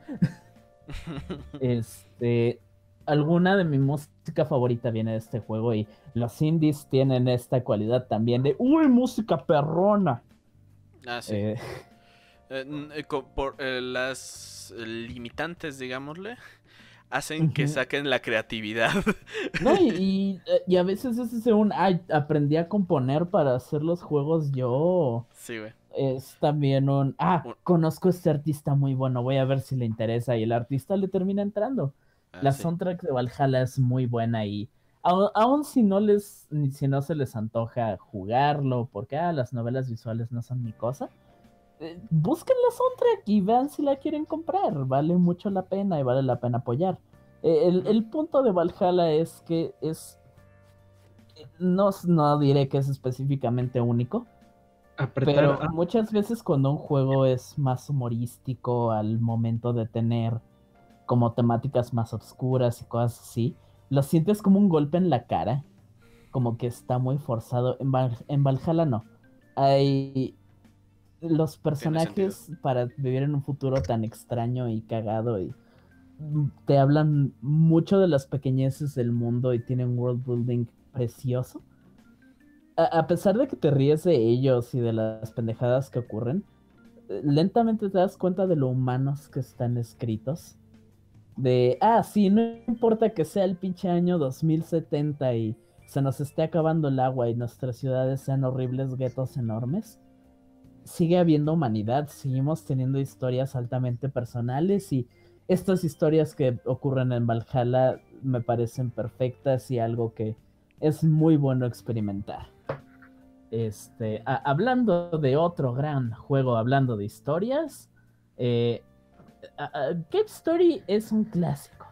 Speaker 2: este, alguna de mi música favorita viene de este juego y los indies tienen esta cualidad también de, uy, música perrona.
Speaker 3: Ah, sí. Eh... Eh, por eh, las limitantes, digámosle, hacen uh-huh. que saquen la creatividad.
Speaker 2: No, y, y, y a veces es ese un, ay, aprendí a componer para hacer los juegos yo.
Speaker 3: Sí, güey.
Speaker 2: Es también un, ah, un... conozco a este artista muy bueno, voy a ver si le interesa, y el artista le termina entrando. Ah, la sí. soundtrack de Valhalla es muy buena y aun, aun si no les, si no se les antoja jugarlo, porque ah, las novelas visuales no son mi cosa, busquen la soundtrack y vean si la quieren comprar, vale mucho la pena y vale la pena apoyar. El, el punto de Valhalla es que es, no, no diré que es específicamente único, Apretar, pero ah. muchas veces cuando un juego es más humorístico al momento de tener como temáticas más oscuras y cosas así, lo sientes como un golpe en la cara, como que está muy forzado. En, Val, en Valhalla no, hay... los personajes para vivir en un futuro tan extraño y cagado y te hablan mucho de las pequeñeces del mundo y tienen un world building precioso. A, a pesar de que te ríes de ellos y de las pendejadas que ocurren, lentamente te das cuenta de lo humanos que están escritos. De, ah, sí, no importa que sea el pinche año dos mil setenta y se nos esté acabando el agua y nuestras ciudades sean horribles guetos enormes. Sigue habiendo humanidad, seguimos teniendo historias altamente personales y estas historias que ocurren en Valhalla me parecen perfectas y algo que es muy bueno experimentar. Este, a, hablando de otro gran juego, hablando de historias, eh, a, a, Cave Story es un clásico.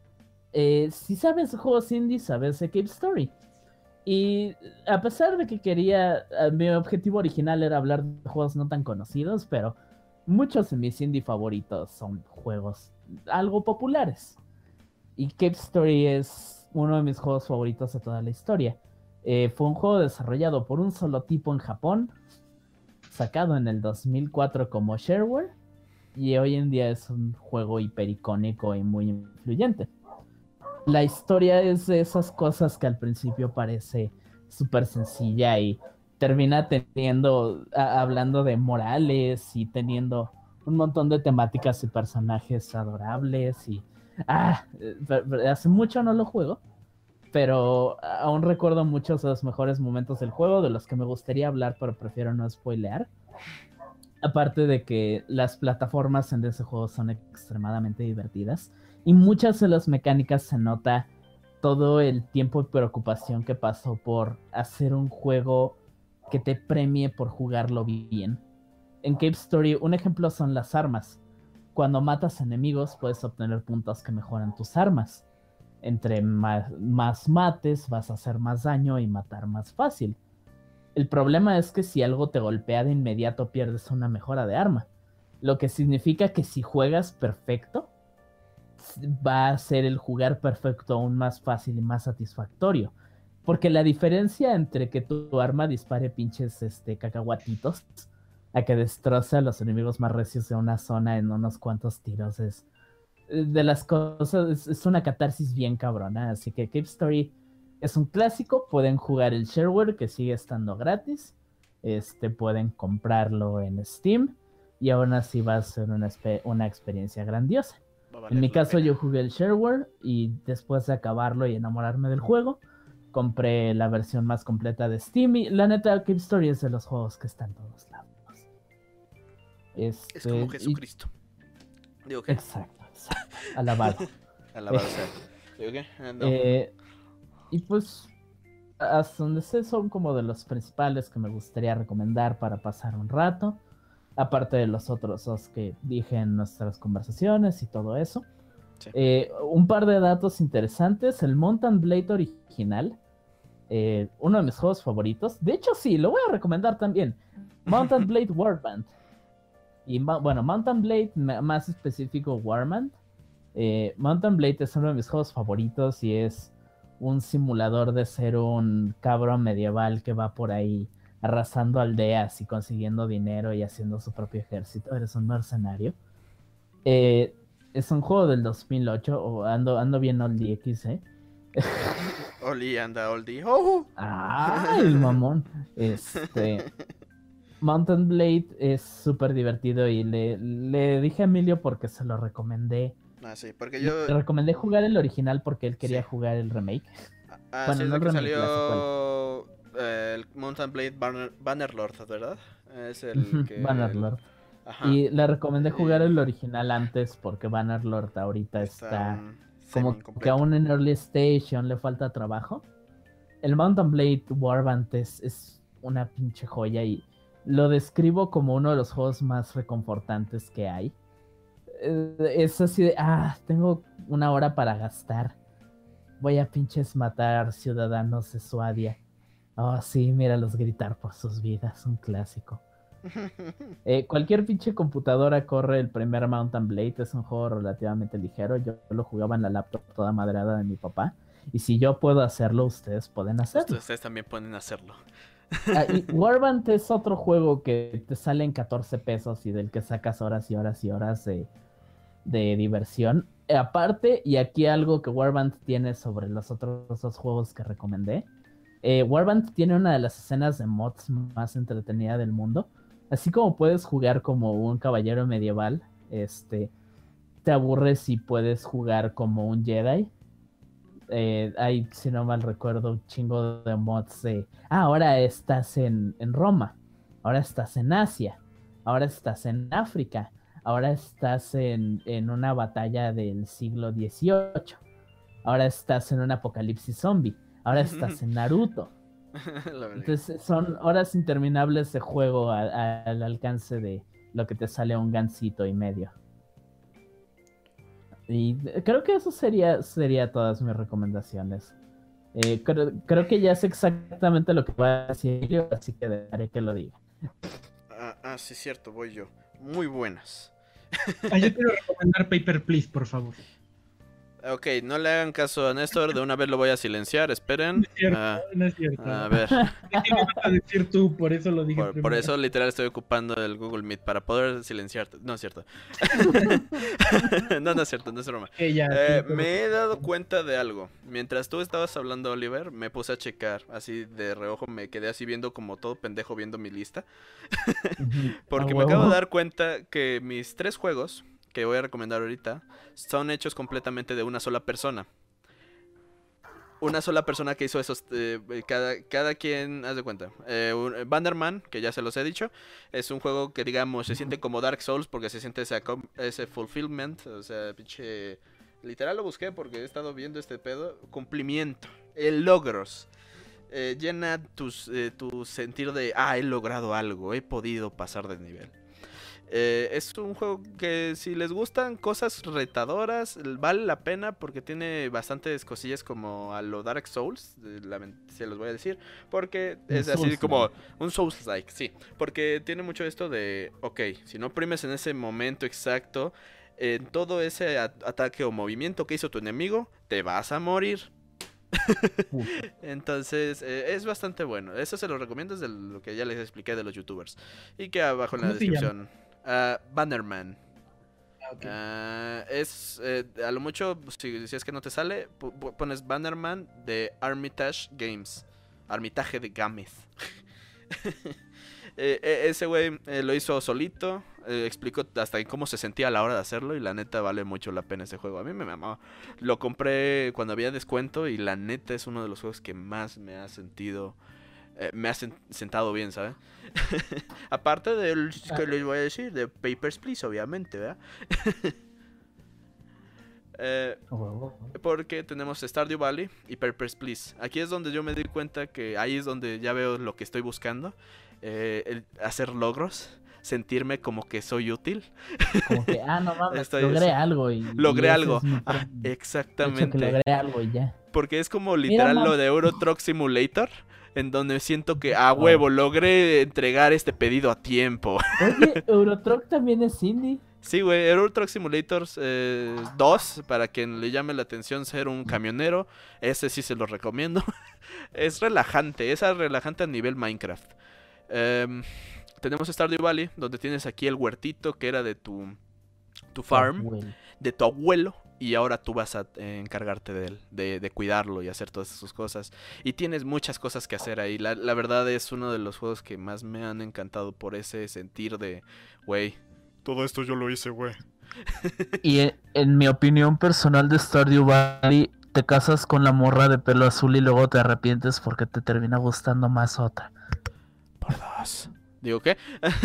Speaker 2: Eh, si sabes de juegos indie, sabes de Cave Story. Y a pesar de que quería, mi objetivo original era hablar de juegos no tan conocidos, pero muchos de mis indie favoritos son juegos algo populares. Y Cave Story es uno de mis juegos favoritos de toda la historia. Eh, fue un juego desarrollado por un solo tipo en Japón, sacado en el dos mil cuatro como shareware, y hoy en día es un juego hipericónico y muy influyente. La historia es de esas cosas que al principio parece súper sencilla y termina teniendo, a, hablando de morales y teniendo un montón de temáticas y personajes adorables y... Ah, hace mucho no lo juego, pero aún recuerdo muchos de los mejores momentos del juego, de los que me gustaría hablar, pero prefiero no spoilear. Aparte de que las plataformas en ese juego son extremadamente divertidas. Y muchas de las mecánicas se nota todo el tiempo y preocupación que pasó por hacer un juego que te premie por jugarlo bien. En Cave Story, un ejemplo son las armas. Cuando matas enemigos, puedes obtener puntos que mejoran tus armas. Entre más, más mates, vas a hacer más daño y matar más fácil. El problema es que si algo te golpea de inmediato, pierdes una mejora de arma. Lo que significa que si juegas perfecto, va a ser el jugar perfecto aún más fácil y más satisfactorio. Porque la diferencia entre que tu arma dispare pinches este, cacahuatitos a que destroce a los enemigos más recios de una zona en unos cuantos tiros es de las cosas, es, es una catarsis bien cabrona. Así que Cave Story es un clásico. Pueden jugar el shareware que sigue estando gratis. Este, pueden comprarlo en Steam y aún así va a ser una, una experiencia grandiosa.
Speaker 3: vale
Speaker 2: en mi caso
Speaker 3: pena.
Speaker 2: yo jugué el shareware y después de acabarlo y enamorarme del juego, compré la versión más completa de Steam y la neta Cave Story es de los juegos que están en todos lados. Este,
Speaker 3: Es como
Speaker 2: y...
Speaker 3: Jesucristo. Digo que.
Speaker 2: Exacto, exacto. Alabado.
Speaker 3: Alabado sea. Digo que. Ah, no.
Speaker 2: eh, y pues hasta donde sé son como de los principales que me gustaría recomendar para pasar un rato. Aparte de los otros dos que dije en nuestras conversaciones y todo eso.
Speaker 3: Sí.
Speaker 2: Eh, un par de datos interesantes. El Mount and Blade original. Eh, uno de mis juegos favoritos. De hecho, sí, lo voy a recomendar también. Mount and Blade Warband. Y bueno, Mount and Blade, más específico Warband. Eh, Mount and Blade es uno de mis juegos favoritos y es un simulador de ser un cabrón medieval que va por ahí arrasando aldeas y consiguiendo dinero y haciendo su propio ejército. Eres un mercenario. Eh, es un juego del dos mil ocho. Oh, ando, ando bien oldie X, ¿eh?
Speaker 3: Oli anda, Oldie. ¡Oh!
Speaker 2: ¡Ah! El mamón. Este. Mountain Blade es súper divertido y le, le dije a Emilio porque se lo recomendé.
Speaker 3: Ah, sí, porque yo.
Speaker 2: Le recomendé jugar el original porque él quería
Speaker 3: Sí.
Speaker 2: jugar el remake.
Speaker 3: Ah,
Speaker 2: Bueno,
Speaker 3: sí,
Speaker 2: no
Speaker 3: es de
Speaker 2: el
Speaker 3: que
Speaker 2: remake, la
Speaker 3: salió eh, el Mountain Blade Banner, Bannerlord, ¿verdad? Es el que.
Speaker 2: Bannerlord.
Speaker 3: Ajá.
Speaker 2: Y le recomendé jugar
Speaker 3: Y-
Speaker 2: el original antes porque Bannerlord ahorita está,
Speaker 3: Está
Speaker 2: como
Speaker 3: semi-incompleto.
Speaker 2: que aún en Early Station le falta trabajo. El Mountain Blade Warband es, es una pinche joya y lo describo como uno de los juegos más reconfortantes que hay. Eh, Es así de, ah, tengo una hora para gastar. Voy a pinches matar ciudadanos de Suadia. Oh, sí, míralos gritar por sus vidas, un clásico. Eh, cualquier pinche computadora corre el primer Mountain Blade, es un juego relativamente ligero. Yo lo jugaba en la laptop toda madreada de mi papá. Y si yo puedo hacerlo, ustedes pueden hacerlo.
Speaker 3: Ustedes también pueden hacerlo.
Speaker 2: Ah, y Warband es otro juego que te sale en catorce pesos y del que sacas horas y horas y horas de, de diversión. Eh, aparte, y aquí algo que Warband tiene sobre los otros dos juegos que recomendé. Eh, Warband tiene una de las escenas de mods más entretenida del mundo. Así como puedes jugar como un caballero medieval, este, te aburres si puedes jugar como un Jedi. Eh, hay, si no mal recuerdo, un chingo de mods de, ah, ahora estás en, en Roma, ahora estás en Asia, ahora estás en África, ahora estás en, en una batalla del siglo dieciocho, ahora estás en un apocalipsis zombie, ahora estás en Naruto.
Speaker 3: La verdad.
Speaker 2: Entonces son horas interminables de juego a- a- al alcance de lo que te sale un gancito y medio. Y creo que eso sería, sería todas mis recomendaciones. Eh, creo, creo que ya sé exactamente lo que va a decir, así que dejaré que lo diga.
Speaker 3: Ah, ah, sí, cierto, voy yo. Muy buenas.
Speaker 1: Ah, yo quiero recomendar Paper Please, por favor.
Speaker 3: Ok, no le hagan caso a Néstor, de una vez lo voy a silenciar, esperen.
Speaker 1: No es cierto,
Speaker 3: Ah,
Speaker 1: no es cierto.
Speaker 3: a ver,
Speaker 1: ¿Qué me vas a decir tú? Por eso lo dije
Speaker 3: por, por
Speaker 1: primero.
Speaker 3: eso literal estoy ocupando el Google Meet para poder silenciarte. No es cierto. No, no es cierto, no es broma.
Speaker 1: Que ya,
Speaker 3: Eh,
Speaker 1: sí, pero-
Speaker 3: me he dado cuenta de algo. Mientras tú estabas hablando, Oliver, me puse a checar así de reojo, me quedé así viendo como todo pendejo viendo mi lista. Porque
Speaker 2: A
Speaker 3: me acabo de
Speaker 2: huevo.
Speaker 3: dar cuenta que mis tres juegos que voy a recomendar ahorita son hechos completamente de una sola persona. Una sola persona que hizo esos. Eh, cada, cada quien, haz de cuenta. Eh, un- eh, Bannerman, que ya se los he dicho, es un juego que, digamos, se siente como Dark Souls porque se siente ese, acom- ese fulfillment. O sea, pinche. Literal lo busqué porque he estado viendo este pedo. Cumplimiento. El logros. Eh, llena tus, eh, tu sentido de. Ah, he logrado algo. He podido pasar de nivel. Eh, es un juego que si les gustan cosas retadoras, vale la pena porque tiene bastantes cosillas como a lo Dark Souls, eh, lament- se los voy a decir, porque
Speaker 2: Un
Speaker 3: es así
Speaker 2: Souls-like.
Speaker 3: como un Souls-like, sí, porque tiene mucho esto de, ok, si no primes en ese momento exacto, en todo ese a- ataque o movimiento que hizo tu enemigo, te vas a morir.
Speaker 2: Puta.
Speaker 3: Entonces, eh, es bastante bueno. Eso se lo recomiendo desde lo que ya les expliqué de los youtubers. Y que abajo en la
Speaker 1: ¿Cómo se llama?
Speaker 3: descripción. ah, Bannerman.
Speaker 1: Ah, ok.
Speaker 3: Ah, es eh, a lo mucho, si, si es que no te sale, pu- pu- pones Bannerman de Armitage Games. Armitage de Games. Eh, eh, ese güey eh, lo hizo solito. eh, explicó hasta cómo se sentía a la hora de hacerlo y la neta vale mucho la pena ese juego. A mí me mamaba. Lo compré cuando había descuento y la neta es uno de los juegos que más me ha sentido, eh, me ha sen- sentado bien, ¿sabes? Aparte del que les voy a decir, de Papers, Please, obviamente, ¿verdad? eh, porque tenemos Stardew Valley y Papers, Please. Aquí es donde yo me di cuenta que ahí es donde ya veo lo que estoy buscando. Eh, el hacer logros, sentirme como que soy útil.
Speaker 2: Como que, ah, no mames,
Speaker 3: Estoy,
Speaker 2: logré
Speaker 3: sí.
Speaker 2: algo. Y,
Speaker 3: Logré
Speaker 2: y
Speaker 3: algo.
Speaker 2: Es mi
Speaker 3: Ah, exactamente.
Speaker 2: que logré algo y ya.
Speaker 3: Porque es como literal
Speaker 2: Mira,
Speaker 3: lo de Euro Truck Simulator, en donde siento que a huevo logré entregar este pedido a tiempo.
Speaker 2: Oye, Eurotruck también es indie.
Speaker 3: Sí, güey, Euro Truck Simulator eh, dos, para quien le llame la atención ser un camionero, ese sí se lo recomiendo. Es relajante, es relajante a nivel Minecraft. Um, tenemos Stardew Valley, donde tienes aquí el huertito que era de tu, tu farm, oh, de tu abuelo, y ahora tú vas a eh, encargarte de él, de, de cuidarlo y hacer todas sus cosas. Y tienes muchas cosas que hacer ahí. La, la verdad es uno de los juegos que más me han encantado por ese sentir de, güey, todo esto yo lo hice, güey.
Speaker 2: Y en, en mi opinión personal de Stardew Valley, te casas con la morra de pelo azul y luego te arrepientes porque te termina gustando más otra.
Speaker 3: Por dos. ¿Digo qué?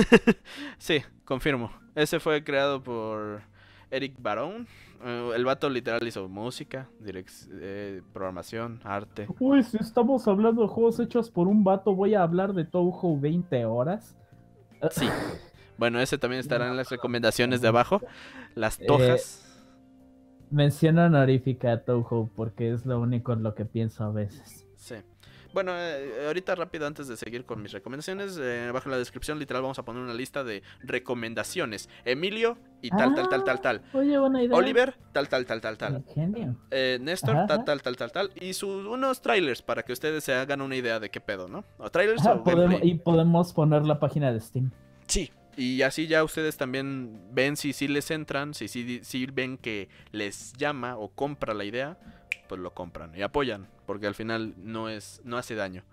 Speaker 3: Sí, confirmo. Ese fue creado por Eric Barón. Uh, el vato literal hizo música, direct, eh, programación, arte.
Speaker 2: Uy, si estamos hablando de juegos hechos por un vato, voy a hablar de Touhou veinte horas.
Speaker 3: Sí. Bueno, ese también estará en las recomendaciones de abajo. Las tojas.
Speaker 2: Eh, mención honorífica a Touhou porque es lo único en lo que pienso a veces.
Speaker 3: Sí. Bueno, eh, ahorita rápido antes de seguir con mis recomendaciones, eh, abajo en la descripción literal vamos a poner una lista de recomendaciones. Emilio y tal, ah, tal, tal, tal, tal.
Speaker 2: Oye, buena idea.
Speaker 3: Oliver, tal, tal, tal, tal, tal.
Speaker 2: Genio.
Speaker 3: Eh, Néstor, ajá, tal, tal, tal, tal, tal. Y sus unos trailers para que ustedes se hagan una idea de qué pedo, ¿no? O trailers
Speaker 2: ajá,
Speaker 3: o
Speaker 2: podemos,
Speaker 3: gameplay.
Speaker 2: Y podemos poner la página de Steam.
Speaker 3: Sí. Y así ya ustedes también ven si sí les entran, si sí si, si ven que les llama o compra la idea, pues lo compran y apoyan, porque al final no es no hace daño.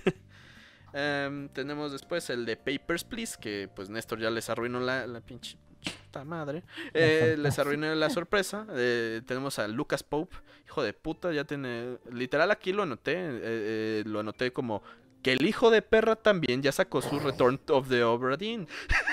Speaker 3: um, tenemos después el de Papers, Please, que pues Néstor ya les arruinó la, la pinche puta madre. Eh, les arruinó la sorpresa. Eh, tenemos a Lucas Pope, hijo de puta, ya tiene... Literal aquí lo anoté, eh, eh, lo anoté como... Que el hijo de perra también ya sacó su Return of the Obra Dinn.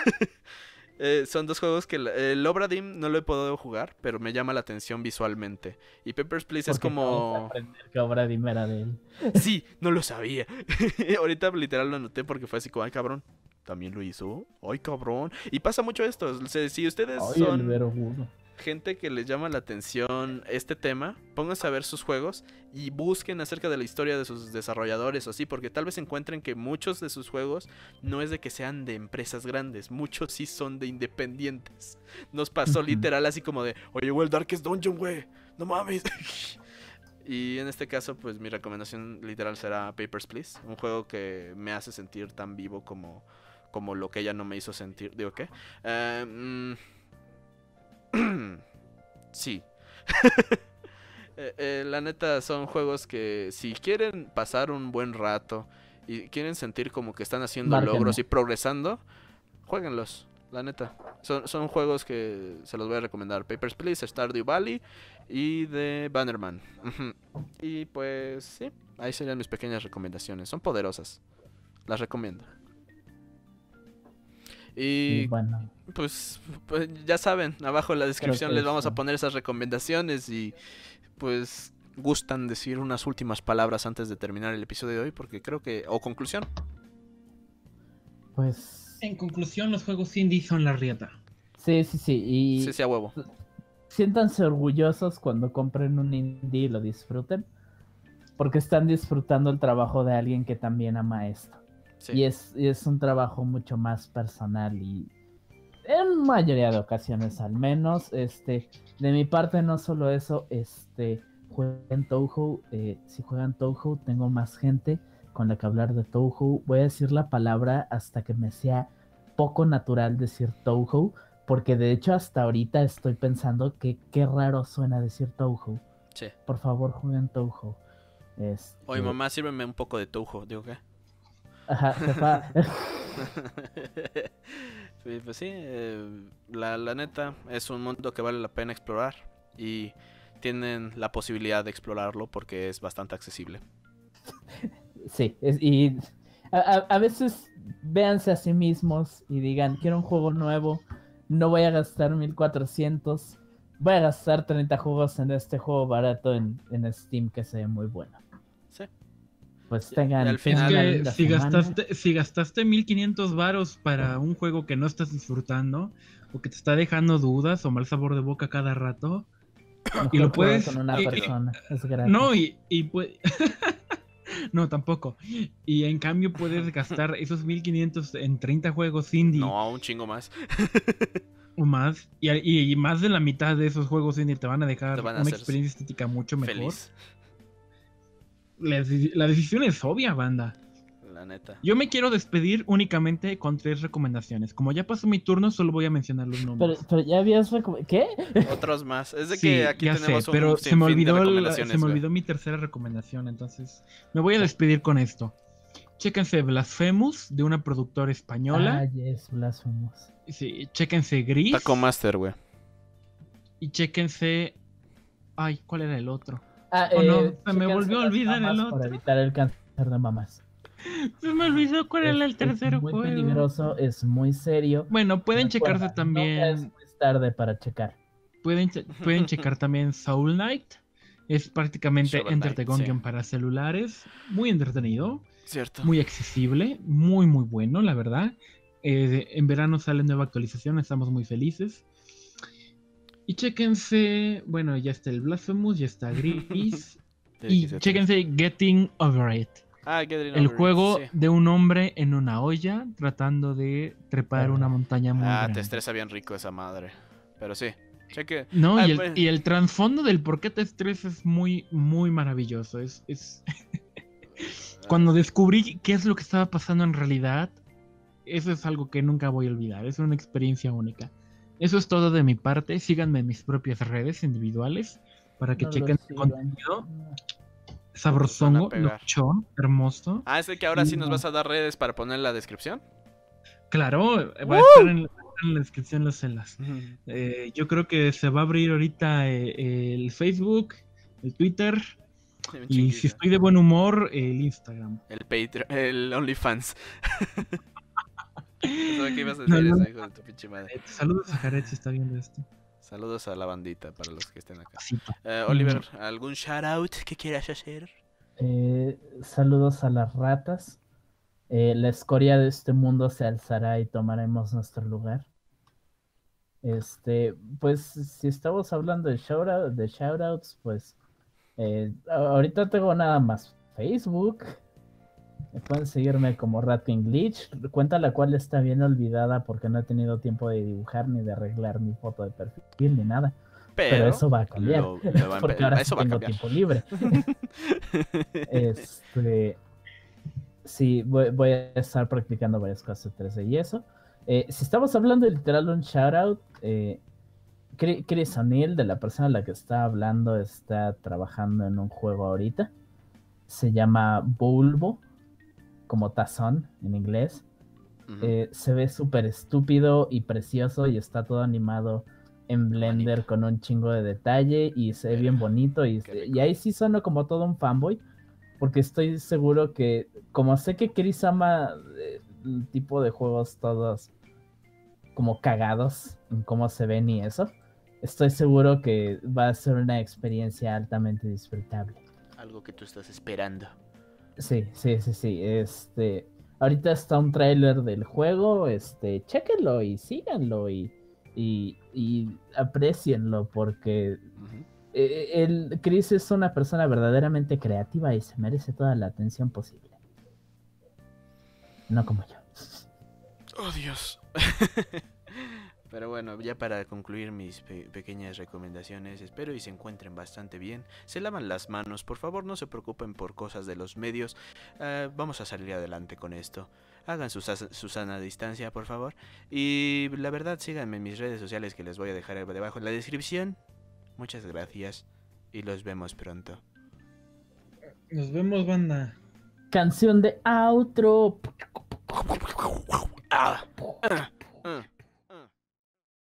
Speaker 3: eh, son dos juegos que el, el Obra Dinn no lo he podido jugar, pero me llama la atención visualmente. Y Papers, Please es como...
Speaker 2: que Obra Dinn era de él.
Speaker 3: Sí, no lo sabía. Ahorita literal lo anoté porque fue así como, ay cabrón, también lo hizo. Ay cabrón. Y pasa mucho esto. Si ustedes
Speaker 2: ay,
Speaker 3: son... gente que les llama la atención este tema, pónganse a ver sus juegos y busquen acerca de la historia de sus desarrolladores o así, porque tal vez encuentren que muchos de sus juegos no es de que sean de empresas grandes, muchos sí son de independientes. Nos pasó literal así como de, oye, güey, el Darkest Dungeon, güey, no mames. Y en este caso, pues mi recomendación literal será Papers, Please, un juego que me hace sentir tan vivo como, como lo que ella no me hizo sentir. Digo, ¿qué? Uh, mm, sí. eh, eh, la neta son juegos que si quieren pasar un buen rato y quieren sentir como que están haciendo Márquenme. logros y progresando, jueguenlos, la neta. Son, son juegos que se los voy a recomendar. Papers, Please, Stardew Valley y de Bannerman. Y pues sí, ahí serían mis pequeñas recomendaciones. Son poderosas. Las recomiendo. Y, y bueno, pues, pues ya saben, abajo en la descripción les vamos a poner esas recomendaciones y pues gustan decir unas últimas palabras antes de terminar el episodio de hoy, porque creo que... o conclusión.
Speaker 2: Pues...
Speaker 1: En conclusión, los juegos indie son la riata.
Speaker 2: Sí, sí, sí. Y
Speaker 3: sí, sí, a huevo.
Speaker 2: Siéntanse orgullosos cuando compren un indie y lo disfruten, porque están disfrutando el trabajo de alguien que también ama esto. Sí. Y, es, y es un trabajo mucho más personal y en mayoría de ocasiones al menos, este, de mi parte no solo eso, este, jueguen Touhou, eh, si juegan Touhou tengo más gente con la que hablar de Touhou, voy a decir la palabra hasta que me sea poco natural decir Touhou, porque de hecho hasta ahorita estoy pensando que qué raro suena decir Touhou.
Speaker 3: Sí.
Speaker 2: Por favor jueguen Touhou. Este...
Speaker 3: Oye mamá, sírveme un poco de Touhou, digo qué.
Speaker 2: Ajá, jefa.
Speaker 3: Y pues sí, eh, la, la neta es un mundo que vale la pena explorar y tienen la posibilidad de explorarlo porque es bastante accesible.
Speaker 2: Sí, es, y a, a, a veces véanse a sí mismos y digan, quiero un juego nuevo, no voy a gastar mil cuatrocientos, voy a gastar treinta juegos en este juego barato en, en Steam que se ve muy bueno.
Speaker 3: Sí.
Speaker 2: Pues tengan,
Speaker 3: al
Speaker 2: tengan
Speaker 3: final,
Speaker 1: es que si gastaste, si gastaste mil quinientos varos para un juego que no estás disfrutando o que te está dejando dudas o mal sabor de boca cada rato,
Speaker 2: mejor
Speaker 1: y lo
Speaker 2: juega
Speaker 1: puedes
Speaker 2: con una
Speaker 1: y-
Speaker 2: persona, es gratis.
Speaker 1: no, y, y pues no, tampoco. Y en cambio puedes gastar esos mil quinientos en treinta juegos indie
Speaker 3: no, un chingo más.
Speaker 1: o más, y, y- y más de la mitad de esos juegos indie te van a dejar
Speaker 3: Te van a
Speaker 1: una
Speaker 3: hacer
Speaker 1: experiencia estética mucho mejor.
Speaker 3: Feliz,
Speaker 1: La, deci- la decisión es obvia, banda.
Speaker 3: la neta.
Speaker 1: Yo me quiero despedir únicamente con tres recomendaciones. Como ya pasó mi turno, solo voy a mencionar los
Speaker 2: Pero,
Speaker 1: nombres.
Speaker 2: pero ya habías recom- ¿Qué?
Speaker 3: Otros más. Es de
Speaker 1: Sí,
Speaker 3: que aquí
Speaker 1: ya
Speaker 3: tenemos
Speaker 1: sé,
Speaker 3: un
Speaker 1: pero se me
Speaker 3: sinfín de
Speaker 1: olvidó, la-
Speaker 3: recomendaciones,
Speaker 1: se me
Speaker 3: güey.
Speaker 1: olvidó mi tercera recomendación, entonces me voy a despedir con esto. Chéquense Blasphemous, de una productora española.
Speaker 2: Ah, yes, Blasphemous.
Speaker 1: Sí, chéquense Gris.
Speaker 3: Taco Master, güey.
Speaker 1: Y chéquense... Ay, ¿cuál era el otro?
Speaker 2: Ah,
Speaker 1: Oh, no,
Speaker 2: eh,
Speaker 1: se me
Speaker 2: chéquense
Speaker 1: volvió a
Speaker 2: las
Speaker 1: olvidar
Speaker 2: mamas
Speaker 1: el otro.
Speaker 2: Para evitar el cáncer de mamas.
Speaker 1: Se me olvidó cuál era el
Speaker 2: Es-
Speaker 1: tercer
Speaker 2: es muy
Speaker 1: juego.
Speaker 2: peligroso, es muy serio.
Speaker 1: Bueno, pueden
Speaker 2: Recuerda,
Speaker 1: checarse
Speaker 2: nunca es
Speaker 1: también...
Speaker 2: muy tarde para checar.
Speaker 1: Pueden, che- pueden checar también Soul Knight. Es prácticamente
Speaker 3: Shovel
Speaker 1: Enter the
Speaker 3: Knight,
Speaker 1: Gungeon
Speaker 3: sí.
Speaker 1: para celulares. Muy entretenido,
Speaker 3: Cierto.
Speaker 1: muy accesible, muy muy bueno, la verdad. Eh, en verano sale nueva actualización, estamos muy felices. Y chéquense, bueno, ya está el Blasphemous, ya está Gris. Y chéquense Getting Over It.
Speaker 3: Ah, Getting
Speaker 1: El
Speaker 3: Over It,
Speaker 1: juego
Speaker 3: sí.
Speaker 1: de un hombre en una olla tratando de trepar una montaña muy
Speaker 3: Ah,
Speaker 1: grande.
Speaker 3: te estresa bien rico esa madre. Pero sí, cheque.
Speaker 1: No,
Speaker 3: Ah,
Speaker 1: y, el,
Speaker 3: pues,
Speaker 1: y el trasfondo del por qué te estresa es muy, muy maravilloso. Es, es... Cuando descubrí qué es lo que estaba pasando en realidad, eso es algo que nunca voy a olvidar. Es una experiencia única. Eso es todo de mi parte. Síganme en mis propias redes individuales para que
Speaker 2: No lo
Speaker 1: chequen el
Speaker 2: sigan.
Speaker 1: contenido.
Speaker 3: Van
Speaker 1: Sabrosongo,
Speaker 3: a pegar.
Speaker 1: lochón, hermoso.
Speaker 3: Ah, es de que ahora sí nos
Speaker 1: No.
Speaker 3: vas a dar redes para poner en la descripción.
Speaker 1: Claro, va a estar en, en la descripción las celas. Eh, yo creo que se va a abrir ahorita eh, el Facebook, el Twitter.
Speaker 3: Un
Speaker 1: Y
Speaker 3: chinguito.
Speaker 1: si estoy de buen humor, el Instagram.
Speaker 3: El Patreon, el OnlyFans. Pensaba que ibas a
Speaker 1: No,
Speaker 3: decir
Speaker 1: no,
Speaker 3: eso,
Speaker 1: no.
Speaker 3: hijo de tu pinche madre.
Speaker 1: Eh, saludos a Jared si está viendo esto.
Speaker 3: Saludos a la bandita para los que estén acá.
Speaker 1: Pasito.
Speaker 3: Eh, Oliver, ¿algún shout out que quieras hacer?
Speaker 2: Eh, saludos a las ratas. Eh, la escoria de este mundo se alzará y tomaremos nuestro lugar. Este, pues si estamos hablando de shoutout, de shoutouts, pues eh, ahorita tengo nada más Facebook. Pueden seguirme como Ratking Glitch, cuenta la cual está bien olvidada porque no he tenido tiempo de dibujar ni de arreglar mi foto de perfil ni nada.
Speaker 3: Pero,
Speaker 2: Pero eso va a cambiar,
Speaker 3: lo- lo va a
Speaker 2: porque
Speaker 3: empe-
Speaker 2: ahora sí
Speaker 3: eso va a
Speaker 2: tengo
Speaker 3: cambiar.
Speaker 2: tiempo libre. Este, sí, voy, voy a estar practicando varias cosas de tres D y eso. Eh, si estamos hablando de literal un shoutout, eh, Chri- Chris O'Neill, de la persona a la que está hablando, está trabajando en un juego ahorita. Se llama Bulbo, como tazón en inglés.
Speaker 3: Ujú.
Speaker 2: Eh, se ve súper estúpido y precioso y está todo animado en Blender con un chingo de detalle y se ve bien bonito y,
Speaker 3: Qué rico.
Speaker 2: y ahí sí sueno como todo un fanboy porque estoy seguro que como sé que Chris ama eh, el tipo de juegos todos como cagados en cómo se ven y eso, estoy seguro que va a ser una experiencia altamente disfrutable.
Speaker 3: Algo que tú estás esperando.
Speaker 2: Sí, sí, sí, sí. Este, ahorita está un tráiler del juego, este, chéquenlo y síganlo y, y, y aprecienlo porque
Speaker 3: Ujú.
Speaker 2: eh, el Chris es una persona verdaderamente creativa y se merece toda la atención posible. No como yo.
Speaker 3: Oh, Dios. Pero bueno, ya para concluir mis pe- pequeñas recomendaciones, espero y se encuentren bastante bien. Se lavan las manos, por favor no se preocupen por cosas de los medios. Eh, vamos a salir adelante con esto. Hagan su, sa- su sana distancia, por favor. Y la verdad, síganme en mis redes sociales que les voy a dejar debajo en la descripción. Muchas gracias y los vemos pronto.
Speaker 1: Nos vemos, banda.
Speaker 2: Canción de outro.
Speaker 3: Ah, ah, ah.